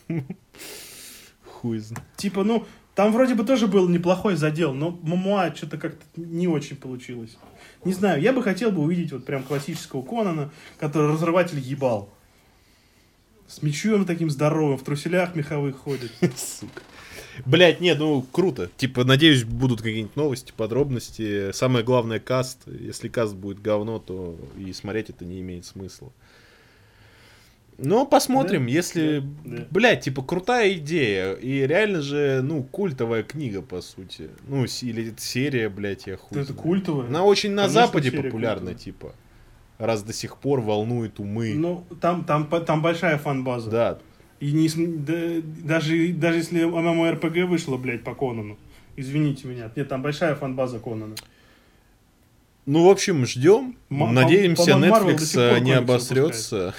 Хуй знает. Типа, ну, там вроде бы тоже был неплохой задел, но Момоа что-то как-то не очень получилось. Не знаю, я бы хотел бы увидеть вот прям классического Конана, который разрыватель ебал. С мечом таким здоровым, в труселях меховых ходит. Сука. Блять, не, ну круто. Типа, надеюсь, будут какие-нибудь новости, подробности. Самое главное, каст. Если каст будет говно, то и смотреть это не имеет смысла. Но посмотрим, да? если... Да, да. Блять, типа, крутая идея. И реально же, ну, культовая книга, по сути. Ну, или серия, блять, я хуй Это знаю. Культовая? Она очень на Конечно, Западе популярна, культовая. Типа. Раз до сих пор волнует умы. Ну, там, там, там большая фан-база. Да. И не, да, даже, даже если ММО-РПГ вышло, блядь, по Конану. Извините меня. Нет, там большая фан-база Конана. Ну, в общем, ждем. М- Надеемся, Netflix не обосрется.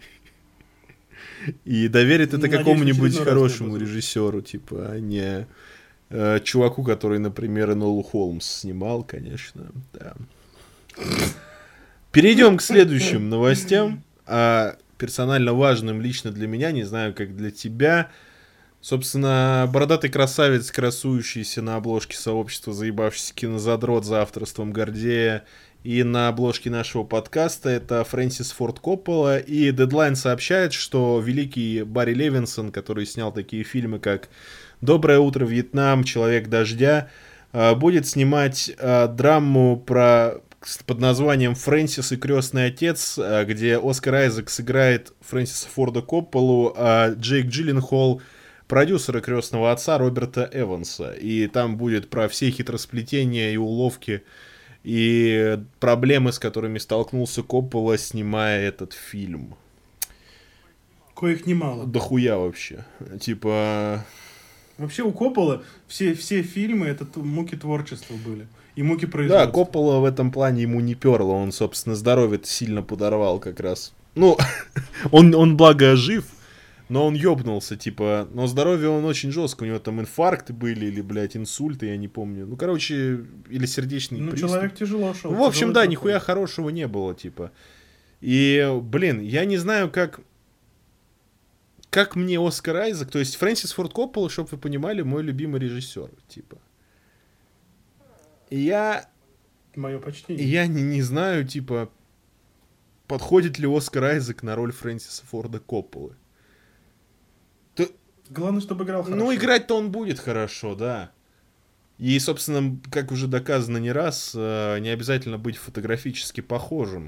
И доверит это Надеюсь, какому-нибудь хорошему режиссеру, типа, а не э, чуваку, который, например, Энолу Холмс снимал, конечно. Да. Перейдем к следующим новостям, а персонально важным лично для меня, не знаю, как для тебя. Собственно, бородатый красавец, красующийся на обложке сообщества «Заебавшийся кинозадрот» за авторством Гордея и на обложке нашего подкаста, это Фрэнсис Форд Коппола. И Deadline сообщает, что великий Барри Левинсон, который снял такие фильмы, как «Доброе утро, Вьетнам», «Человек дождя», будет снимать драму про... под названием «Фрэнсис и крестный отец», где Оскар Айзек сыграет Фрэнсиса Форда Копполу, а Джейк Джилленхол — продюсера крестного отца Роберта Эванса. И там будет про все хитросплетения и уловки, и проблемы, с которыми столкнулся Коппола, снимая этот фильм. Коих немало. Да хуя вообще. Типа... Вообще у Коппола все, все фильмы — это муки творчества были. И муки производства. Да, Коппола в этом плане ему не перло. Он, собственно, здоровье-то сильно подорвал как раз. Ну, он, он благо жив, но он ёбнулся, типа. Но здоровье он очень жестко. У него там инфаркты были или, блядь, инсульты, я не помню. Ну, короче, или сердечный ну, приступ. Ну, человек тяжело шел. В общем, да, нихуя хорошего не было, типа. И, блин, я не знаю, как... Как мне Оскар Айзек... То есть Фрэнсис Форд Коппола, чтобы вы понимали, мой любимый режиссер, типа. И я... Мое почтение. Я не, не знаю, типа, подходит ли Оскар Айзек на роль Фрэнсиса Форда Копполы. То... Главное, чтобы играл хорошо. Ну, играть-то он будет хорошо, да. И, собственно, как уже доказано не раз, не обязательно быть фотографически похожим.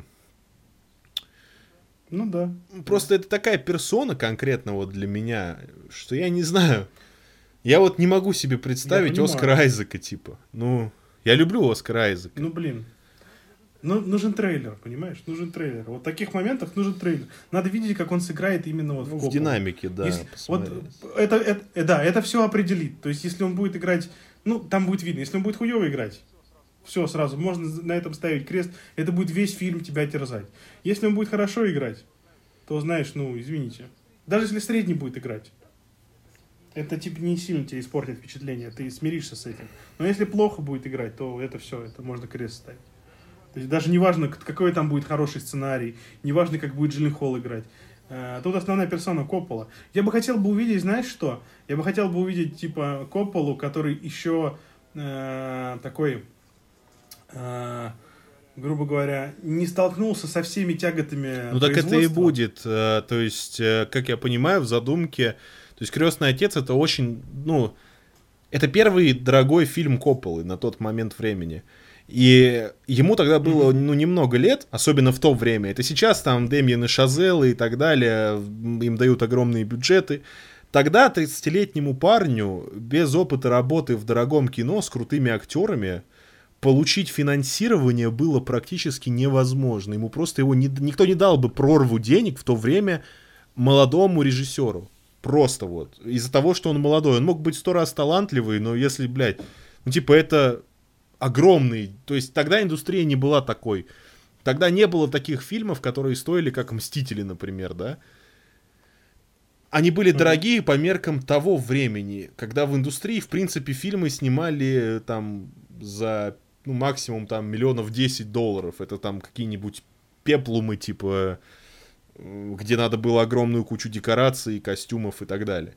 Ну да. Просто это такая персона конкретно вот для меня, что я не знаю. Я вот не могу себе представить Оскара Айзека, типа. Ну... Я люблю Оскара Айзека. Ну, блин. Ну, нужен трейлер, понимаешь? Нужен трейлер. Вот в таких моментах нужен трейлер. Надо видеть, как он сыграет именно вот ну, в Копполу. В динамике, да. Если, вот это, это, да, это все определит. То есть, если он будет играть... Ну, там будет видно. Если он будет хуёво играть, все, сразу. Можно на этом ставить крест. Это будет весь фильм тебя терзать. Если он будет хорошо играть, то, знаешь, ну, извините. Даже если средний будет играть, это типа не сильно тебе испортит впечатление, ты смиришься с этим. Но если плохо будет играть, то это все, это можно крест ставить. То есть даже не важно, какой там будет хороший сценарий, не важно, как будет Джилленхол играть. Uh, тут основная персона Коппола. Я бы хотел бы увидеть, знаешь что? Я бы хотел бы увидеть, типа, Копполу, который еще uh, такой, uh, грубо говоря, не столкнулся со всеми тяготами. Ну так это и будет. Uh, то есть, uh, как я понимаю, в задумке, то есть «Крестный отец» это очень, ну, это первый дорогой фильм Копполы на тот момент времени. И ему тогда было, ну, немного лет, особенно в то время. Это сейчас там Дэмиен и Шазел и так далее, им дают огромные бюджеты. Тогда тридцатилетнему парню без опыта работы в дорогом кино с крутыми актерами получить финансирование было практически невозможно. Ему просто его не, никто не дал бы прорву денег в то время молодому режиссеру. Просто вот. Из-за того, что он молодой. Он мог быть сто раз талантливый, но если, блядь, ну типа это... огромный, то есть тогда индустрия не была такой. Тогда не было таких фильмов, которые стоили, как «Мстители», например, да. Они были mm-hmm. дорогие по меркам того времени, когда в индустрии, в принципе, фильмы снимали там за, ну, максимум там миллионов десять долларов. Это там какие-нибудь пеплумы, типа, где надо было огромную кучу декораций, костюмов и так далее.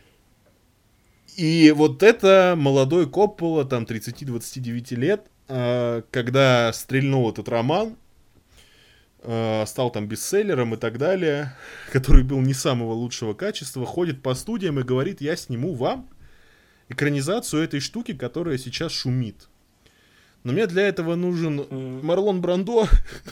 И вот это молодой Коппола, там, тридцать-двадцать девять лет, когда стрельнул этот роман, стал там бестселлером и так далее, который был не самого лучшего качества, ходит по студиям и говорит: я сниму вам экранизацию этой штуки, которая сейчас шумит. Но мне для этого нужен Марлон Брандо,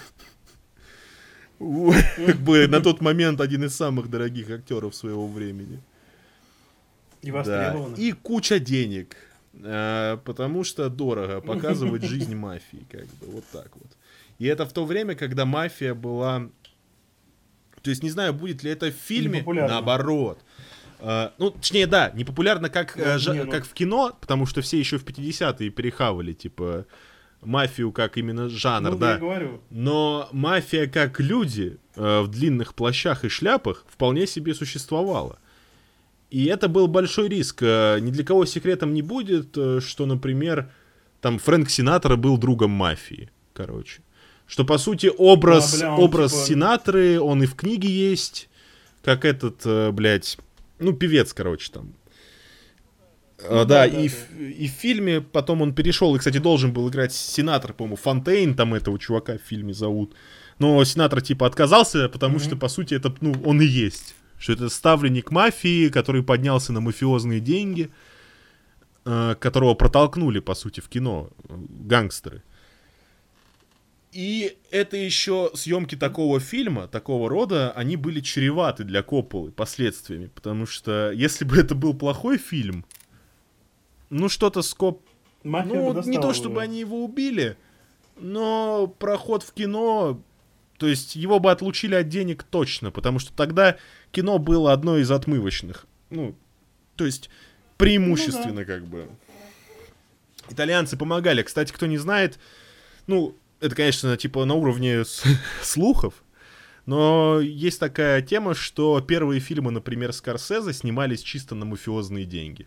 как бы на тот момент один из самых дорогих актеров своего времени. И востребовано. Да. И куча денег. Э, потому что дорого показывать жизнь мафии. Как бы, вот так вот. И это в то время, когда мафия была... То есть не знаю, будет ли это в фильме. Наоборот. Э, ну, точнее, да, не популярно как, ну, э, жа- не, ну... как в кино, потому что все еще в пятидесятые перехавали, типа, мафию как именно жанр, ну, да. Я говорю. Но мафия как люди э, в длинных плащах и шляпах вполне себе существовала. И это был большой риск. Ни для кого секретом не будет, что, например, там Фрэнк Синатра был другом мафии, короче. Что, по сути, образ, да, бля, образ типа... Синатры, он и в книге есть, как этот, блядь, ну, певец, короче, там. Ну, да, да, и, да, в, да. и в фильме потом он перешел, и, кстати, должен был играть Синатра, по-моему, Фонтейн, там этого чувака в фильме зовут. Но Синатра, типа, отказался, потому mm-hmm. что, по сути, это, ну, он и есть. Что это ставленник мафии, который поднялся на мафиозные деньги, э, которого протолкнули, по сути, в кино гангстеры. И это еще съемки такого фильма, такого рода, они были чреваты для Копполы последствиями. Потому что если бы это был плохой фильм, ну что-то с Коп... Мафия ну, не то чтобы его. Они его убили, но проход в кино... То есть его бы отлучили от денег точно, потому что тогда кино было одной из отмывочных. Ну, то есть преимущественно, ну, да. как бы. Итальянцы помогали. Кстати, кто не знает, ну, это, конечно, типа на уровне слухов, но есть такая тема, что первые фильмы, например, Скорсезе снимались чисто на мафиозные деньги.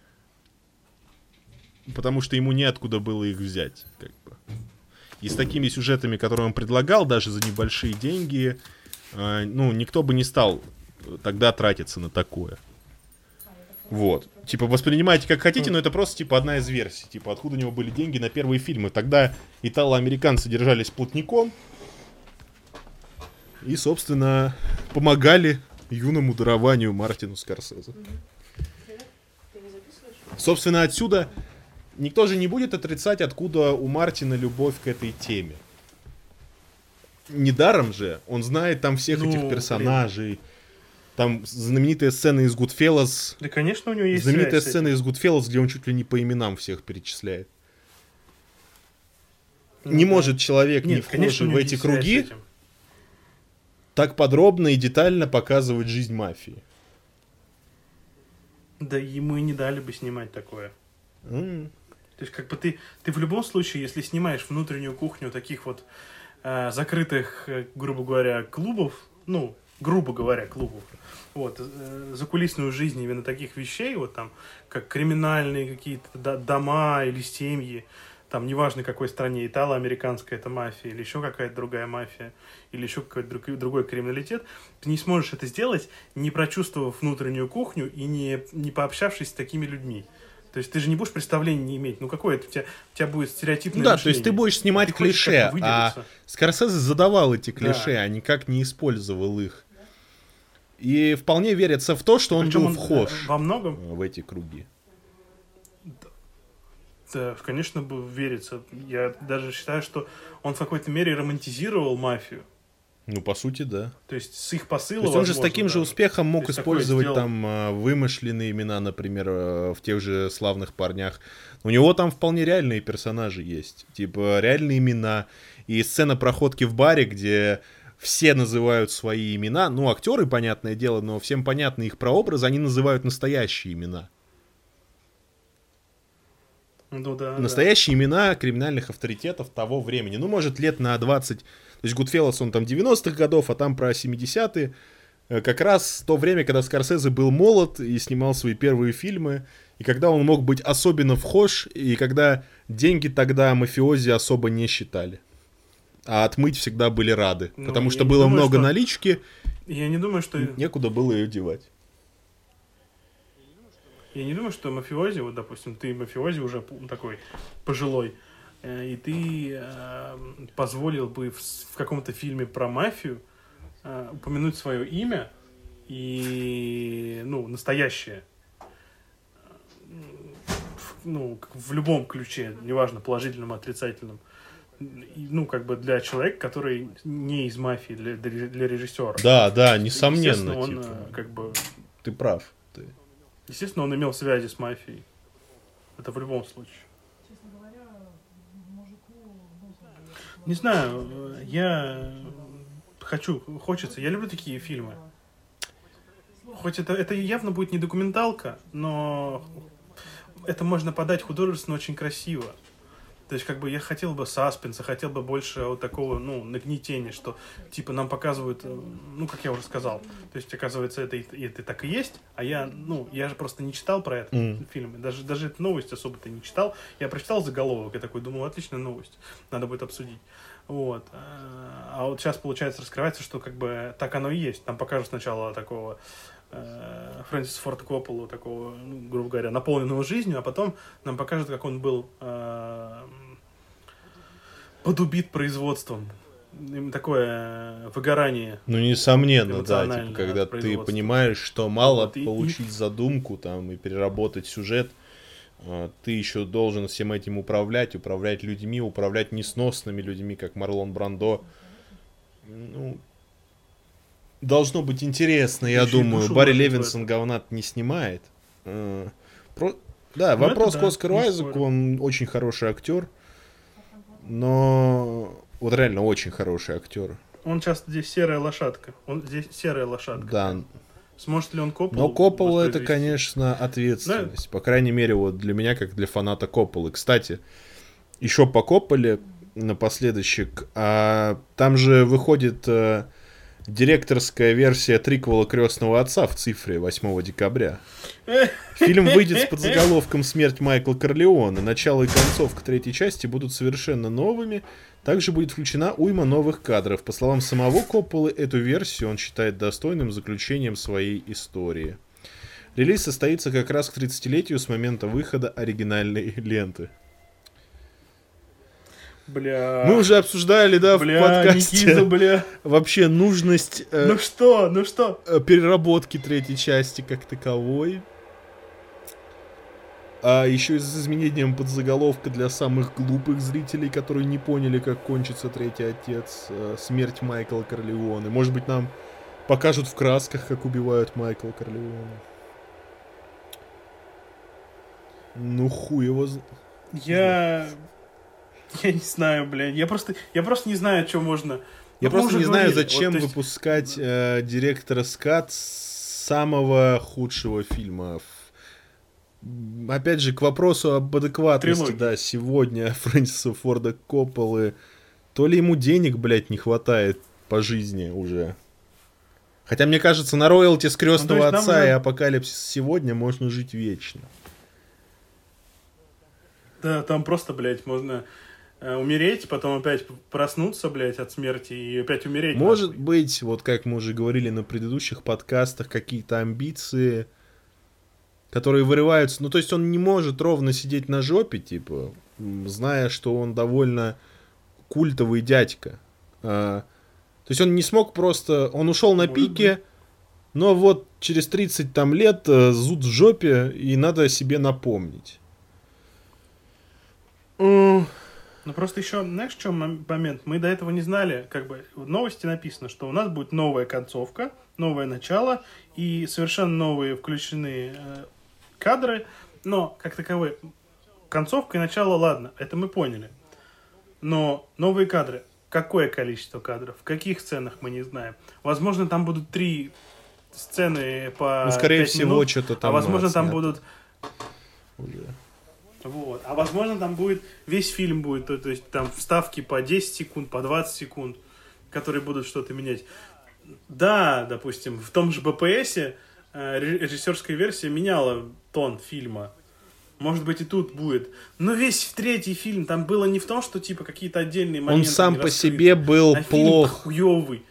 Потому что ему неоткуда было их взять, как бы. И с такими сюжетами, которые он предлагал, даже за небольшие деньги, э, ну, никто бы не стал тогда тратиться на такое. Вот. Типа, воспринимайте как хотите, но это просто, типа, одна из версий. Типа, откуда у него были деньги на первые фильмы. Тогда итало-американцы держались плотником и, собственно, помогали юному дарованию Мартину Скорсезе. Собственно, отсюда... Никто же не будет отрицать, откуда у Мартина любовь к этой теме. Недаром же, он знает там всех ну, этих персонажей. Блин. Там знаменитая сцена из Goodfellas. Да, конечно, у него есть знаменитая сцена из Goodfellas, где он чуть ли не по именам всех перечисляет. Ну, не да. может человек, Нет, не вхожий в эти круги, так подробно и детально показывать жизнь мафии. Да ему и не дали бы снимать такое. Mm. То есть, как бы ты, ты в любом случае, если снимаешь внутреннюю кухню таких вот э, закрытых, э, грубо говоря, клубов, ну, грубо говоря, клубов, вот, э, закулисную жизнь именно таких вещей, вот там, как криминальные какие-то д- дома или семьи, там, неважно какой стране, итало-американская это мафия, или еще какая-то другая мафия, или еще какой-то другой, другой криминалитет, ты не сможешь это сделать, не прочувствовав внутреннюю кухню и не, не пообщавшись с такими людьми. То есть ты же не будешь представления не иметь. Ну какое это у тебя, у тебя будет стереотипное ну, да, мышление. то есть ты будешь снимать ты клише, а Скорсезе задавал эти клише, да. а никак не использовал их. И вполне верится в то, что он Причем был он вхож во многом в эти круги. Да, конечно, верится. Я даже считаю, что он в какой-то мере романтизировал мафию. Ну, по сути, да. То есть с их посылом. То есть он же с таким даже. же успехом мог использовать сделал... там вымышленные имена, например, в тех же «Славных парнях». У него там вполне реальные персонажи есть. Типа реальные имена. И сцена проходки в баре, где все называют свои имена. Ну, актеры, понятное дело, но всем понятны их прообразы, они называют настоящие имена. Ну, да, настоящие да. имена криминальных авторитетов того времени. Ну, может, лет на двадцать. То есть Гудфеллос, он там девяностых годов, а там про семидесятые. Как раз то время, когда Скорсезе был молод и снимал свои первые фильмы. И когда он мог быть особенно вхож, и когда деньги тогда мафиози особо не считали. А отмыть всегда были рады. Ну, потому что было думаю, много что... налички. Я не думаю, что... Некуда было ее девать. Я не думаю, что мафиози, вот, допустим, ты мафиози уже такой пожилой, э, и ты э, позволил бы в, в каком-то фильме про мафию э, упомянуть свое имя и, ну, настоящее. В, ну, в любом ключе, неважно, положительном, отрицательном. Ну, как бы для человека, который не из мафии, для, для режиссера. Да, да, несомненно. Он, типа, как бы... Ты прав. Ты... Естественно, он имел связи с мафией. Это в любом случае. Честно говоря, мужику... Не знаю, я хочу, хочется, я люблю такие фильмы. Хоть это, это явно будет не документалка, но это можно подать художественно очень красиво. То есть, как бы, я хотел бы саспенса, хотел бы больше вот такого, ну, нагнетения, что, типа, нам показывают, ну, как я уже сказал, то есть, оказывается, это, это так и есть, а я, ну, я же просто не читал про этот mm. фильм, даже, даже эту новость особо-то не читал, я прочитал заголовок, я такой думал, отличная новость, надо будет обсудить, вот, а вот сейчас, получается, раскрывается, что, как бы, так оно и есть, там покажут сначала такого... Фрэнсиса Форда Копполу, такого, ну, грубо говоря, наполненного жизнью, а потом нам покажут, как он был э, подубит производством. Такое выгорание. Ну, несомненно, да, типа, когда ты понимаешь, что мало вот, получить и... задумку там и переработать сюжет, ты еще должен всем этим управлять, управлять людьми, управлять несносными людьми, как Марлон Брандо. Ну, должно быть интересно, я еще думаю. Барри Левинсон говна не снимает. Про... Да, ну вопрос к Оскару да, Айзеку, он очень хороший актер. Но вот реально очень хороший актер. Он часто здесь серая лошадка. Он здесь серая лошадка. Да. Сможет ли он Копполу? Но Коппола это, конечно, ответственность. Да? По крайней мере, вот для меня, как для фаната Копполы. Кстати, еще по Копполе напоследочек. А, там же выходит... директорская версия триквела «Крестного отца» в цифре восьмого декабря. Фильм выйдет с подзаголовком «Смерть Майкла Корлеоне». Начало и концовка третьей части будут совершенно новыми. Также будет включена уйма новых кадров. По словам самого Копполы, эту версию он считает достойным заключением своей истории. Релиз состоится как раз к тридцатилетию с момента выхода оригинальной ленты. Бля. Мы уже обсуждали, да, бля, в подкасте Никита, бля. вообще нужность э, ну что, ну что? Э, переработки третьей части как таковой. А еще и с изменением подзаголовка для самых глупых зрителей, которые не поняли, как кончится Третий Отец, э, смерть Майкла Корлеоне. Может быть, нам покажут в красках, как убивают Майкла Корлеоне. Ну хуй его... Я... Я не знаю, блядь. Я просто, я просто не знаю, что можно... Я ну, просто не знаю, зачем вот, выпускать есть... э, директора скат с самого худшего фильма. Опять же, к вопросу об адекватности, Трилогия. Да, сегодня Фрэнсиса Форда Копполы. То ли ему денег, блядь, не хватает по жизни уже. Хотя, мне кажется, на роялти с «Крестного ну, отца» нам... и «Апокалипсис сегодня» можно жить вечно. Да, там просто, блядь, можно э, умереть, потом опять проснуться, блядь, от смерти и опять умереть. Может нахуй. быть, вот как мы уже говорили на предыдущих подкастах, какие-то амбиции, которые вырываются. Ну, то есть он не может ровно сидеть на жопе, типа, зная, что он довольно культовый дядька. А, то есть он не смог просто... Он ушел на Может пике, быть. но вот через тридцать там лет э, зуд в жопе, и надо о себе напомнить. М, Ну просто еще, знаешь, в чем момент? Мы до этого не знали, как бы в новости написано, что у нас будет новая концовка, новое начало и совершенно новые включены э, кадры, но как таковые концовка и начало, ладно, это мы поняли. Но новые кадры, какое количество кадров, в каких сценах мы не знаем. Возможно, там будут три сцены по Ну, скорее пять всего, минут, что-то а там возможно, там отснято будут уже. вот. А возможно, там будет весь фильм будет, то, то есть там вставки по десять секунд, по двадцать секунд, которые будут что-то менять. Да, допустим, в том же бэ пэ эсе э, режиссерская версия меняла тон фильма. Может быть, и тут будет. Но весь третий фильм там было не в том, что типа какие-то отдельные моменты. Он сам не по раскрыты, себе был а фильм плох. хуёвый.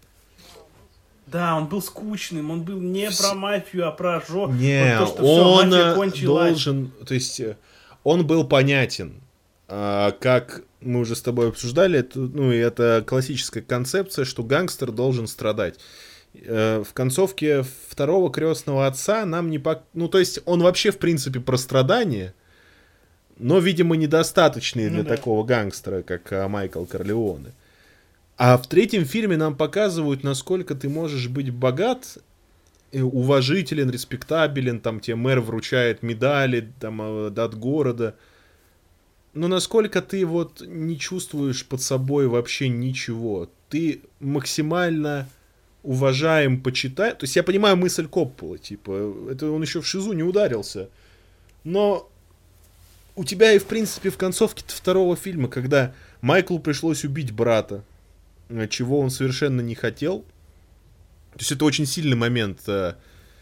Да, он был скучным, он был не про мафию, а про жо... Не, вот то, что всё, он мафия э, кончилась. должен, то есть э, он был понятен, А, как мы уже с тобой обсуждали, это, ну и это классическая концепция, что гангстер должен страдать. Э, В концовке второго крестного отца нам не пок... ну то есть он вообще в принципе про страдания, но видимо недостаточные Ну для да. такого гангстера, как а, Майкл Корлеоне. А в третьем фильме нам показывают, насколько ты можешь быть богат, и уважителен, респектабелен, там тебе мэр вручает медали там, э, от города. Но насколько ты вот не чувствуешь под собой вообще ничего. Ты максимально уважаем, почитаем. То есть я понимаю мысль Копполы, типа, это он еще в шизу не ударился. Но у тебя и в принципе в концовке второго фильма, когда Майклу пришлось убить брата, э, чего он совершенно не хотел. То есть это очень сильный момент. э,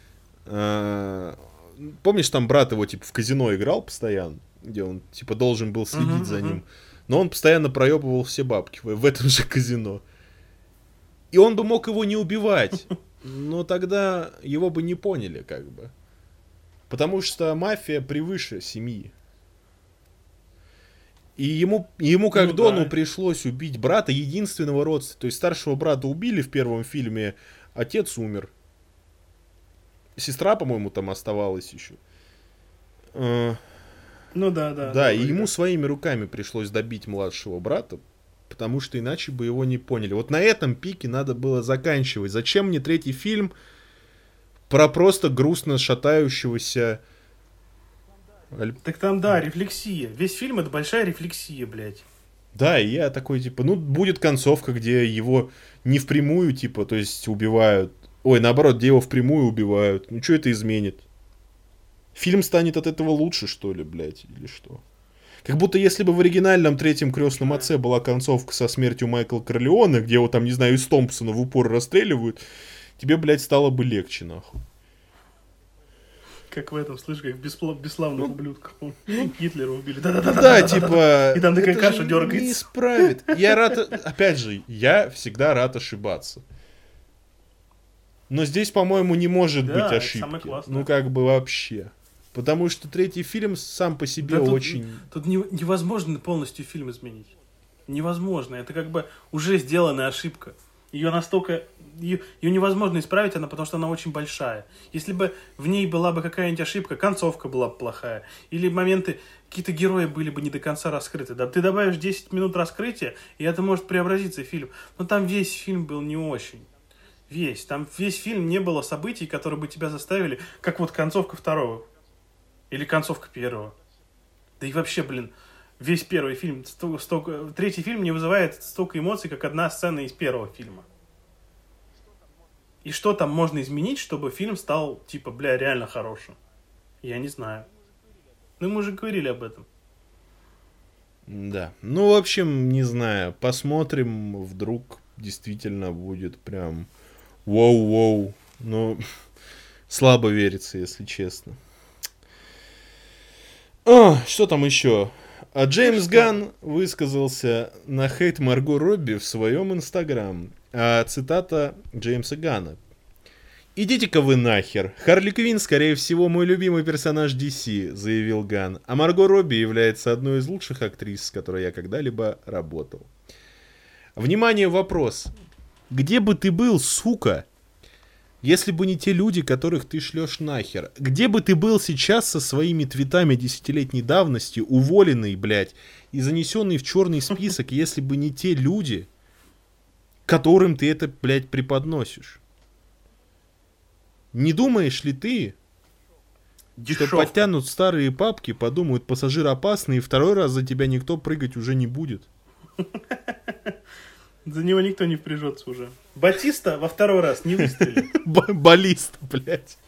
э, Помнишь, там брат его типа в казино играл постоянно, где он типа должен был следить Мгм, за мгм. ним, но он постоянно проебывал все бабки в, в этом же казино. И он бы мог его не убивать, но тогда его бы не поняли, как бы. Потому что мафия превыше семьи. И ему, и ему как Ну Дону да. пришлось убить брата, единственного родственника. То есть старшего брата убили в первом фильме, отец умер. Сестра, по-моему, там оставалась еще. Э, Ну да, да. Да, и вроде ему как. своими руками пришлось добить младшего брата, потому что иначе бы его не поняли. Вот на этом пике надо было заканчивать. Зачем мне третий фильм про просто грустно шатающегося... Аль- Так там, да, рефлексия. Весь фильм это большая рефлексия, блядь. Да, и я такой, типа, ну, будет концовка, где его не впрямую, типа, то есть убивают. Ой, наоборот, где его впрямую убивают. Ну, что это изменит? Фильм станет от этого лучше, что ли, блядь, или что? Как будто если бы в оригинальном третьем крестном отце была концовка со смертью Майкла Корлеоне, где его там, не знаю, из Томпсона в упор расстреливают, тебе, блядь, стало бы легче, нахуй. Как в этом, слышь, как в бесплав- бесславных Ну, ублюдках. Гитлера убили. Да-да-да. Да, типа... И там такая это каша же не дергается. исправит. Я рад... Опять же, я всегда рад ошибаться. Но здесь, по-моему, не может Да, быть это ошибки. самое классное. Ну, как бы вообще. Потому что третий фильм сам по себе Да тут- очень... Тут не- невозможно полностью фильм изменить. Невозможно. Это как бы уже сделанная ошибка. Ее настолько... Ее, ее невозможно исправить, она, потому что она очень большая. Если бы в ней была бы какая-нибудь ошибка, концовка была бы плохая, или моменты, какие-то герои были бы не до конца раскрыты. Да, ты добавишь десять минут раскрытия, и это может преобразиться в фильм. Но там весь фильм был не очень. Весь. Там весь фильм не было событий, которые бы тебя заставили, как вот концовка второго. Или концовка первого. Да и вообще, блин, весь первый фильм, столько, столько, третий фильм не вызывает столько эмоций, как одна сцена из первого фильма. И что там можно изменить, чтобы фильм стал, типа, бля, реально хорошим? Я не знаю. Ну, мы уже говорили об этом. Да. Ну, в общем, не знаю. Посмотрим, вдруг действительно будет прям воу-воу. Но слабо верится, если честно. О, что там еще? А Джеймс Ганн высказался на хейт Марго Робби в своем инстаграм. А цитата Джеймса Ганна. «Идите-ка вы нахер. Харли Квинн, скорее всего, мой любимый персонаж ди си», заявил Ганн. А Марго Робби является одной из лучших актрис, с которой я когда-либо работал. Внимание, вопрос. Где бы ты был, сука, если бы не те люди, которых ты шлешь нахер? Где бы ты был сейчас со своими твитами десятилетней давности, уволенный, блядь, и занесенный в черный список, если бы не те люди, которым ты это, блядь, преподносишь? Не думаешь ли ты, Дешевка. Что подтянут старые папки, подумают, пассажир опасный, и второй раз за тебя никто прыгать уже не будет? За него никто не впряжется уже. Батиста во второй раз не выстрелит. Баллиста, блядь.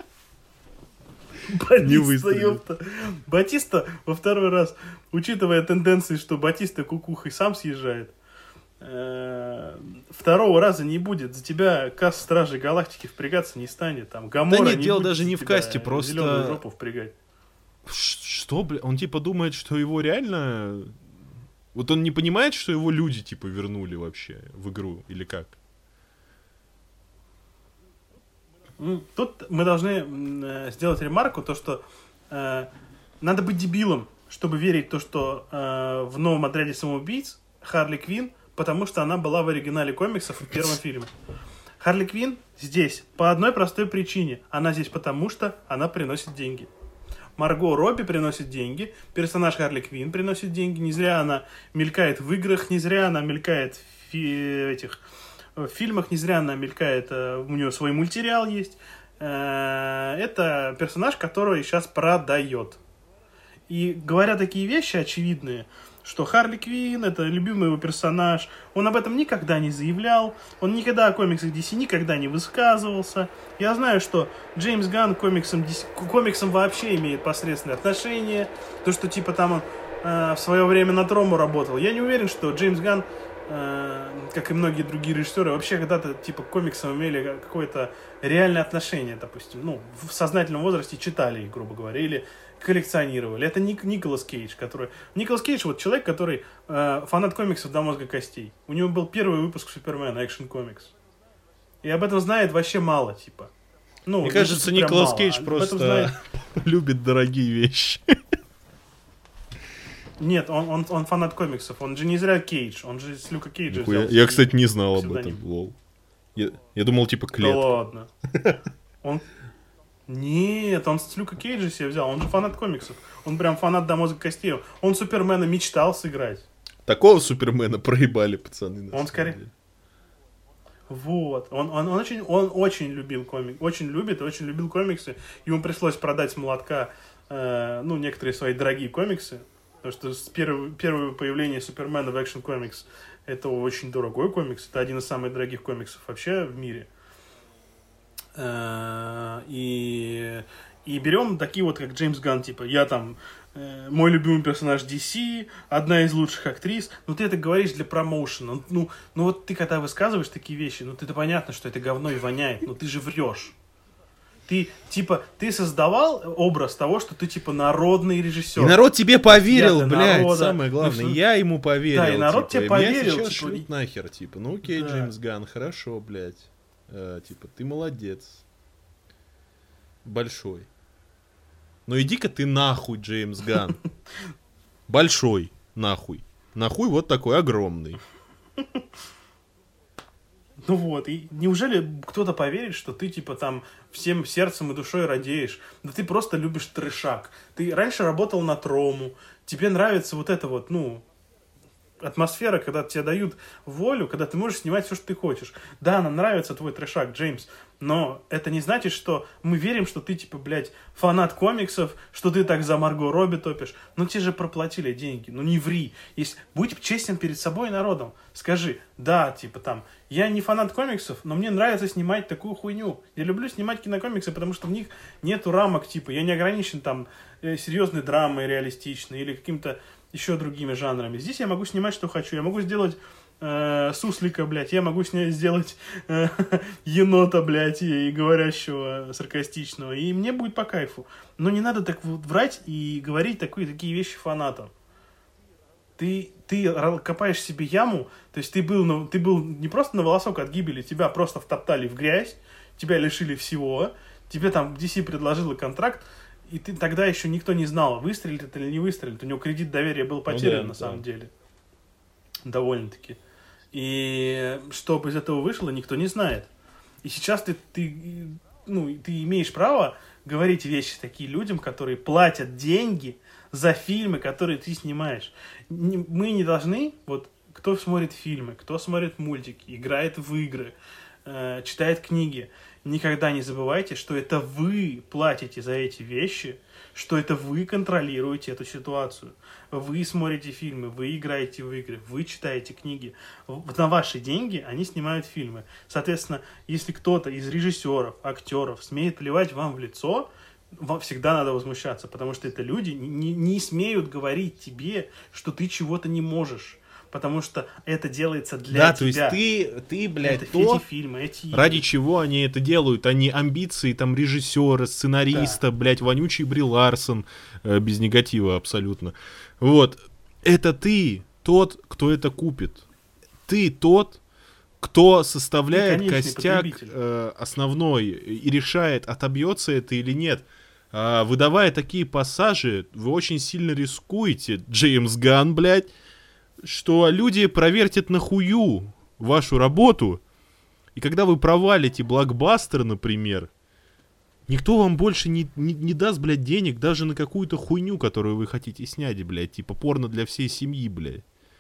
Батиста, ёпта. Батиста во второй раз, учитывая тенденции, что Батиста кукухой сам съезжает, второго раза не будет. За тебя каст Стражей Галактики впрягаться не станет. Там Гамора да нет, не дело будет даже не в касте, просто... зеленую жопу впрягать. Что, бля? Он типа думает, что его реально... Вот он не понимает, что его люди типа вернули вообще в игру, или как? Тут мы должны сделать ремарку, то что э, надо быть дебилом, чтобы верить в то, что э, в новом отряде самоубийц Харли Квинн, потому что она была в оригинале комиксов в первом фильме. Харли Квинн здесь по одной простой причине. Она здесь потому, что она приносит деньги. Марго Робби приносит деньги, персонаж Харли Квинн приносит деньги, не зря она мелькает в играх, не зря она мелькает в, фи- этих, в фильмах, не зря она мелькает, у нее свой мультсериал есть. Это персонаж, который сейчас продает. И говоря такие вещи очевидные, что Харли Квинн это любимый его персонаж, он об этом никогда не заявлял, он никогда о комиксах ди си никогда не высказывался. Я знаю, что Джеймс Ганн к комиксам, ди си, к комиксам вообще имеет посредственное отношение, то, что типа там он э, в свое время на Трому работал. Я не уверен, что Джеймс Ганн, э, как и многие другие режиссеры, вообще когда-то типа к комиксам имели какое-то реальное отношение, допустим, ну, в сознательном возрасте читали их, грубо говоря, или коллекционировали. Это Ник, Николас Кейдж, который... Николас Кейдж, вот человек, который э, фанат комиксов до мозга костей. У него был первый выпуск Супермена, Action Comics. И об этом знает вообще мало, типа. Ну, мне кажется, Николас мало. Кейдж просто знает... любит дорогие вещи. Нет, он, он, он фанат комиксов. Он же не зря Кейдж. Он же с Люка Кейджа взял. Я, я, кстати, не знал об этом. Лол. Я, я думал, типа, клетка. Да ладно. Он... Нет, он с Люка Кейджа себе взял. Он же фанат комиксов. Он прям фанат до мозга костей. Он Супермена мечтал сыграть. Такого Супермена проебали, пацаны. Он скорее... Деле. Вот. Он, он, он, очень, он очень любил комик, очень любит и очень любил комиксы. Ему пришлось продать с молотка э, ну, некоторые свои дорогие комиксы. Потому что с первого, первого появления Супермена в Action Comics это очень дорогой комикс. Это один из самых дорогих комиксов вообще в мире. Э, и, и берем такие вот, как Джеймс Ганн, типа, я там... мой любимый персонаж ди си, одна из лучших актрис. Ну, ты это говоришь для промоушена. Ну, ну вот ты когда высказываешь такие вещи, ну, ты-то понятно, что это говно и воняет, но ты же врешь. Ты, типа, ты создавал образ того, что ты, типа, народный режиссер. И народ тебе поверил, блядь, народа. Самое главное. Ну, я ему поверил. Да, и народ типа, тебе поверил. Меня сейчас типа, шлют нахер, типа, ну окей, да. Джеймс Ганн, хорошо, блядь. Э, типа, ты молодец. Большой. Ну иди-ка ты нахуй, Джеймс Ганн. Большой нахуй. Нахуй вот такой огромный. Ну вот, и неужели кто-то поверит, что ты типа там всем сердцем и душой радеешь? Да ты просто любишь трешак. Ты раньше работал на Трому. Тебе нравится вот это вот, ну... атмосфера, когда тебе дают волю, когда ты можешь снимать все, что ты хочешь. Да, нам нравится твой трешак, Джеймс, но это не значит, что мы верим, что ты, типа, блядь, фанат комиксов, что ты так за Марго Робби топишь. Ну, тебе же проплатили деньги, ну не ври. Если... Будь честен перед собой и народом. Скажи, да, типа, там, я не фанат комиксов, но мне нравится снимать такую хуйню. Я люблю снимать кинокомиксы, потому что в них нету рамок, типа, я не ограничен, там, серьезной драмой реалистичной или каким-то еще другими жанрами. Здесь я могу снимать, что хочу. Я могу сделать э, суслика, блядь, я могу с ней сделать э, енота, блядь, и, и говорящего саркастичного, и мне будет по кайфу. Но не надо так вот врать и говорить такие, такие вещи фанатам. Ты, ты копаешь себе яму, то есть ты был, ну, ты был не просто на волосок от гибели, тебя просто втоптали в грязь, тебя лишили всего, тебе там ди си предложила контракт, и ты тогда еще никто не знал, выстрелит это или не выстрелит. У него кредит доверия был потерян, ну, да, на да. самом деле. Довольно-таки. И что из этого вышло, никто не знает. И сейчас ты, ты, ну, ты имеешь право говорить вещи такие людям, которые платят деньги за фильмы, которые ты снимаешь. Мы не должны, вот, кто смотрит фильмы, кто смотрит мультики, играет в игры, э, читает книги, никогда не забывайте, что это вы платите за эти вещи, что это вы контролируете эту ситуацию. Вы смотрите фильмы, вы играете в игры, вы читаете книги. На ваши деньги они снимают фильмы. Соответственно, если кто-то из режиссеров, актеров смеет плевать вам в лицо, вам всегда надо возмущаться, потому что это люди не, не смеют говорить тебе, что ты чего-то не можешь. Потому что это делается для да, тебя. Да, то есть ты, ты блядь, это, то, эти фильмы, эти ради чего они это делают, они амбиции там режиссера, сценариста, да. блядь, вонючий Бри Ларсон, э, без негатива абсолютно. Вот, это ты тот, кто это купит. Ты тот, кто составляет костяк э, основной и решает, отобьется это или нет. А, выдавая такие пассажи, вы очень сильно рискуете, Джеймс Ганн, блядь, что люди провертят нахую вашу работу, и когда вы провалите блокбастер, например, никто вам больше не, не, не даст, блядь, денег даже на какую-то хуйню, которую вы хотите снять, блядь, типа порно для всей семьи, блядь.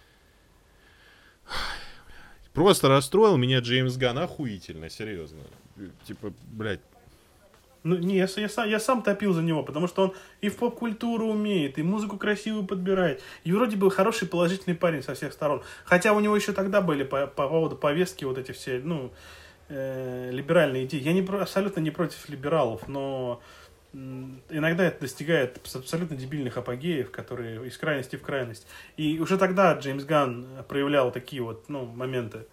Просто расстроил меня Джеймс Ганн охуительно, серьезно. Типа, блядь. Ну, не, я, я, сам, я сам топил за него, потому что он и в поп-культуру умеет, и музыку красивую подбирает. И вроде бы хороший положительный парень со всех сторон. Хотя у него еще тогда были по, по поводу повестки вот эти все, ну, э, либеральные идеи. Я не, абсолютно не против либералов, но м, иногда это достигает абсолютно дебильных апогеев, которые из крайности в крайность. И уже тогда Джеймс Ганн проявлял такие вот, ну, моменты.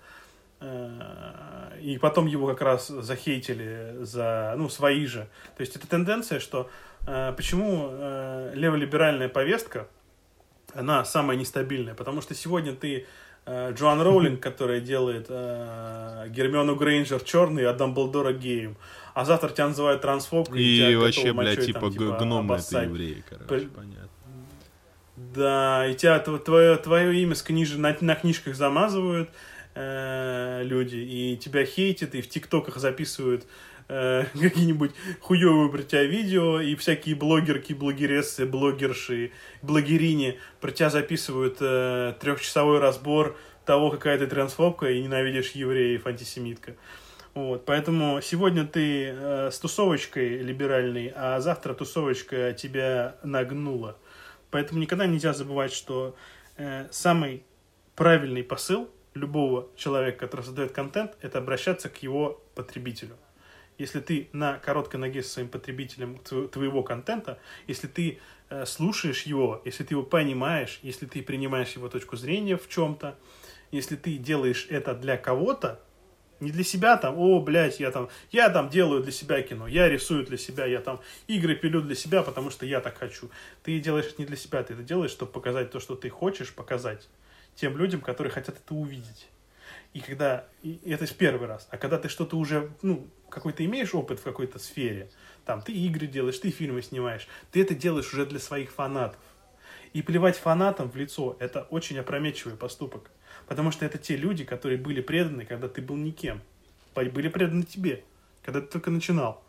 И потом его как раз захейтили за, ну, свои же. То есть это тенденция, что э, почему э, леволиберальная повестка, она самая нестабильная, потому что сегодня ты э, Джоан Роулинг, которая делает э, Гермиону Грейнджер черный, а Дамблдора геем, а завтра тебя называют трансфобкой. И, и вообще, блядь, типа, типа гномы это евреи, короче, При... понятно. Да, и тебя, твое, твое имя с книж... на, на книжках замазывают люди, и тебя хейтят, и в тиктоках записывают э, какие-нибудь хуёвые про тебя видео, и всякие блогерки, блогерессы, блогерши, блогерини про тебя записывают э, трехчасовой разбор того, какая ты трансфобка и ненавидишь евреев, антисемитка. Вот, поэтому сегодня ты э, с тусовочкой либеральной, а завтра тусовочка тебя нагнула. Поэтому никогда нельзя забывать, что э, самый правильный посыл любого человека, который создает контент, это обращаться к его потребителю. Если ты на короткой ноге со своим потребителем твоего контента, если ты э, слушаешь его, если ты его понимаешь, если ты принимаешь его точку зрения в чем-то, если ты делаешь это для кого-то, не для себя там, о, блядь, я там, я там делаю для себя кино, я рисую для себя, я там игры пилю для себя, потому что я так хочу. Ты делаешь это не для себя, ты это делаешь, чтобы показать то, что ты хочешь показать тем людям, которые хотят это увидеть. И когда, и это в первый раз, а когда ты что-то уже, ну, какой-то имеешь опыт в какой-то сфере, там, ты игры делаешь, ты фильмы снимаешь, ты это делаешь уже для своих фанатов. И плевать фанатам в лицо, это очень опрометчивый поступок. Потому что это те люди, которые были преданы, когда ты был никем. Были преданы тебе, когда ты только начинал.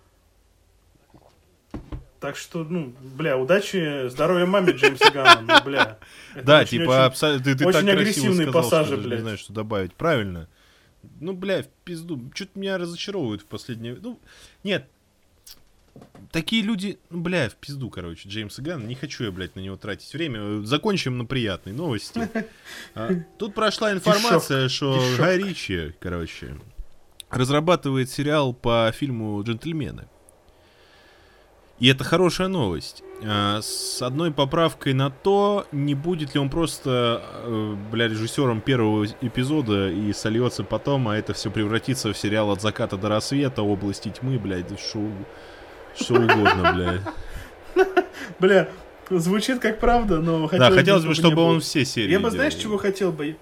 Так что, ну, бля, удачи, здоровья маме Джеймса Ганна, ну, бля. Да, очень, типа, абсолютно, ты, ты очень так агрессивные сказал, пассажи, что блядь. Не знаю, что добавить. Правильно. Ну, бля, в пизду. Что-то меня разочаровывает в последнее... Ну, нет. Такие люди, ну, бля, в пизду, короче, Джеймса Ганна. Не хочу я, блядь, на него тратить время. Закончим на приятной новости. Тут прошла информация, что Гай Ричи, короче, разрабатывает сериал по фильму «Джентльмены». И это хорошая новость. С одной поправкой на то, не будет ли он просто, бля, режиссером первого эпизода и сольется потом, а это все превратится в сериал «От заката до рассвета», «Области тьмы», блядь, шо, что угодно, блядь. Бля, звучит как правда, но хотелось, да, хотелось бы, чтобы, чтобы он все серии Я бы, делал. Знаешь, чего хотел бы?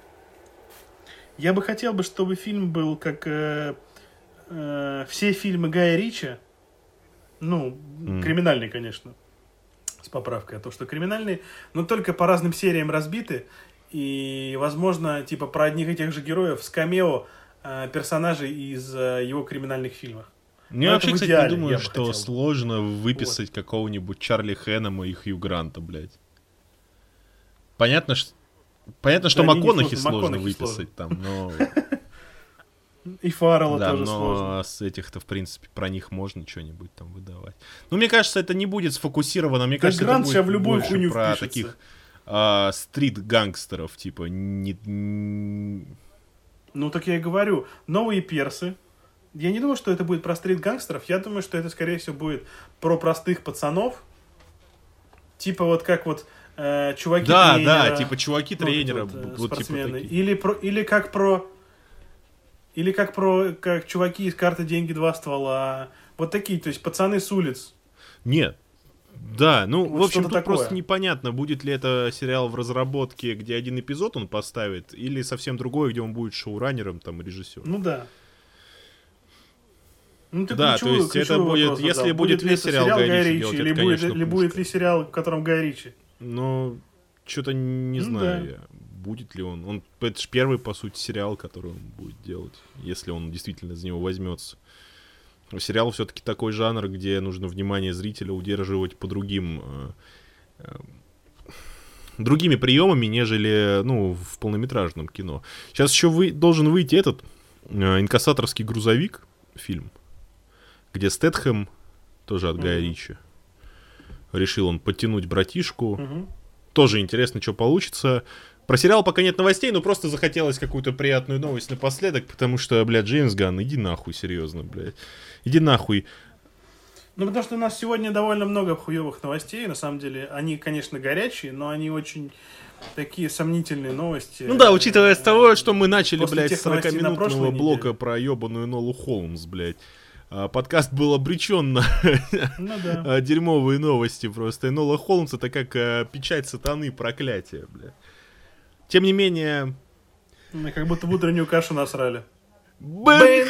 Я бы хотел бы, чтобы фильм был как э, э, все фильмы Гая Ричи. Ну, mm. криминальный, конечно, с поправкой о том, что криминальный, но только по разным сериям разбиты. И, возможно, типа про одних и тех же героев с камео э, персонажей из э, его криминальных фильмов. Ну, я вообще, кстати, идеале, не думаю, что хотел. сложно выписать вот. какого-нибудь Чарли Хэннема и Хью Гранта, блядь. Понятно, что, понятно, что да, МакКонахи сложно, сложно выписать сложно. там, но... И Фаррелла да, тоже но сложно. с этих-то, в принципе, про них можно что-нибудь там выдавать. Ну, мне кажется, это не будет сфокусировано. Мне да кажется, это будет в любую больше про впишется. таких а, стрит-гангстеров, типа... Не... Ну, так я и говорю. Новые персы. Я не думаю, что это будет про стрит-гангстеров. Я думаю, что это, скорее всего, будет про простых пацанов. Типа вот как вот э, чуваки да, тренера. Да, да, типа чуваки-тренера. Ну, вот, вот, спортсмены. Типа или, про, или как про... Или как про как чуваки из карты «Деньги, два ствола». Вот такие, то есть пацаны с улиц. Нет. Да, ну, вот в общем, тут такое. просто непонятно, будет ли это сериал в разработке, где один эпизод он поставит, или совсем другой, где он будет шоураннером, там, режиссером. Ну да. Ну, ты да, ключевую, то есть это будет, если задал. будет весь сериал, сериал Гай Ричи, делать, или, это, будет, конечно, или будет ли сериал, в котором Гай Ричи? Ну, что-то не ну, знаю да. я. Будет ли он? он? Это же первый, по сути, сериал, который он будет делать, если он действительно за него возьмется. Сериал все-таки такой жанр, где нужно внимание зрителя удерживать по другим э, э, другими приемами, нежели ну, в полнометражном кино. Сейчас еще вы, должен выйти этот э, «Инкассаторский грузовик» фильм, где Стэтхэм, тоже от mm-hmm. Гая Ричи, решил он подтянуть братишку. Mm-hmm. Тоже интересно, что получится. Про сериал пока нет новостей, но просто захотелось какую-то приятную новость напоследок, потому что, блядь, Джеймс Ганн, иди нахуй, серьезно, блядь. Иди нахуй. Ну, потому что у нас сегодня довольно много хуевых новостей, на самом деле. Они, конечно, горячие, но они очень такие сомнительные новости. Ну да, учитывая с того, что мы начали, блядь, с сорокаминутного блока про ебаную Нолу Холмс, блядь. Подкаст был обречен на ну, да. дерьмовые новости просто. И Нола Холмс — это как а, печать сатаны, проклятие, блядь. Тем не менее... Мы как будто в утреннюю кашу насрали. Бэнк!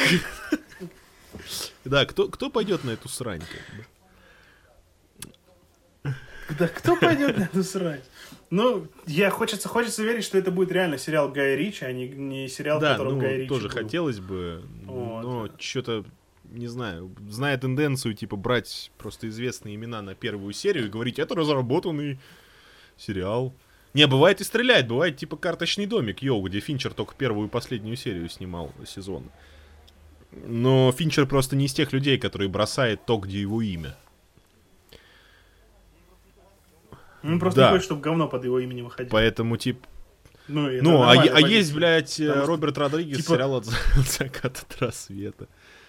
Да, кто, кто пойдет на эту срань? Как бы? Да, кто пойдет на эту срань? Ну, я хочется, хочется верить, что это будет реально сериал Гая Ричи, а не, не сериал, да, в котором ну, Гай Ричи тоже был. хотелось бы, вот. но что-то, не знаю, зная тенденцию, типа, брать просто известные имена на первую серию и говорить, это разработанный сериал. Не, бывает и стреляет, бывает типа «Карточный домик», йоу, где Финчер только первую и последнюю серию снимал сезон. Но Финчер просто не из тех людей, которые бросает то, где его имя. Он просто да. не хочет, чтобы говно под его именем выходило. Поэтому, типа... Ну, ну а, а есть, блядь, потому Роберт что... Родригес, типа... сериал «От заката до рассвета».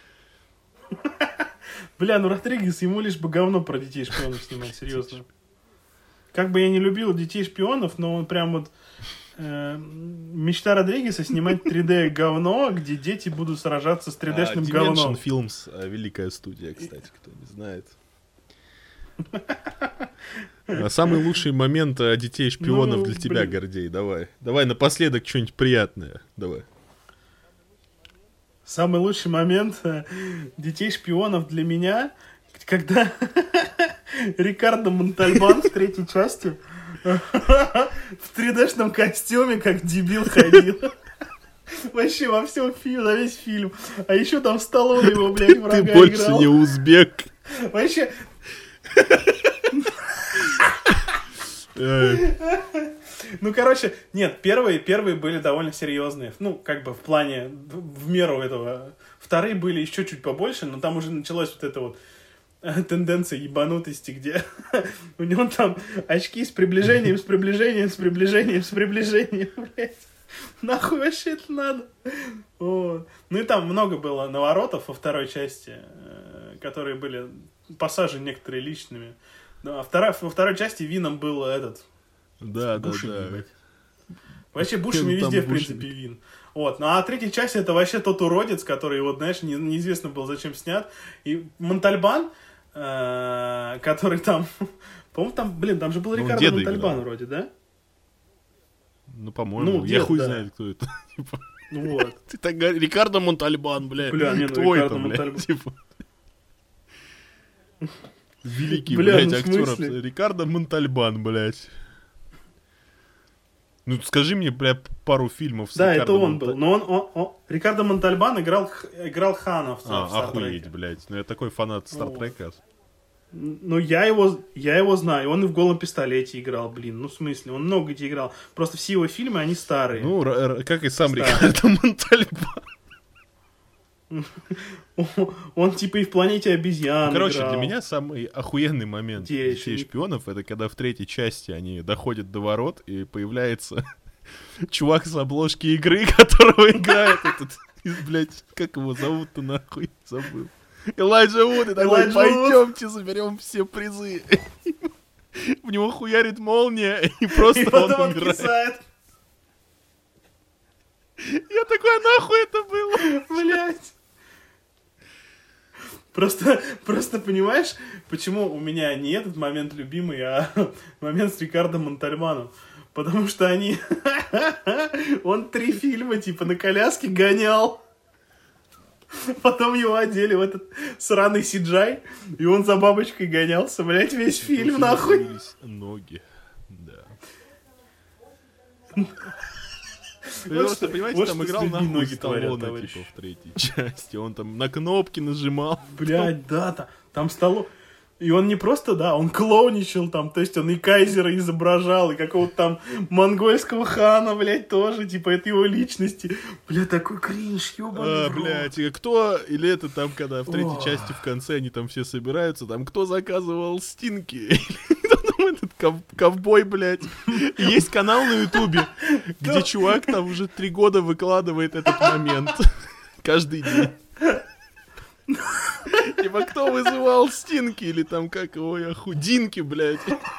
Бля, ну Родригес, ему лишь бы говно про детей-шпионов снимать, серьезно. Как бы я не любил детей-шпионов, но он прям вот... Э, мечта Родригеса снимать три дэ говно, где дети будут сражаться с три дэ-шным uh, говном. Dimension Films, великая студия, кстати, кто не знает. Самый лучший момент детей-шпионов ну, для тебя, блин. Гордей, давай. Давай напоследок что-нибудь приятное, давай. Самый лучший момент детей-шпионов для меня, когда Рикардо Монтальбан в третьей части в три дэ-шном костюме, как дебил, ходил. Вообще во всем фильме, на весь фильм. А еще там Сталлоне его, блядь, врага играл. Ты больше не узбек. Вообще... Ну, короче, нет, первые, первые были довольно серьезные. Ну, как бы в плане, в, в меру этого. Вторые были еще чуть побольше, но там уже началась вот эта вот тенденция ебанутости, где у него там очки с приближением, с приближением, с приближением, с приближением, блядь. Нахуй вообще это надо? Вот. Ну и там много было наворотов во второй части, которые были пассажи некоторые личными. Да, а вторая, во второй части Вином был этот... Да, Бушеми, да, да. блядь. Вообще Бушеми Ну, там везде, в Бушеми. принципе, Вин. Вот. Ну а третья часть это вообще тот уродец, который, вот, знаешь, не, неизвестно был зачем снят. И Монтальбан, э, который там... По-моему, там, блин, там же был Ну, Рикардо деда Монтальбан играл. вроде, да? Ну, по-моему, Ну, я дед, хуй да. знает, кто это. Типа, Ну вот. Ты так говоришь, Рикардо Монтальбан, блядь. Бля, не, ну, Кто Рикардо это, блядь? Монтальбан. Типа. Великий, Бля, блядь, ну, в актер. смысле? Рикардо Монтальбан, блядь. Ну, скажи мне, бля, пару фильмов с Да, Рикардо это он Монта- был. Но он, он, он- Рикардо Монтальбан играл, х- играл Хана в, А, в Star охуеть, Trek. блядь. Ну, я такой фанат Вот. Стартрека. Ну, я его, я его знаю. Он и в «Голом пистолете» играл, блин. Ну, в смысле, он много где играл. Просто все его фильмы, они старые. Ну, р- р- как и сам Старый. Рикардо Монтальбан. Он, он типа и в «Планете обезьян» Ну, короче, играл. для меня самый охуенный момент Где я «Детей ещё не- шпионов» это когда в третьей части они доходят до ворот и появляется чувак с обложки игры, которого играет этот, блядь, как его зовут-то нахуй, забыл. Элайджа Вуд, и такой, Элайджа пойдемте заберем все призы. В него хуярит молния, и просто И он потом он умирает. кисает. Я такой, а нахуй это было? Блять. Просто, просто понимаешь, почему у меня не этот момент любимый, а момент с Рикардо Монтальбаном. Потому что они... Он три фильма, типа, на коляске гонял. Потом его одели в этот сраный си-джай, и он за бабочкой гонялся, блять, весь фильм, нахуй. Появились ноги, да. Вот Просто, что- понимаете, вот там что с играл людьми нахуй ноги творят, Сталлоне, товарищ. типа, в третьей части. Он там на кнопки нажимал. Блять, да, та- там стало... И он не просто, да, он клоуничал там, то есть он и Кайзера изображал, и какого-то там монгольского хана, блядь, тоже, типа, это его личности. Бля, такой кринж, ёбаный А, в рот. блядь, и кто, или это там, когда в третьей Ох. части в конце они там все собираются, там кто заказывал стинки? Кто там этот ков- ковбой, блядь? И есть канал на ютубе, где чувак там уже три года выкладывает этот момент. Каждый день. Типа, кто вызывал стинки, или там как его, я худинки, блядь.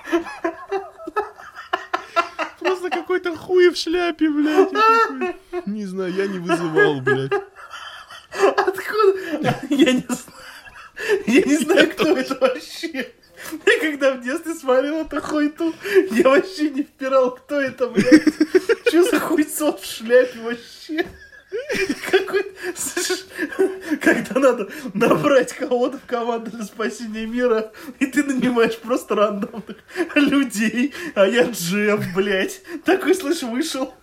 Просто какой-то хуй в шляпе, блядь. Я такой, не знаю, я не вызывал, блядь. Откуда? Я не знаю. Я не знаю, кто это вообще. Я когда в детстве смотрел эту хуйту, я вообще не впирал, кто это, блядь. Что за хуйцо в шляпе вообще? Какой... Слышишь, когда надо набрать кого-то в команду для спасения мира, и ты нанимаешь просто рандомных людей, а я Джефф, блядь. Такой, слышь, вышел.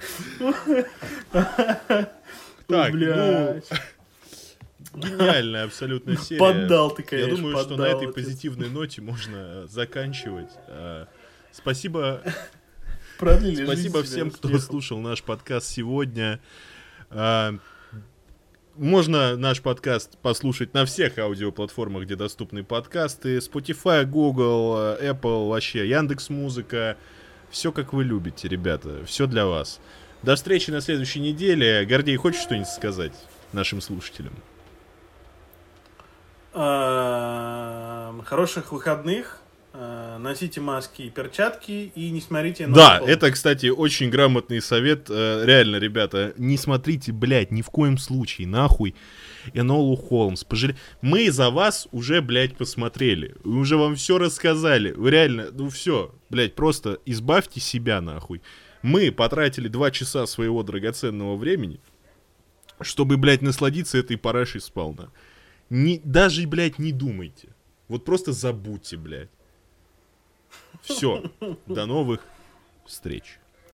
Так, Блядь. ну, гениальная абсолютно серия. Поддал ты, конечно, Я думаю, что на поддал, этой отец. позитивной ноте можно э, заканчивать. А, Спасибо, Продлили спасибо жизнь всем, себе кто успехом. слушал наш подкаст сегодня. А, Можно наш подкаст послушать на всех аудиоплатформах, где доступны подкасты. Spotify, Google, э, Apple, вообще Яндекс.Музыка. Все, как вы любите, ребята. Все для вас. До встречи на следующей неделе. Гордей, хочешь что-нибудь сказать нашим слушателям? Эм, Хороших выходных. Э, Носите маски и перчатки и не смотрите на Да, пол. это, кстати, очень грамотный совет. Э, Реально, ребята, не смотрите, блядь, ни в коем случае, нахуй. Энолу Холмс. Пожале... Мы за вас уже, блядь, посмотрели. Мы уже вам все рассказали. Вы реально, ну все, блядь, просто избавьте себя, нахуй. Мы потратили два часа своего драгоценного времени, чтобы, блядь, насладиться этой парашей сполна. Не, даже, блядь, не думайте. Вот просто забудьте, блядь. Все. До новых встреч.